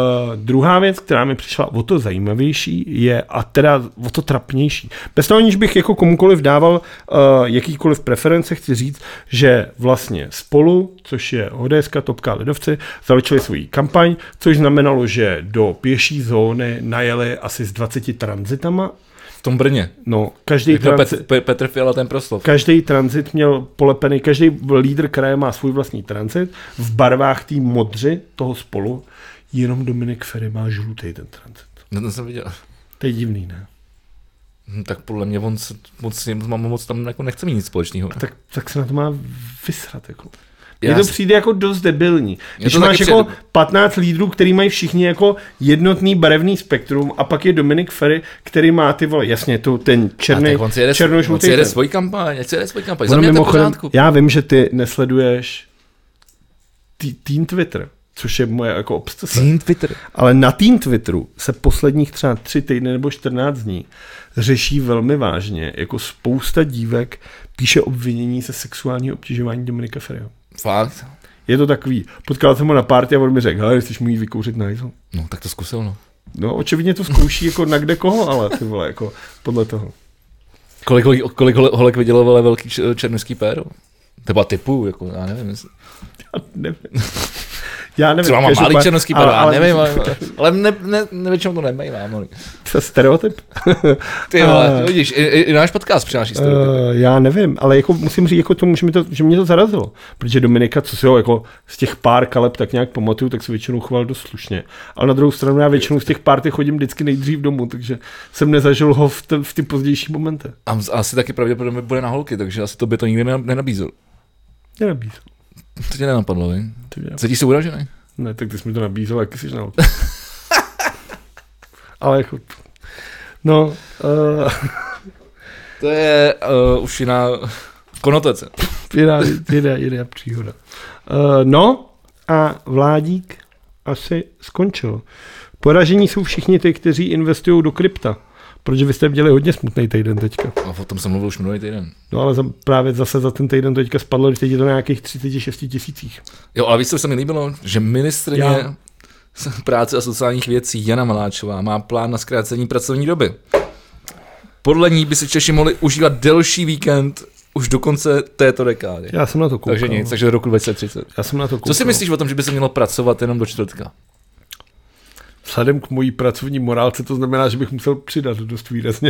druhá věc, která mi přišla o to zajímavější, je a teda o to trapnější. Bez toho, aniž bych jako komukoliv dával uh, jakýkoliv preference, chci říct, že vlastně Spolu, což je HDSka, Topka, Lidovci, založili svou kampaň, což znamenalo, že do pěší zóny najeli asi s dvaceti tranzitama. V tom Brně. No, každý tranzit, Petr, Petr Fiala ten proslov. Každý tranzit měl polepený, každý lídr kraje má svůj vlastní tranzit v barvách té modři toho Spolu. Jenom Dominik Feri má žlutý ten tranzit. No to jsem viděl. To je divný, ne? Hm, tak podle mě on moc, moc tam jako nechce mít nic společného. Tak, tak se na to má vysrat. Jako. Mně to přijde jako dost debilní. Když máš jako přijde... patnáct lídrů, který mají všichni jako jednotný barevný spektrum a pak je Dominik Feri, který má ty vole, jasně, to ten černý, černožlutý. On si jede svoji kampaň, ať si jede svoji kampaň. Za mě to pořádku. Já vím, že ty nesleduješ Teen Twitter, což je moje jako obsese. Teen Twitter. Ale na Teen Twitteru se posledních třeba tři týdny nebo čtrnáct dní řeší velmi vážně, jako spousta dívek píše obvinění ze sexuálního obtěžování Dominika Feriho. Fakt? Je to takový. Potkal jsem ho na party a on mi řekl, hele, chceš mu jít vykouřit na hajzl? No, tak to zkusil, no. No, očividně to zkouší jako na kde koho, ale ty vole, jako podle toho. Kolik, kolik, kolik holek vidělo vele velký černošský péro? Třeba typu, jako, já nevím. Já nevím. Já nevím. Třeba mám malý černoský péro, já nevím, ale, ale ne, ne, ne, většinou to nemají, mám. To je stereotyp. Ty vole, uh, vidíš, i, i náš podcast přináší stereotyp. Uh, já nevím, ale jako musím říct, jako tomu, že, mi to, že mě to zarazilo. Protože Dominika, co si ho jako z těch pár kaleb tak nějak pamatuju, tak se většinou choval dost slušně. Ale na druhou stranu já většinou z těch párty chodím vždycky nejdřív domů, takže jsem nezažil ho v, t- v ty pozdější momenty. A asi taky pravděpodobně bude na holky, takže asi to by to nikdy nenabízel. Nenabízel. To tě nenapadlo, víš? Cítíš se uražený? Ne, tak ty jsi mi to nabízel, jak jsi znal. Ale jako... No... Uh... To je uh, už jiná konotace. jiná, jiná, jiná příhoda. Uh, no a Vládík asi skončil. Poražení jsou všichni ty, kteří investují do krypta. Protože vy jste měli hodně smutný týden teďka. A o tom jsem mluvil už minulý týden. No ale za, právě zase za ten týden teďka spadlo, když teď je to na nějakých třicet šest tisících. Jo, ale víš, co se mi líbilo? Že ministryně Já. práce a sociálních věcí Jana Maláčová má plán na zkrácení pracovní doby. Podle ní by si Češi mohli užívat delší víkend už do konce této dekády. Já jsem na to koukal. Takže nic, takže do roku dvacet třicet. Já jsem na to koukal. Co si myslíš o tom, že by se mělo pracovat jenom do čtvrtka? Vzhledem k mojí pracovní morálce to znamená, že bych musel přidat dost výrazně.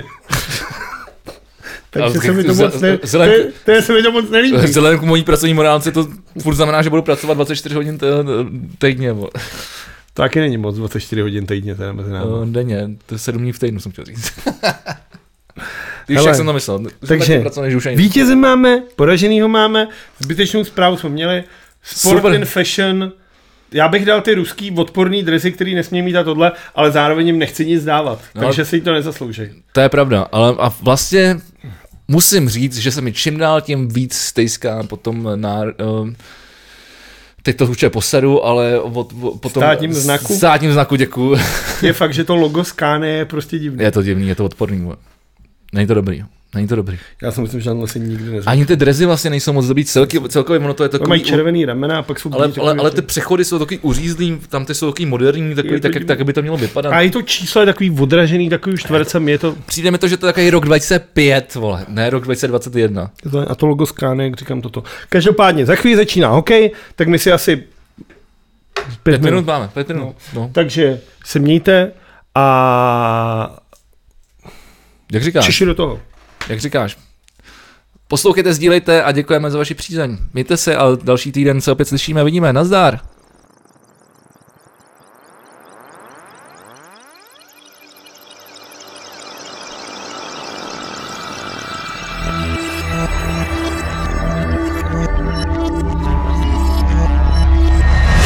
Takže se mi to moc ne... Vzhledem, to, to se mi to moc nelíbí. Vzhledem k mojí pracovní morálce to furt znamená, že budu pracovat dvacet čtyři hodin týdně. To taky není moc dvacet čtyři hodin týdně. Teda mezi námi. Uh, denně, to je sedm dní v týdnu, jsem chtěl říct. Víš, jak jsem to myslel. Takže vítěze máme, poraženýho máme, zbytečnou zprávu jsme měli, sport Super. In fashion, já bych dal ty ruský odporný dresy, který nesmí mít a tohle, ale zároveň jim nechci nic dávat, no, takže si to nezaslouží. To je pravda, ale a vlastně musím říct, že se mi čím dál tím víc stejská potom na... Uh, teď to určitě posadu, ale od, od, potom... Státním znaku? Státním znaku, děkuju. Je fakt, že to logo Scania je prostě divný. Je to divný, je to odporný. Není to dobrý. Není to dobrý. Já si myslím, že tam se nikdy nezvěděl. Ani ty drezy vlastně nejsou moc dobrý, celkově, celkově ono to je takový... Mají červený ramena a pak jsou... Ale, ale, ale ty přechody jsou takový uřízlý, tam ty jsou takový moderní, takový, tak, jak, tak by to mělo vypadat. A i to číslo je takový odražený, takový čtvercem, je to... Přijde mi to, že to je takový rok dvacet dvacet pět, vole, ne rok dvacet dvacet jedna. A to logo Scania, jak říkám toto. Každopádně, za chvíli začíná hokej, tak my si asi... Pět, pět minut. minut máme, pět minut. No. No. Takže se mějte a... Jak říkáš? Čiši do toho. Jak říkáš. Poslouchejte, sdílejte a děkujeme za vaši přízeň. Mějte se a další týden se opět slyšíme, vidíme. Nazdar.